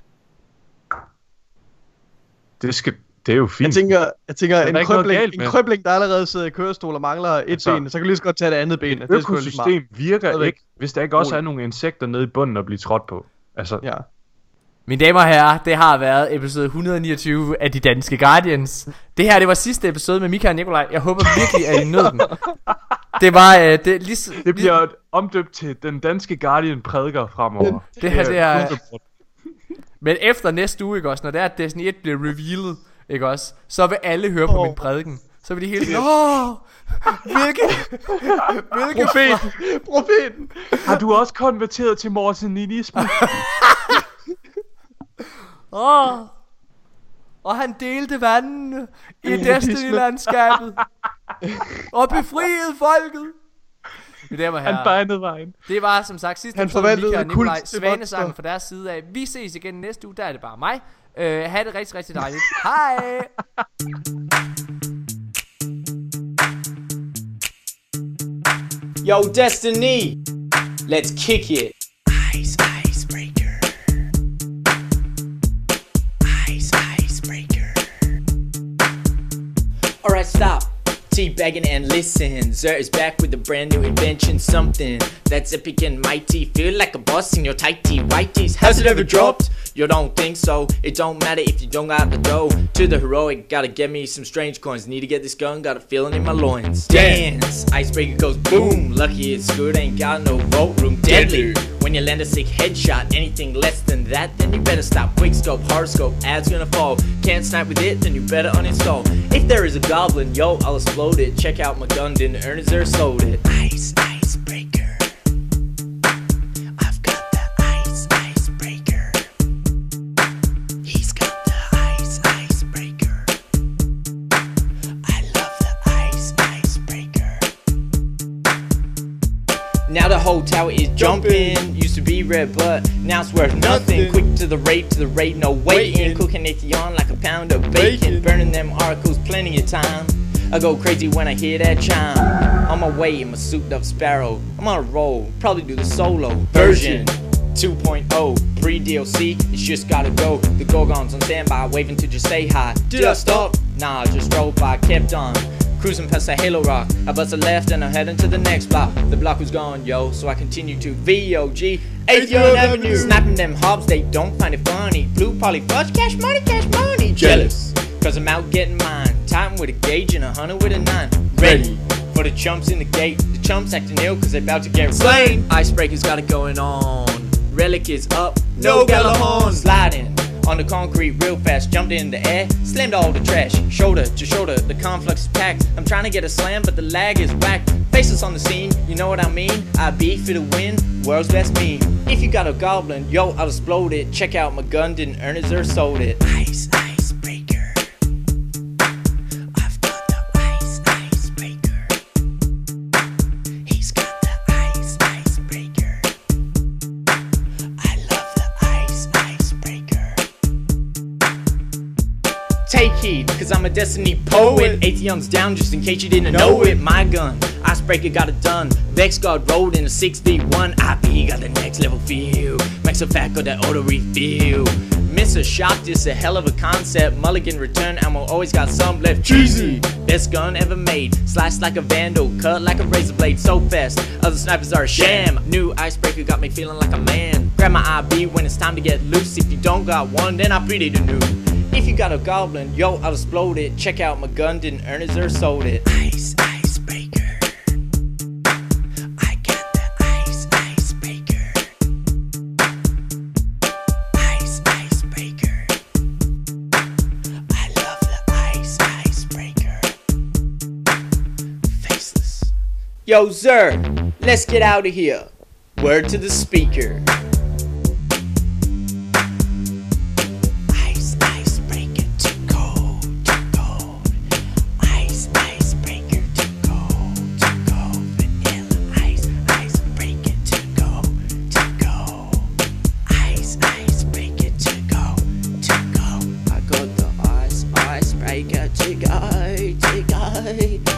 [SPEAKER 3] Det, skal, det er jo fint.
[SPEAKER 2] Jeg tænker, jeg tænker
[SPEAKER 3] er
[SPEAKER 2] en,
[SPEAKER 3] der ikke noget
[SPEAKER 2] krøbling,
[SPEAKER 3] galt
[SPEAKER 2] en
[SPEAKER 3] med.
[SPEAKER 2] krøbling, der allerede sidder i kørestol og mangler et
[SPEAKER 3] Altså,
[SPEAKER 2] ben, så kan du lige så godt tage det andet ben. Det er sgu lige smart.
[SPEAKER 3] Økosystem virker
[SPEAKER 2] Stadigvæk.
[SPEAKER 3] ikke, hvis der ikke også er nogle insekter nede i bunden at blive trådt på. Altså,
[SPEAKER 2] Ja.
[SPEAKER 1] Mine damer og herrer, det har været episode et hundrede niogtyve af De Danske Guardians. Det her, det var sidste episode med Mika og Nikolaj. Jeg håber virkelig, at I nød den. Det var øh, det, lige,
[SPEAKER 3] det bliver omdøbt til Den Danske Guardian prædiker fremover.
[SPEAKER 1] Det her, det er-
[SPEAKER 3] hundrede procent.
[SPEAKER 1] Men efter næste uge, ikke også, når det er, at Destiny et bliver revealed, ikke også, så vil alle høre på
[SPEAKER 2] Åh.
[SPEAKER 1] min prædiken. Så vil de hele tiden, åh, hvilke, hvilke
[SPEAKER 2] Profet! Profeten!
[SPEAKER 3] Har du også konverteret til morteninisme?
[SPEAKER 1] åh, og han delte vandene i Destiny-landskabet, og befriede folket. Mine damer og
[SPEAKER 3] Han
[SPEAKER 1] herrer,
[SPEAKER 3] banede vejen.
[SPEAKER 1] det var som sagt sidste
[SPEAKER 2] Han
[SPEAKER 1] episode med
[SPEAKER 2] forvandlede
[SPEAKER 1] Mika og Nikolaj.
[SPEAKER 2] kult til
[SPEAKER 1] Svanesangen
[SPEAKER 2] monster.
[SPEAKER 1] fra deres side af. Vi ses igen næste uge, der er det bare mig. øh, Ha' det rigtig, rigtig dejligt. Hej.
[SPEAKER 4] Yo, Destiny, let's kick it. Ice, icebreaker. Ice, icebreaker. Alright, stop. Teabagging and listen. Zer is back with a brand new invention. Something that's epic and mighty. Feel like a boss in your tight tee, white tees. Has it ever dropped? You don't think so? It don't matter if you don't got the dough. To the heroic, gotta get me some strange coins. Need to get this gun, got a feeling in my loins. Dance, icebreaker goes boom. Lucky it's good, ain't got no vote room. Deadly, when you land a sick headshot. Anything less than that, then you better stop. Quick scope, hard scope, ads gonna fall. Can't snipe with it, then you better uninstall. If there is a goblin, yo, I'll explode it. Check out my gun, didn't earn it, there sold it. Ice, icebreaker. I've got the ice, icebreaker. He's got the ice, icebreaker. I love the ice, icebreaker. Now the whole tower is jumping. Used to be red, but now it's worth nothing. Quick to the rate, to the rate, no waiting. Cooking it on like a pound of bacon. Burning them articles, plenty of time. I go crazy when I hear that chime. On my way in my souped up sparrow. I'm on a roll, probably do the solo version. two point oh, pre-D L C, it's just gotta go. The Gorgons on standby, waving to just say hi. Did I stop? Nah, I just drove by, kept on. Cruising past a Halo Rock, I bust a left and I'm heading to the next block. The block was gone, yo, so I continue to V O G Atheon Avenue. Snapping them hobs, they don't find it funny. Blue poly fudge, cash money, cash money. Jealous, cause I'm out getting mine. Titan with a gauge and a hundred with a nine. Ready for the chumps in the gate. The chumps acting ill cause they about to get slain. Icebreaker's got it going on. Relic is up, no Galahorn. Sliding on the concrete real fast, jumped in the air, slammed all the trash, shoulder to shoulder, the conflux is packed. I'm trying to get a slam, but the lag is whacked. Faces on the scene, you know what I mean? I beat for the win, world's best meme. If you got a goblin, yo, I'll explode it. Check out my gun, didn't earn it, or sold it. Ice, icebreaker. I've got the ice, icebreaker. He's got the ice, icebreaker. I love the ice, icebreaker. Take heed, cause I'm a Destiny poet. Atheon's down just in case you didn't know it. My gun, I icebreaker got it done. Vex got rolled in a six D one. I P got the next level feel. Max effect got that auto refill. Miss a shot, this a hell of a concept. Mulligan return ammo, always got some left. Cheesy, best gun ever made. Slice like a vandal, cut like a razor blade. So fast, other snipers are a sham. New icebreaker got me feeling like a man. Grab my I B when it's time to get loose. If you don't got one, then I pretty the new. If you got a goblin, yo, I'll explode it. Check out my gun, didn't earn it or sold it. Ice, icebreaker. I got the ice, icebreaker. Ice, icebreaker. I love the ice, icebreaker. Faceless. Yo, sir, let's get out of here. Word to the speaker. To go, to go.